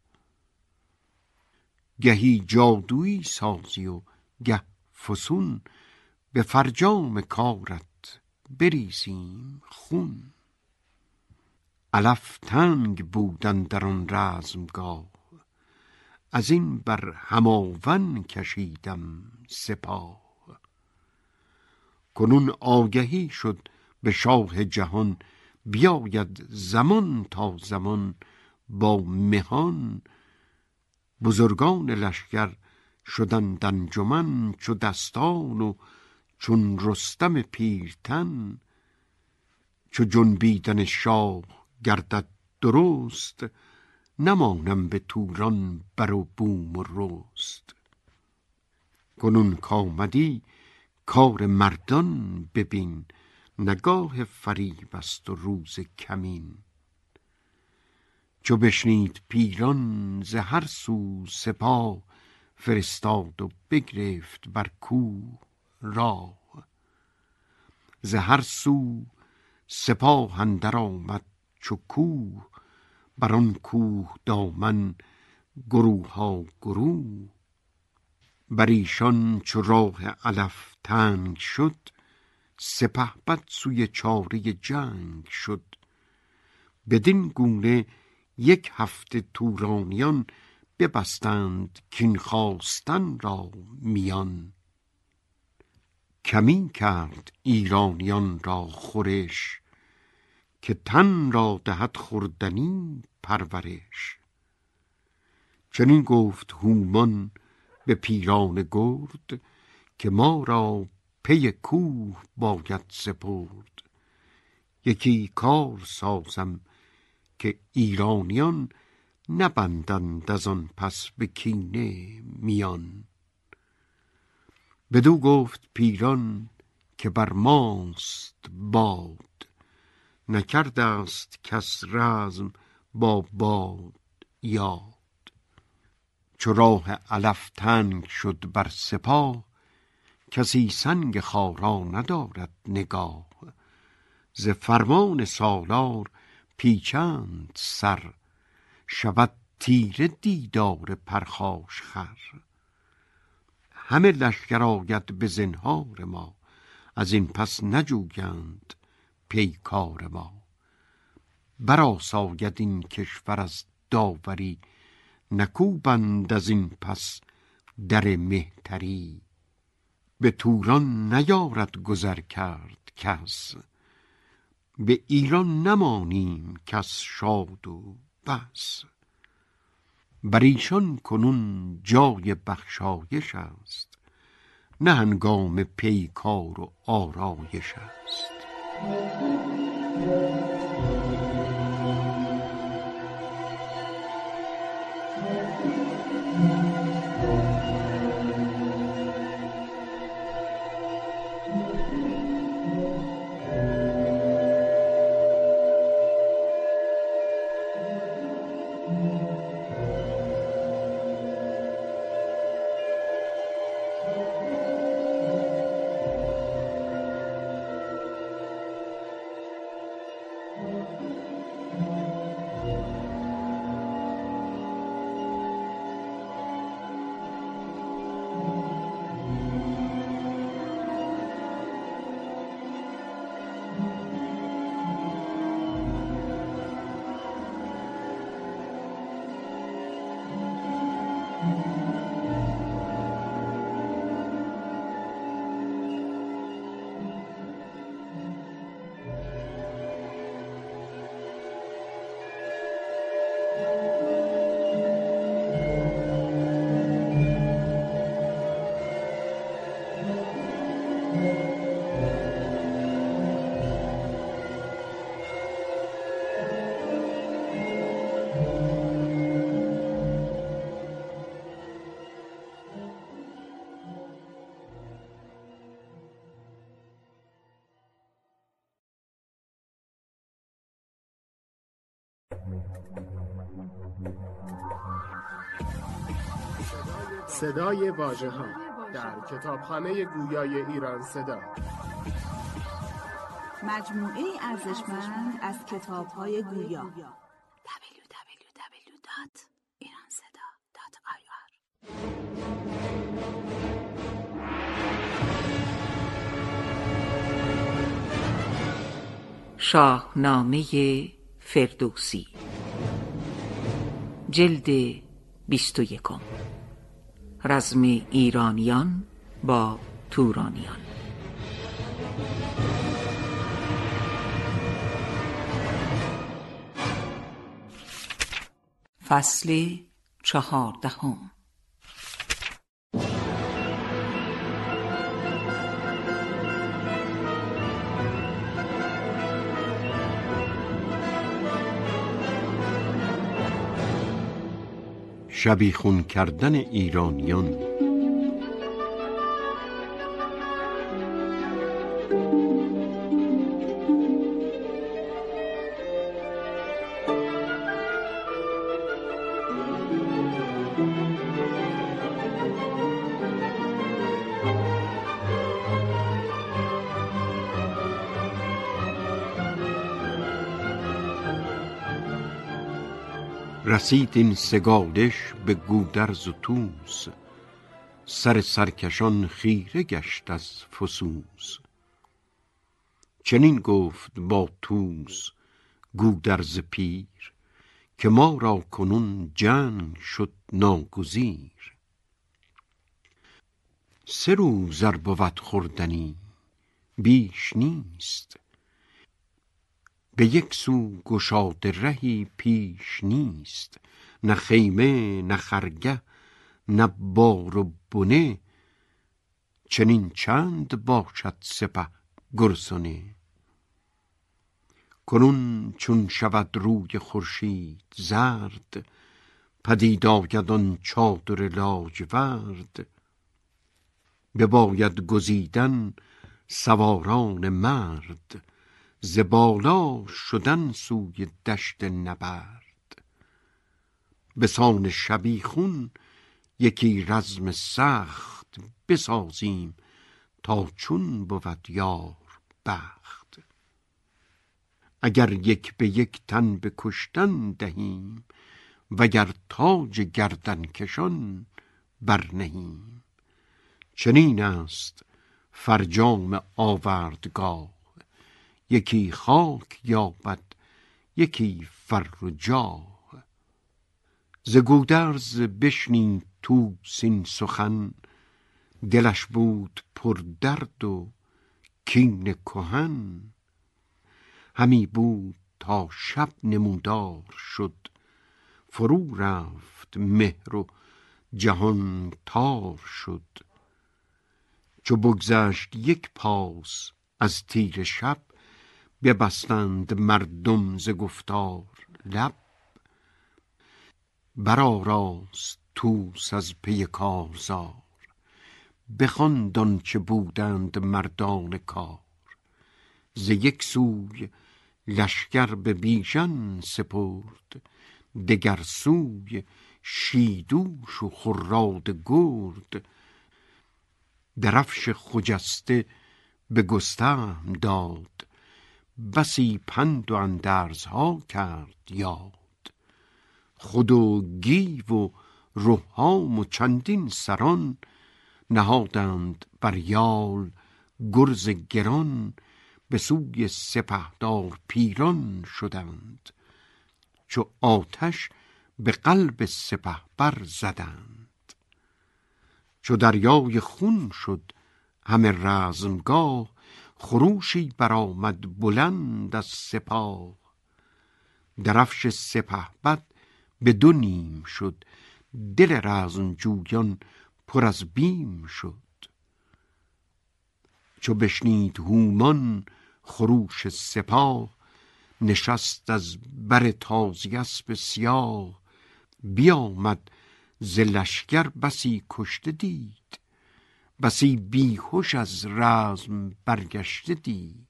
گهی جادویی سازی و گه فسون، به فرجام کارت بریزیم خون. علف تنگ بود اندر آن رزمگاه، از این بر هماون کشیدم سپاه. کنون آگهی شد به شاه جهان، بیاید زمان تا زمان با مهان. بزرگان لشکر شدند انجمن، چو دستان و چون رستم پیلتن. چو جنبیدن شاه گردد درست، نمانم به توران بر و بوم و رست. کنون کامدی کار مردان ببین، نگاه فریب است و روز کمین. چو بشنید پیران ز هر سو سپاه، فرستاد و بگرفت بر کوه راه. ز هر سو سپاه اندر آمد چو کوه، بر آن کوه دامن گروه ها گروه. بر ایشان چو راه علف تنگ شد، سپهبد سوی چاره جنگ شد. بدین گونه یک هفته تورانیان، ببستند کین خواستن را میان. کمی کرد ایرانیان را خورش، که تن را دهد خوردنی پرورش. چنین گفت هومان به پیران گرد، که ما را پی کوه باید سپرد. یکی کار سازم که ایرانیان، نبندند از آن پس به کینه میان. بدو گفت پیران که بر ماست باد، نکرده است کس رزم با باد یاد. چو راه علف تنگ شد بر سپاه، کسی سنگ خارا ندارد نگاه. ز فرمان سالار پیچند سر، شود تیره دیدار پرخاش خر. همه لشکر آید به زنهار ما، از این پس نجویند پیکار ما. برآساید این کشور از داوری، نکوبند از این پس در مهتری. به توران نیارد گذر کرد کس، به ایران نمانیم کس شاد و بس. بر ایشان کنون جای بخشایش است، نه هنگام پیکار و آرایش است. صدای واژه‌ها در کتابخانه گویای ایران صدا. مجموعه ارزشمند از کتاب‌های گویا. دبلیو دبلیو دبلیو دات ایران صدا دات آی آر. شاهنامه فردوسی، جلد بیست و یکم. رزم ایرانیان با تورانیان. فصل چهاردهم. شبیخون کردن ایرانیان. رسید این سگالش به گودرز و توس، سر سرکشان خیره گشت از فسوس. چنین گفت با توس گودرز پیر، که ما را کنون جنگ شد ناگزیر. سه روز ار بود خوردنی بیش نیست، به یک سو گشاده رهی پیش نیست. نه خیمه نه خرگه نه بار و بنه، چنین چند باشد سپه گرسنه. کنون چون شود روی خورشید زرد، پدید آید آن چادر لاجورد. بباید گزیدن سواران مرد، ز بالا شدن سوی دشت نبرد. بسان شبیخون یکی رزم سخت، بسازیم تا چون بود یار بخت. اگر یک به یک تن به کشتن دهیم، وگر تاج گردن کشان برنهیم. چنین است فرجام آوردگاه، یکی خاک یابد یکی فر و جاه. ز گودرز بشنید توس این سخن، دلش بود پر درد و کین کهن. همی بود تا شب نمودار شد، فرو رفت مهر و جهان تار شد. چو بگذشت یک پاس از تیره شب، ببستند مردم ز گفتار لب. برآراست توس از پی کارزار، بخواند آنچه بودند مردان کار. ز یک سوی لشکر به بیژن سپرد، دگر سوی شیدوش و خراد گرد. درفش خجسته به گستهم داد، بسی پند و اندرزها کرد یاد. خود و گیو و رهام و چندین سران، نهادند بر یال گرز گران. به سوی سپهدار پیران شدند، چو آتش به قلب سپهبر زدند. چو دریای خون شد همه رزمگاه، خروشی برآمد بلند از سپاه. درفش سپهبد به دو نیم شد، دل رزمجویان پر از بیم شد. چو بشنید هومان خروش سپاه، نشست از بر تازی اسپ سیاه. بیامد ز لشکر بسی کشته دید، بسی بیهوش از رزم برگشته دید.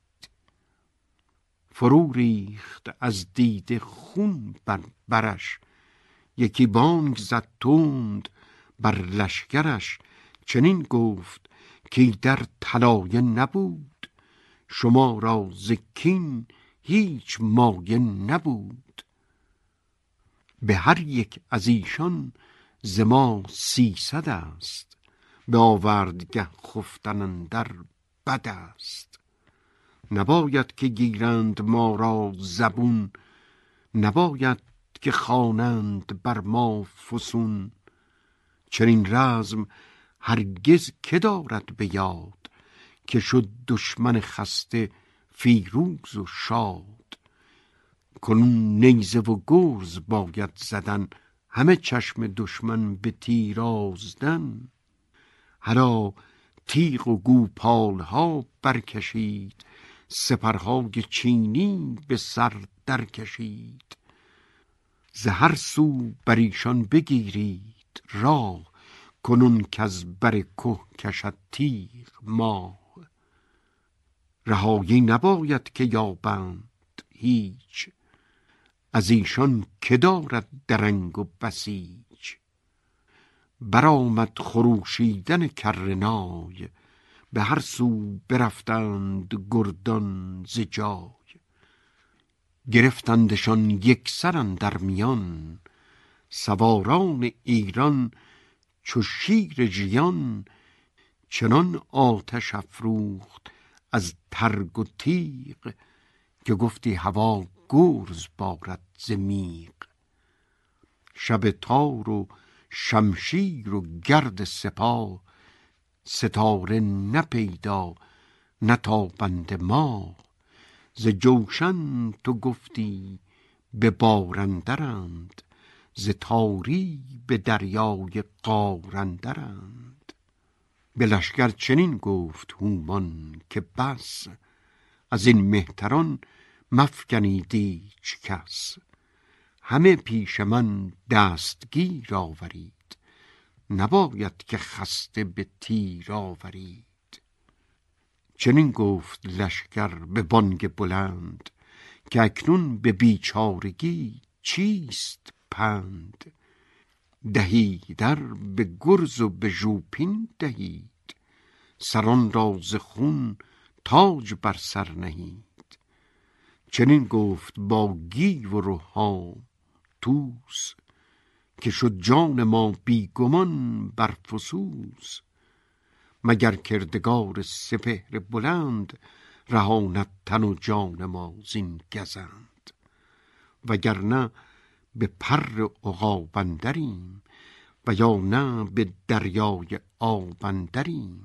فرو ریخت از دیده خون بر برش، یکی بانگ زد تند بر لشکرش. چنین گفت که در طلایه نبود، شما را ز کین هیچ مایه نبود. به هر یک از ایشان ز ما سیصد است، به آوردگه خفتن اندر بد است. نباید که گیرند ما را زبون، نباید که خوانند بر ما فسون. چنین رزم هرگز که دارد به یاد، که شد دشمن خسته فیروز و شاد. کنون نیزه و گرز باید زدن همه چشم دشمن به تیر آزدن. هلا تیغ و گوپال ها برکشید، سپرهای چینی به سر در کشید. ز هر سو بر ایشان بگیرید راه، کنون کز بر که کشد تیغ ماه. رهایی نباید که یابند هیچ، از ایشان که دارد درنگ و بسیج. برآمد خروشیدن کرنای، به هر سو برفتند گردان ز جای. گرفتندشان یکسر اندر میان، سواران ایران چو شیر ژیان. چنان آتش افروخت از ترگ و تیغ، که گفتی هوا گرز بارد ز میغ. شب تار و شمشیر و گرد سپاه، ستاره نه پیدا نه تابنده ماه. ز جوشن تو گفتی به بار اندرند، ز تاری به دریای قار اندرند. به لشکر چنین گفت هومان که بس، از این مهتران مفکنید ایچ کس. همه پیش من دستگیر آورید، نباید که خسته به تیر آورید. چنین گفت لشکر به بانگ بلند، که اکنون به بیچارگی چیست پند. دهید در به گرز و به ژوپین دهید، سران را ز خون تاج بر سر نهید. چنین گفت با گیو و رها طوس، که شد جان ما بیگمان بر فسوس. مگر کردگار سپهر بلند، رهاند تن و جان ما زین گزند. وگرنه به پر عقاب اندریم، و یا نه به دریای آب اندریم.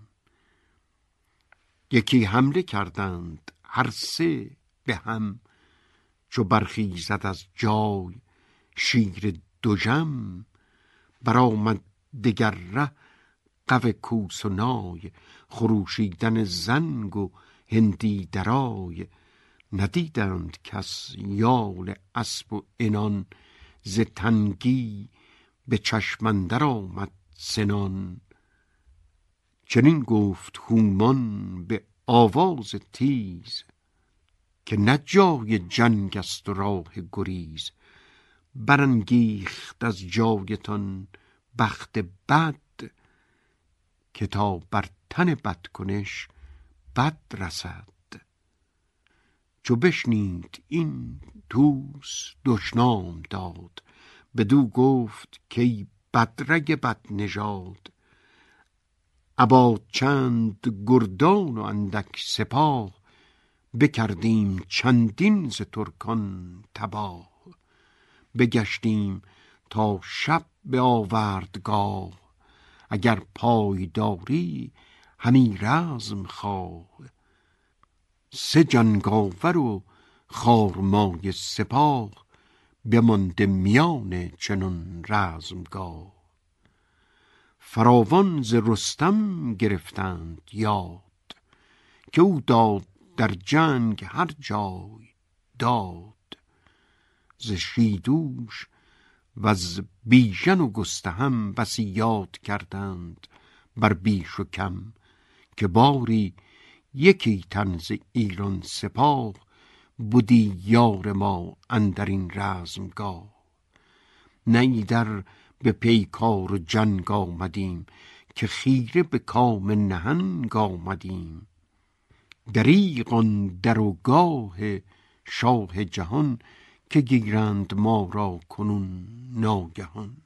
یکی حمله کردند هر سه به هم، چو برخیزد از جای شیر دژم. برآمد دگر ره قو کوس و نای، خروشیدن زنگ و هندی درای. ندیدند کس یال اسب و عنان، ز تنگی به چشم اندر آمد سنان. چنین گفت هومان به آواز تیز، که نه جای جنگ است و راه گریز. برانگیخت از جایتان بخت بد، که تا بر تن بدکنش بد رسد. چو بشنید این طوس دشنام داد، بدو گفت که بدرگ بد نژاد. ابا چند گردان و اندک سپاه، بکردیم چندین ز ترکان تباه. بگشتیم تا شب به آوردگاه، اگر پایداری همی رزم خواه. سه جنگاور و خارمای سپاه، بمانده میان چنان رزمگاه. فراوان ز رستم گرفتند یاد، که او داد در جنگ هر جای داد. ز شیدوش و از بیژن و گستهم بسی یاد کردند بر بیش و کم. که باری یکی تن ز ایران سپاه، بودی یار ما اندر این رزمگاه. نه ایدر به پیکار و جنگ آمدیم، که خیره به کام نهنگ آمدیم. دریغ آن در و گاه شاه جهان، که گیرند ما را کنون ناگهان.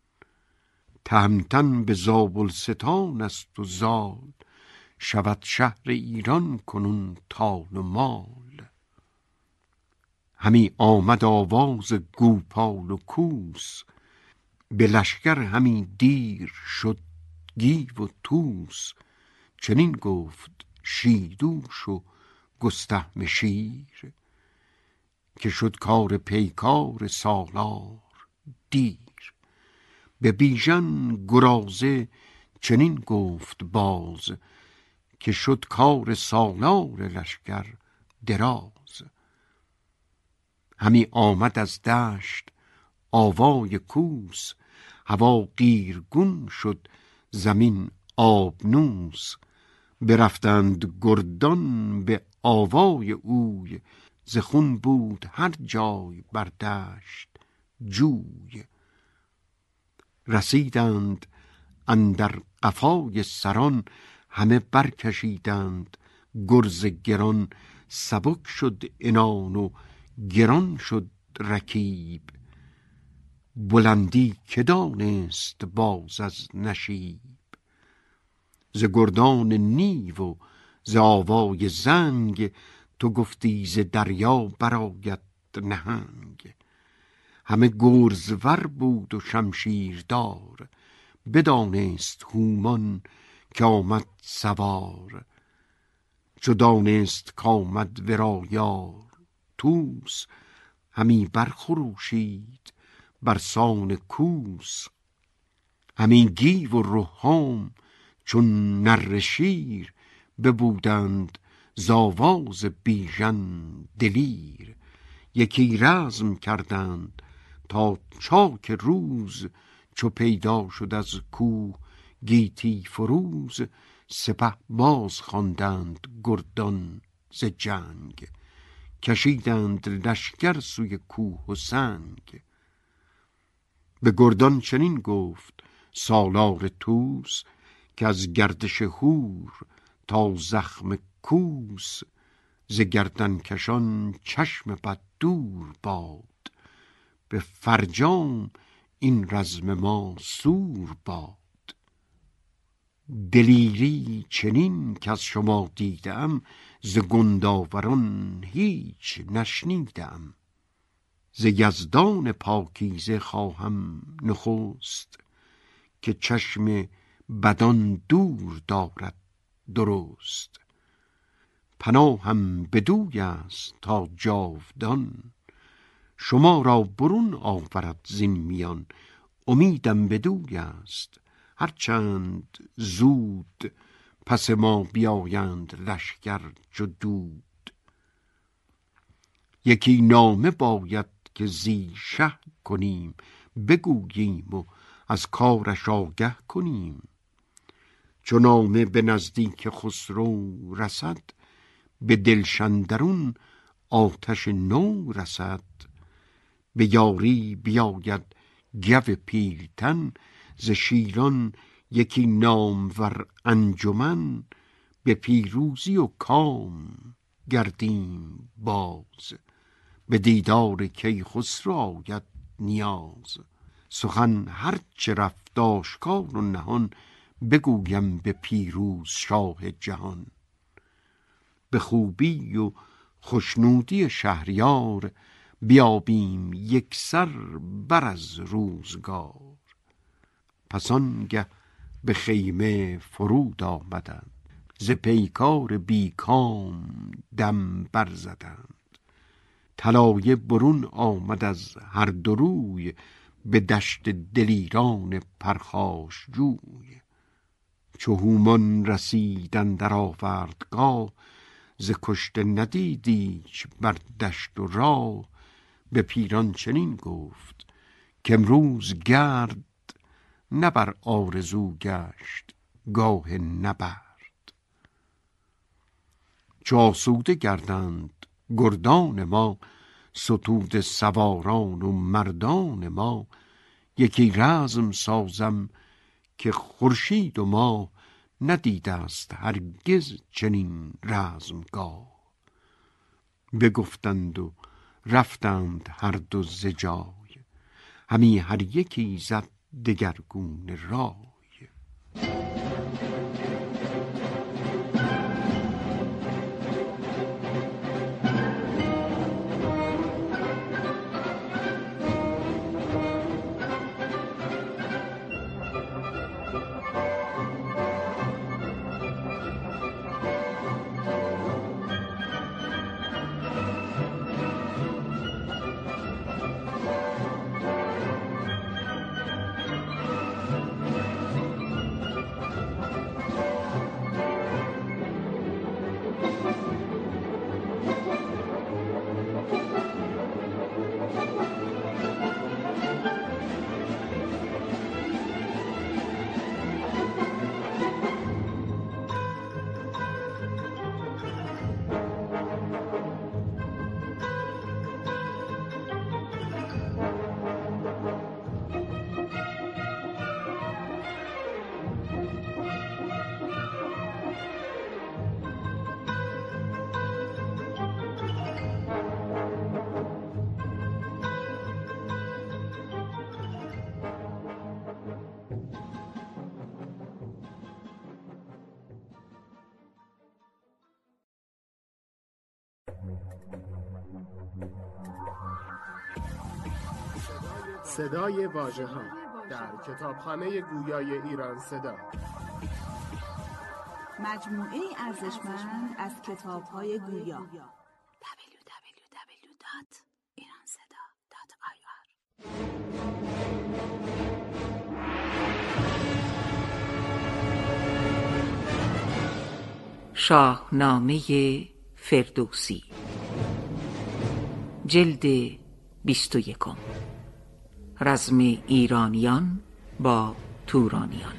تهمتن به زابلستان است و زال، شود شهر ایران کنون تال و مال. همی آمد آواز گوپال و کوس، به لشکر همی دیر شد گیو و طوس. چنین گفت شیدوش و گستهم شیر، که شد کار پیکار سالار دیر. به بیژن گرازه چنین گفت باز، که شد کار سالار لشکر دراز. همی آمد از دشت آوای کوس، هوا قیرگون شد زمین آبنوس. برفتند گردان به آوای اوی، ز خون بود هر جای بر دشت جوی. رسیدند اندر قفای سران، همه برکشیدند گرز گران. سبک شد عنان و گران شد رکیب، بلندی که دانست باز از نشیب. ز گردان نیو و ز آوای زنگ، تو گفتی ز دریا برآید نهنگ. همه گرزور بود و شمشیردار، بدانست هومان که آمد سوار. چو دانست کآمد ورا یار طوس، همی برخروشید برسان کوس. همی گیو و رهام چون نره شیر، ببودند ز آواز بیژن دلیر. یکی رزم کردند تا چاک روز، چو پیدا شد از کوه گیتی فروز. سپه باز خواندند گردان ز جنگ، کشیدند لشکر سوی کوه و سنگ. به گردان چنین گفت سالار طوس، که از گردش هور تا زخم کوس. ز گردن کشان چشم بد دور باد، به فرجام این رزم ما سور باد. دلیری چنین که از شما دیدم، ز گنداوران هیچ نشنیدم. ز یزدان پاکیزه خواهم نخست، که چشم بدان دور دارد درست. پناهم بدوی است تا جاودان، شما را برون آورد زین میان. امیدم بدوی است هرچند زود، پس ما بیایند لشکر چو دود. یکی نامه باید که زی شه کنیم، بگوییم و از کارش آگه کنیم. چو نامه به نزدیک خسرو رسد، به دلشندرون آتش نو رسد. به یاری بیاید گو پیلتن، ز شیران یکی نامور انجمن. به پیروزی و کام گردیم باز، به دیدار کیخسرو آید نیاز. سخن هر چه رفت آشکار و نهان، بگویم به پیروز شاه جهان. به خوبی و خشنودی شهریار، بیابیم یک سر بر از روزگار. پس آنگه به خیمه فرود آمدند، ز پیکار بیکام دم برزدند. طلایه برون آمد از هر دو روی، به دشت دلیران پرخاشجوی. چو هومان رسید اندر آوردگاه، ز کشته ندید ایچ بر دشت و راه. به پیران چنین گفت که امروز گرد، نه بر آرزو گشت گاه نبرد. چو آسوده گردند گردان ما، ستوده سواران و مردان ما. یکی رزم سازم که خورشید و ماه، ندیده است هرگز چنین رزمگاه. بگفتند و رفتند هر دو ز جای، همی هر یکی زد دگرگون رای. صدای واژه ها در کتابخانه گویای ایران صدا. مجموعه ارزشمند از کتاب‌های گویا. دبلیو دبلیو دبلیو دات ایران صدا دات آی آر. شاهنامه فردوسی، جلد بیست و یکم. رزم ایرانیان با تورانیان.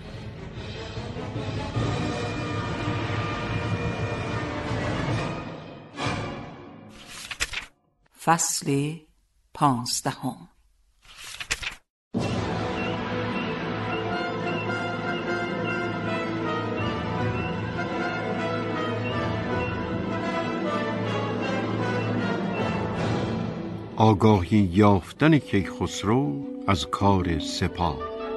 فصل پانزدهم. آگاهی یافتن کیخسرو از کار سپاه.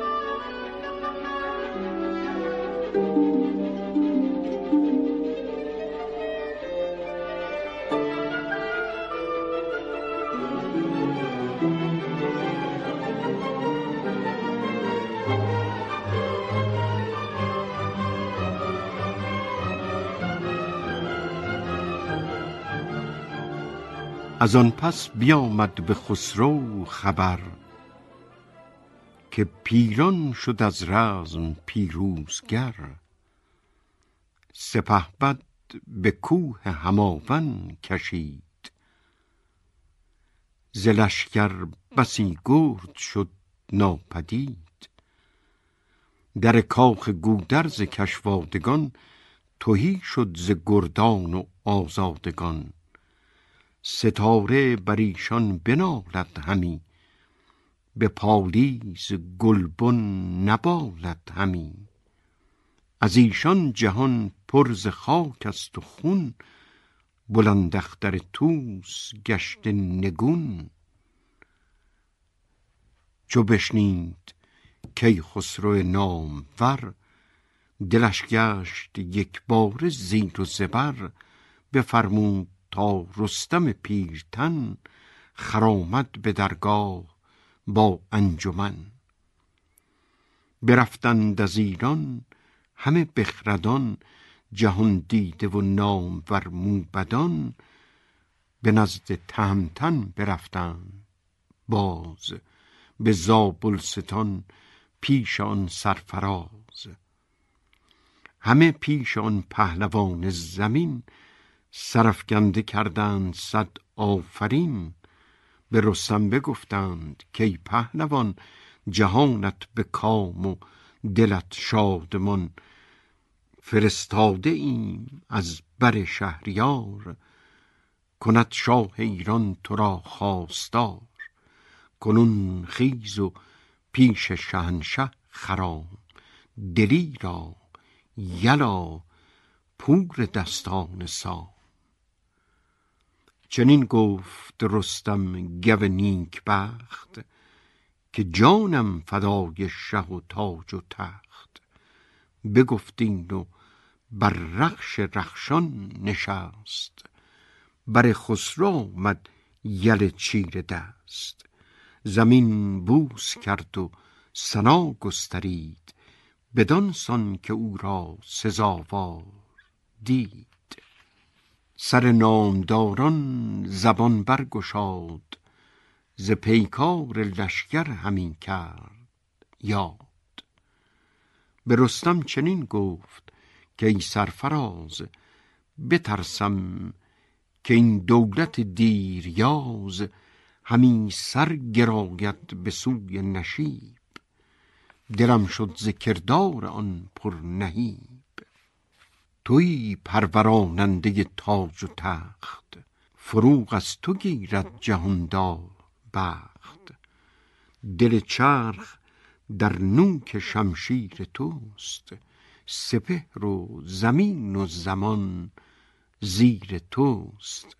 از آن پس بیامد به خسرو خبر، که پیران شد از رزم پیروزگر. سپهبد به کوه هماون کشید، ز لشکر بسی گرد شد ناپدید. در کاخ گودرز کشوادگان، تهی شد ز گردان و آزادگان. ستاره بر ایشان بنالد همی، به پالیز گلبن نبالد همی. از ایشان جهان پر ز خاک است و خون، بلند اختر طوس گشته نگون. چو بشنید کیخسرو نامور، دلش گشت یک باره زیر و زبر. بفرمود تا رستم پیرتن، خرامد به درگاه با انجمن. برفتند از ایران همه بخردان، جهان دیده و نامور موبدان. به نزد تهمتن برفتند باز، به زابلستان پیش آن سرفراز. همه پیش آن پهلوان زمین، سرافگنده کردند صد آفرین. به رستم بگفتند کای پهلوان، جهانت به کام و دلت شادمان. فرستاده ایم از بر شهریار، کند شاه ایران تو را خواستار. کنون خیز و پیش شهنشه خرام، دلیرا یلا پور دستان سام. چنین گفت رستم گو نیک بخت، که جانم فدای شه و تاج و تخت. بگفت این و بر رخش رخشان نشست، بر خسرو آمد یل چیره دست. زمین بوس کرد و ثنا گسترید، بدان سان که او را سزاوار دید. سر نامداران زبان برگشاد، ز پیکار لشکر همین کرد یاد. به رستم چنین گفت که ای سرفراز، بترسم که این دولت دیریاز. همی سر گراید به سوی نشیب، دلم شد ز کردار آن پر نهیب. تویی پروراننده تاج و تخت، فروغ از تو گیرد جهاندار بخت. دل چرخ در نوک شمشیر توست، سپهر و زمین و زمان زیر توست.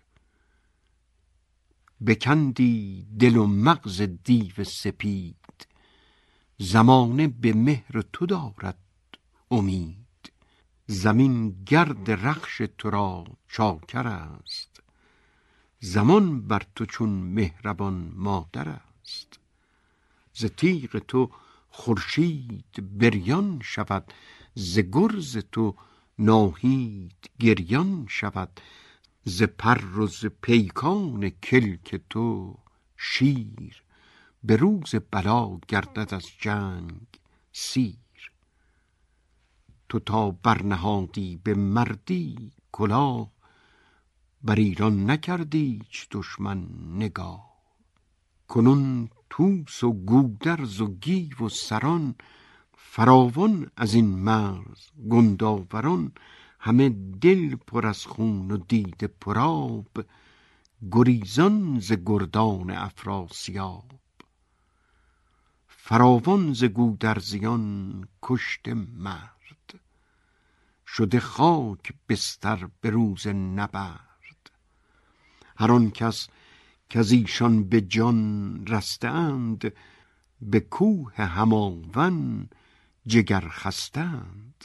بکندی دل و مغز دیو سپید، زمانه به مهر تو دارد امید. زمین گرد رخش تو را چاکر است، زمان بر تو چون مهربان مادر است. ز تیغ تو خورشید بریان شود، ز گرز تو ناهید گریان شود، ز پر و ز پیکان کلک تو شیر، به روز بلا گردد از جنگ سیر. تو تا برنهادی به مردی کلاه، بر ایران نکردی هیچ دشمن نگاه. کنون طوس و گودرز و گیو و سران، فراوان از این مرز گندآوران، همه دل پر از خون و دیده پرآب، گریزان ز گردان افراسیاب. فراوان ز گودرزیان کشته مرد، شده خاک بستر به روز نبرد. هر آن کس کز ایشان به جان رسته اند، به کوه هماون جگر خسته اند.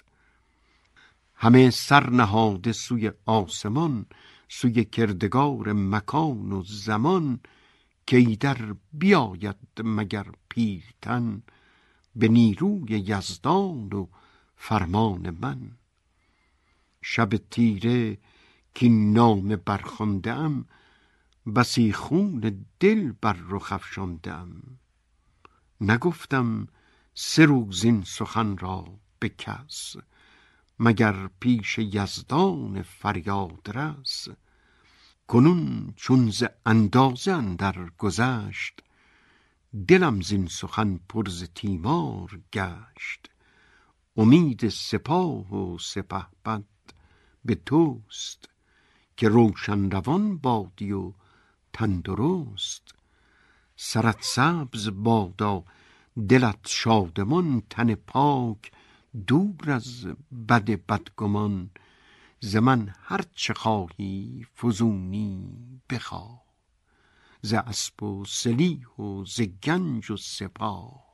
همه سر نهاده سوی آسمان، سوی کردگار مکان و زمان، که ایدر بیاید مگر پیلتن، به نیروی یزدان و فرمان من. شب تیره کاین نامه برخوانده ام، بسی خون دل بر رخ افشانده ام. نگفتم سه روز این سخن را به کس، مگر پیش یزدان فریادرس. کنون چون ز اندازه اندر گذشت، دلم زین سخن پر ز تیمار گشت. امید سپاه و سپهبد به توست، که روشن روان بادی و تندرست. سرت سبز بادا دلت شادمان، تن پاک دور از بد بدگمان. ز من هر چه خواهی فزونی بخواه، ز اسب و سلیح و ز گنج و سپاه.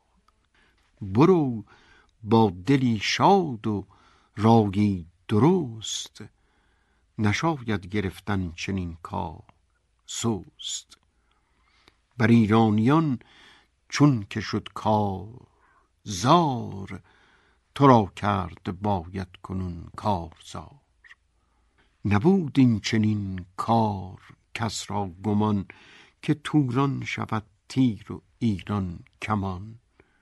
برو با دلی شاد و رایی درست، نشاید گرفتن چنین کار سست. بر ایرانیان چون که شد کار زار، تو را کرد باید کنون کارزار. نبود این چنین کار کس را گمان، که توران شود تیر و ایران کمان.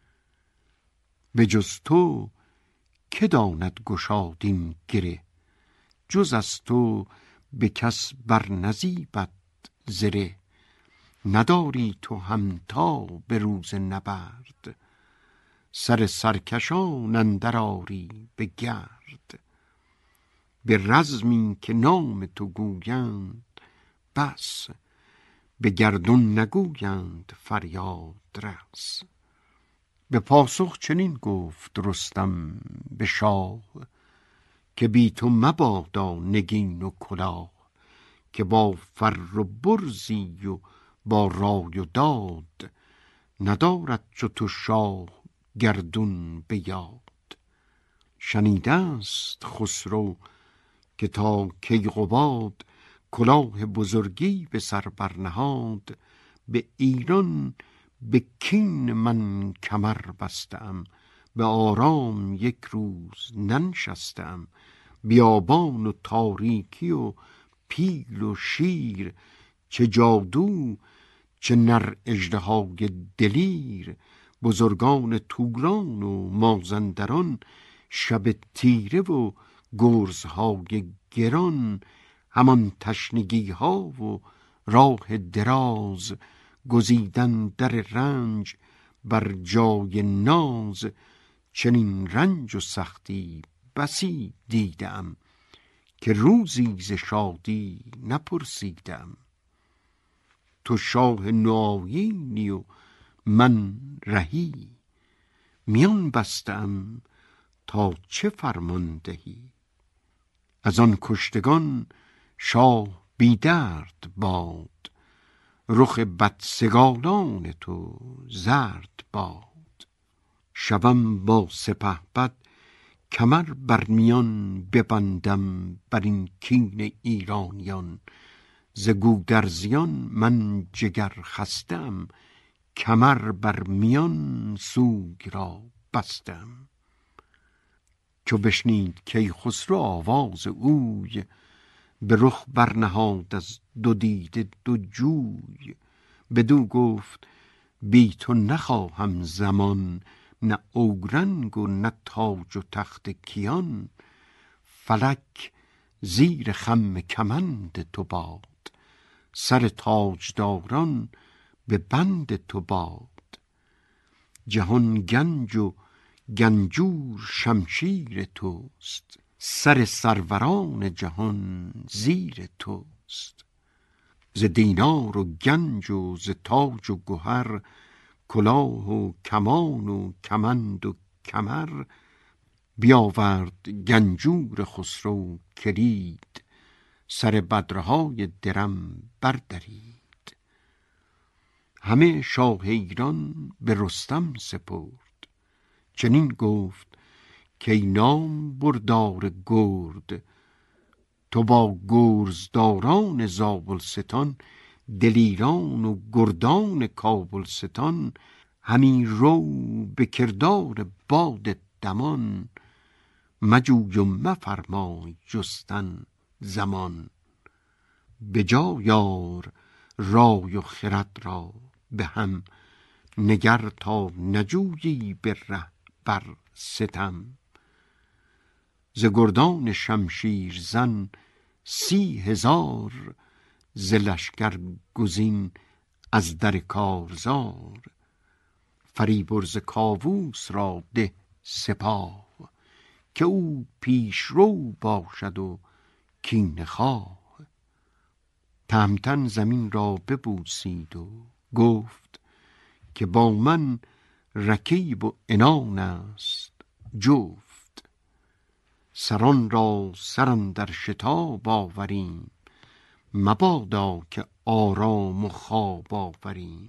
به جز تو که داند گشاد این گره، جز از تو به کس بر نزیبد زره. نداری تو همتا به روز نبرد، سر سرکشان اندر آری به گرد. به رزمی که نام تو گویند بس، به گردون نگویند فریاد رس. به پاسخ چنین گفت رستم به شاه، که بی تو مبادا نگین و کلاه. که با فر و برزی و با رای و داد، ندارد چو تو شاه گردون به یاد. شنیده است خسرو که تا کیقباد، کلاه بزرگی به سر برنهاد. به ایران به کین من کمر بستم، به آرام یک روز ننشستم. بیابان و تاریکی و پیل و شیر، چه جادو چه نر اژدهای دلیر. بزرگان توران و مازندران، شب تیره و گرزهای گران. همان تشنگی ها و راه دراز، گزیدن در رنج بر جای ناز. چنین رنج و سختی بسی دیدم، که روزی ز شادی نپرسیدم. تو شاه نوآیینی و من رهی، میان بستم تا چه فرمان دهی. از آن کشتگان شاه بی درد باد، رخ بدسگالان تو زرد باد. شوم با سپهبد کمر بر میان، ببندم بر این کین ایرانیان. ز گودرزیان من جگر خستم، کمر بر میان سوگ را بستم. چو بشنید کیخسرو آواز اوی، به رخ برنهاد از دو دیده دو جوی. بدو گفت بی تو نخواهم زمان، نه اورنگ و نه تاج و تخت کیان. فلک زیر خم کمند تو باد، سر تاجداران به بند تو باد. جهان گنج و گنجور شمشیر توست، سر سروران جهان زیر توست. ز دینار و گنج و ز تاج و گهر، کلاه و کمان و کمند و کمر. بیاورد گنجور خسرو کلید، سر بدرهای درم بردرید. همه شاه ایران به رستم سپرد، چنین گفت که نام بردار گرد. تو با گرزداران زابلستان، دلیران و گردان کابلستان. همی رو به کردار باد دمان، مجوی و مفرمای جستن زمان. به جا یار رای و خرد را به هم، نگر تا نجویی به ره بر ستم. ز گردان شمشیر زن سی هزار، ز لشکر گزین از در کارزار. فریبرز کاووس را ده سپاه، که او پیشرو باشد و کینه خواه. تهمتن زمین را ببوسید و گفت که با من رکیب و عنان است جفت. سران را سر اندر شتاب آوریم، مبادا که آرام و خواب آوریم.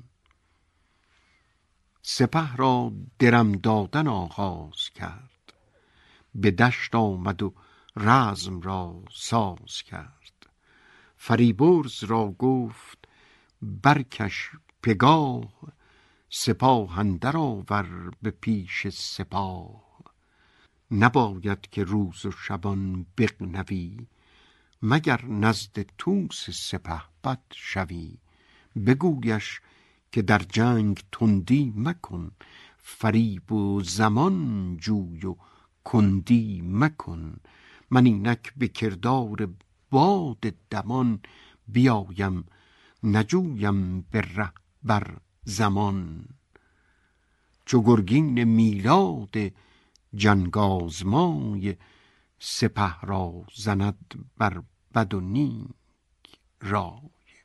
سپه را درم دادن آغاز کرد، به دشت آمد و رزم را ساز کرد. فریبرز را گفت برکش پگاه، سپاه اندر آور به پیش سپاه. نباید که روز و شبان بغنوی، مگر نزد طوس سپهبد شوی. بگویش که در جنگ تندی مکن، فریب و زمان جوی و کندی مکن. من اینک به کردار باد دمان، بیایم نجویم به ره بر زمان. چو گرگین میلاد جنگ آزمای، سپه را زند بر بد و نیک رای.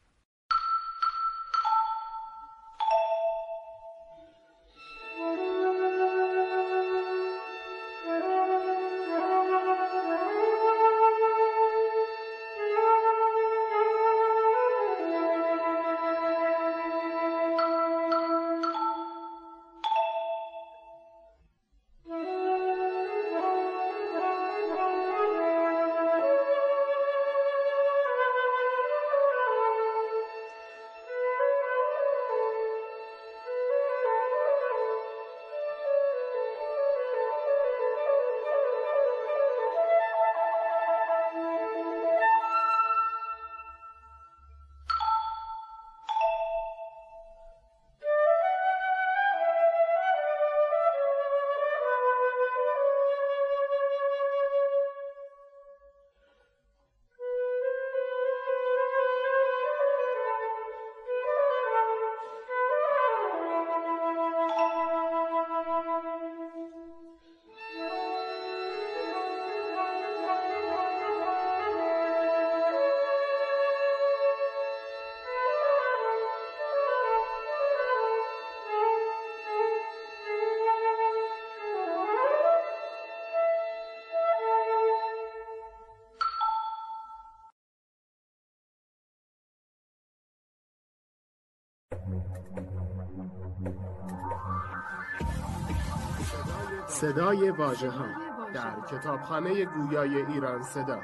صدای واژه‌ها در کتابخانه گویای ایران صدا.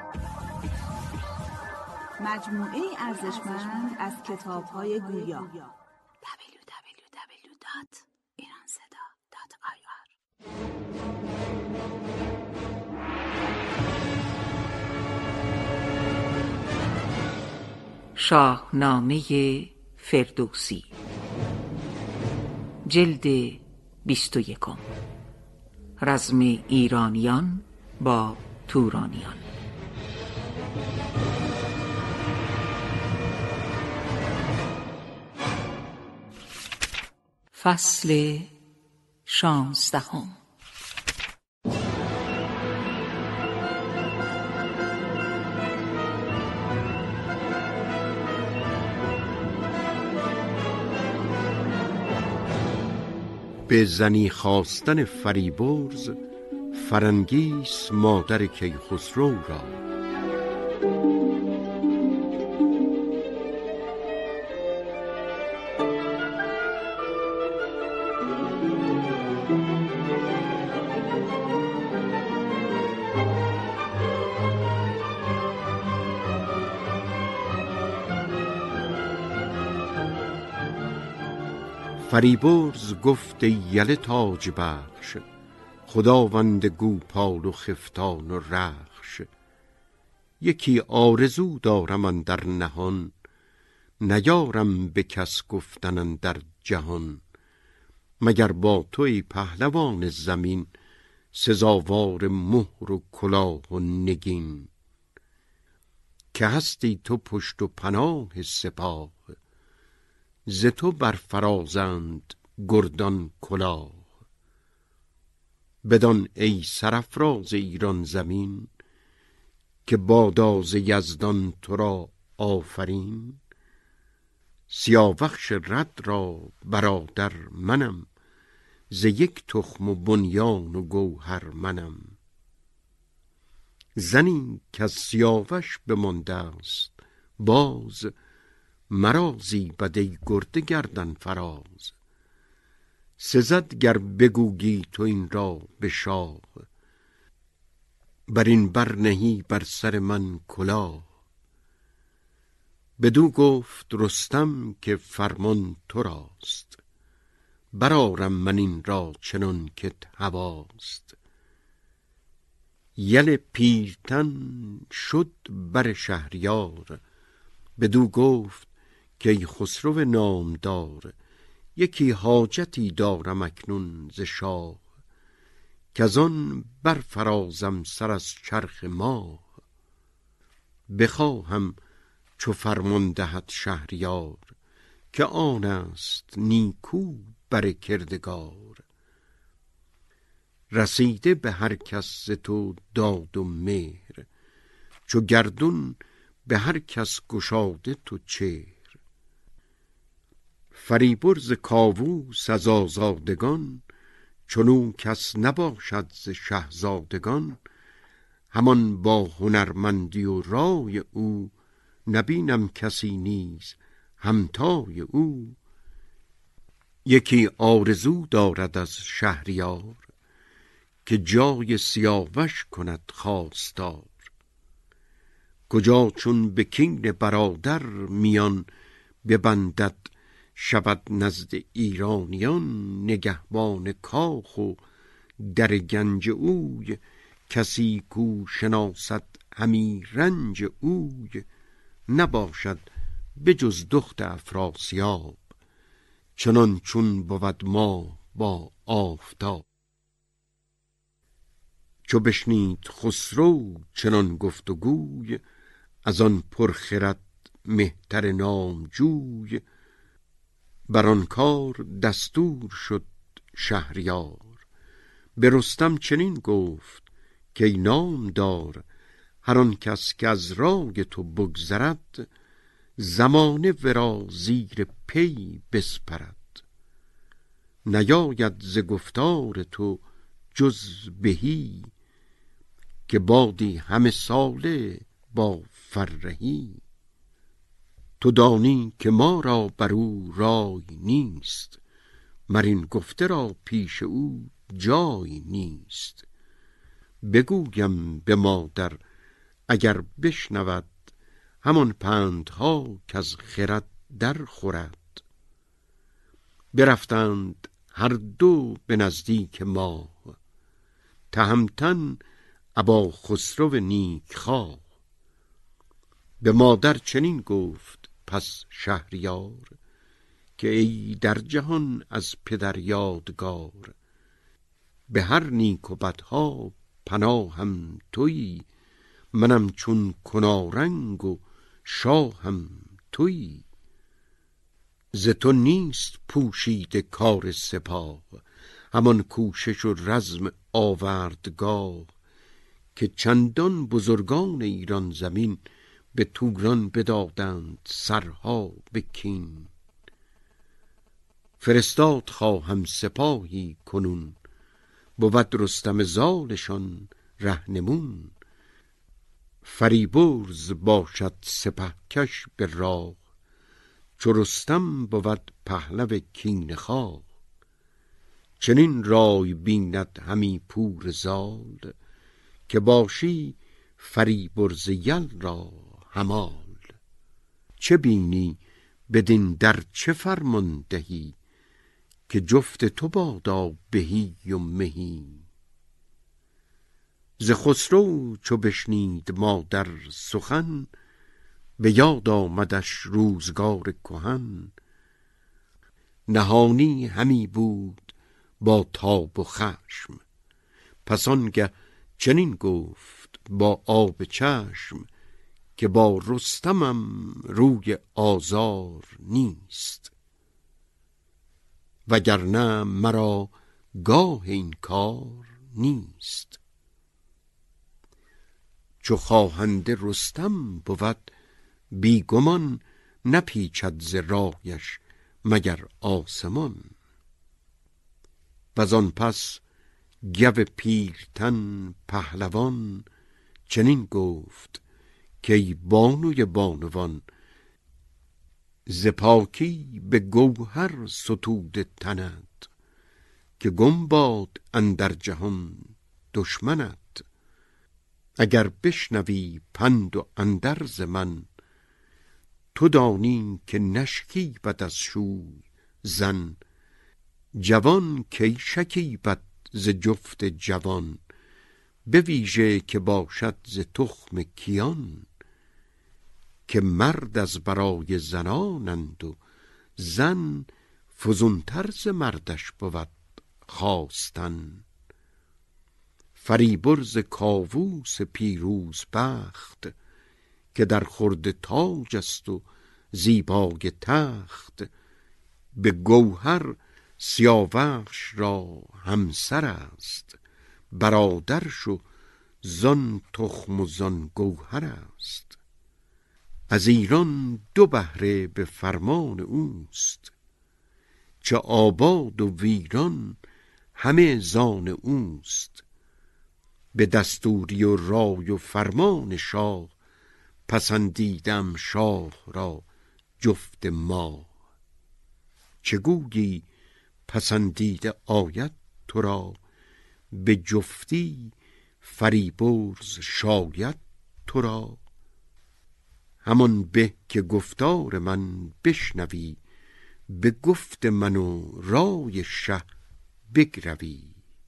مجموعه ارزشمند از کتاب‌های گویا. دبلیو دبلیو دبلیو دات ایران صدا دات آی آر. شاهنامه فردوسی جلد بیست و یکم. رزم ایرانیان با تورانیان. فصل شانزدهم. به زنی خواستن فریبرز فرنگیس مادر کیخسرو را. فریبرز گفت ای یل تاج بخش، خداوند گوپال و خفتان و رخش. یکی آرزو دارم اندر نهان، نیارم به کس گفتن اندر جهان. مگر با تو ای پهلوان زمین، سزاوار مهر و کلاه و نگین. که هستی تو پشت و پناه سپاه، ز تو برفرازند گردان کلاه. بدان ای سرافراز ایران زمین، که بادا ز یزدان تو را آفرین. سیاوخش رد را برادر منم، ز یک تخم و بنیان و گوهر منم. زنی کز سیاوش بمانده است باز، مرا زیبد ای گرد گردن فراز. سزد گر بگویی تو این را به شاه، بر این بر نهی بر سر من کلاه. بدو گفت رستم که فرمان تو راست، برآرم من این را چنان که هواست. یل پیلتن شد بر شهریار، بدو گفت که ای خسرو نامدار. یکی حاجتی دارم اکنون ز شاه، کزان برفرازم سر از چرخ ماه. بخواهم چو فرمان دهد شهریار، که آن است نیکو بر کردگار. رسیده به هر کس ز تو داد و مهر، چو گردون به هر کس گشاده تو چهر. فریبرز کاووس از آزادگان، چنو کس نباشد ز شهزادگان. همان با هنرمندی و رای او، نبینم کسی نیز همتای او. یکی آرزو دارد از شهریار، که جای سیاوش کند خواستار. کجا چون به کین برادر میان ببندد، شود نزد ایرانیان نگهبان کاخ و در گنج اوی. کسی کو شناسد همی رنج اوی، نباشد به جز دخت افراسیاب. چنان چون بود ماه با آفتاب. چو بشنید خسرو چنان گفت و گوی، از آن پرخرد مهتر نامجوی. بر آن کار دستور شد شهریار، به رستم چنین گفت که ای نامدار. هر آن کس که از رای تو بگذرد، زمانه ورا زیر پی بسپرد. نیاید ز گفتار تو جز بهی، که بادی همه ساله با فرهی. تو دانی که ما را بر او رای نیست، مر این گفته را پیش او جای نیست. بگویم به مادر اگر بشنود، همان پندها که از خرد در خورد. برفتند هر دو به نزدیک ماه، تهمتن ابا خسرو نیک خواه. به مادر چنین گفت پس شهریار، که ای در جهان از پدر یادگار. به هر نیک و بدها پناهم تویی، منم چون کنارنگ و شاهم تویی. ز تو نیست پوشیده کار سپاه، همان کوشش و رزم آوردگاه. که چندان بزرگان ایران زمین، به توران بدادند سرها به کین. فرستاد خواهم سپاهی کنون، بود رستم زالشان رهنمون. فریبرز باشد سپهکش به راه، چو رستم بود پهلو کینه خواه. چنین رای بیند همی پور زال، که باشی فریبرز یل را همال. چه بینی بدین در چه فرمان دهی، که جفت تو بادا بهی و مهی. ز خسرو چو بشنید مادر سخن، به یاد آمدش روزگار کهن. نهانی همی بود با تاب و خشم، پس آنگه چنین گفت با آب چشم. که با رستمم روی آزار نیست، وگرنه مرا گاه این کار نیست. چو خواهنده رستم بود بی گمان، نپیچد ز رایش مگر آسمان. وزان پس گو پیلتن پهلوان، چنین گفت که ای بانوی بانوان. ز پاکی به گوهر ستوده تنت، که گم باد اندر جهان دشمنت. اگر بشنوی پند و اندرز من، تو دانی که نشکیبد از شوی زن. جوان کی شکیبد ز جفت جوان، به ویژه که باشد ز تخم کیان. که مرد از برای زنانند و زن، فزونتر ز مردش بود خواستن. فریبرز کاووس پیروز بخت، که در خورد تاج است و زیبای تخت. به گوهر سیاوخش را همسر است، برادرش و زان تخم و زان گوهر است. از ایران دو بهره به فرمان اوست، چه آباد و ویران همه زان اوست. به دستوری و رای و فرمان شاه، پسندیدم شاه را جفت ما. چه گویی پسندیده آید تو را، به جفتی فریبرز شاید تو را. همان به که گفتار من بشنوی، به گفت من و رای شه بگروی.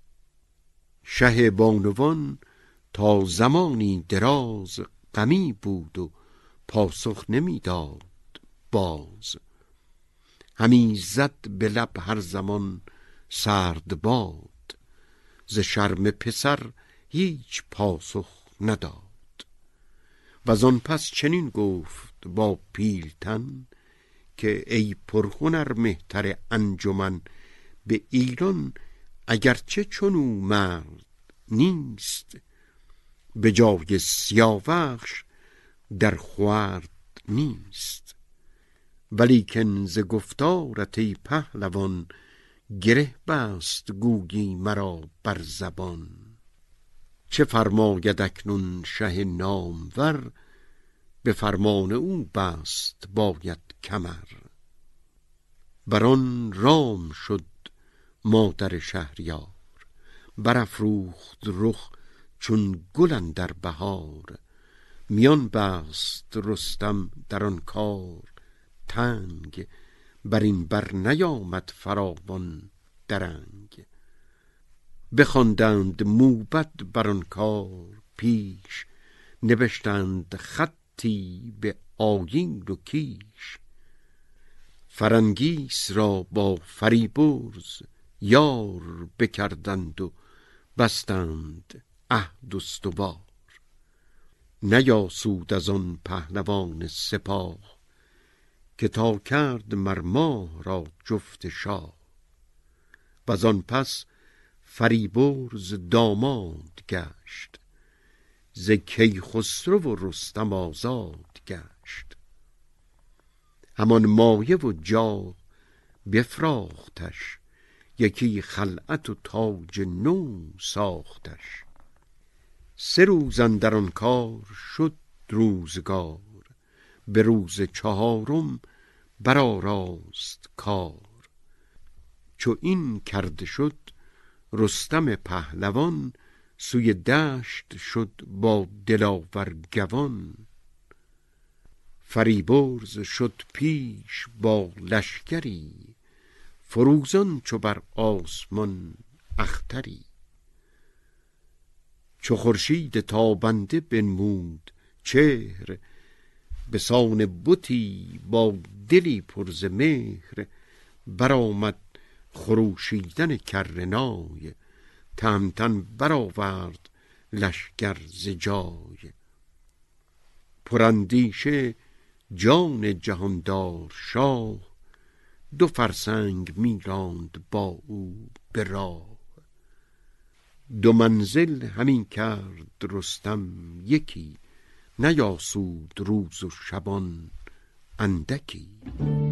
شه بانوان تا زمانی دراز، غمی بود و پاسخ نمیداد باز. همی زد به لب هر زمان سرد باد، ز شرم پسر هیچ پاسخ نداد. وزان پس چنین گفت با پیلتن، که ای پرهنر مهتر انجمن. به ایران اگرچه چنو مرد نیست، به جای سیاوخش در خورد نیست. ولیکن ز گفتارت ای پهلوان، گره بست گویی مرا بر زبان. چه فرماید اکنون شه نامور، به فرمان او بست باید کمر. بران رام شد مادر شهریار، برافروخت رخ چون گل اندر بهار. میان بست رستم در آن کار تنگ، بر این بر نیامد فراوان درنگ. بخواندند موبد بر آن کار پیش، نوشتند خطی به آیین و کیش. فرنگیس را با فریبرز یار بکردند و بستند عهد استوار. نیاسود از آن پهلوان سپاه، که تا کرد مر ماه را جفت شاه. وز آن پس فریبرز داماد گشت، ز کیخسرو و رستم آزاد گشت. همان مایه و جاه بفراختش، یکی خلعت و تاج نو ساختش. سه روز اندر آن کار شد روزگار، به روز چهارم برآراست کار. چو این کرده شد رستم پهلوان، سوی دشت شد با دلاور گوان. فریبرز شد پیش با لشکری، فروزان چو بر آسمان اختری. چو خورشید تابنده بنمود چهر، به سان بتی با دلی پر ز مهر. برآمد خروشیدن کرنای، تهمتن برآورد لشکر ز جای. پراندیشه جان جهاندار شاه، دو فرسنگ میراند با او به راه. دو منزل همین کرد رستم یکی، نیاسود روز و شبان اندکی.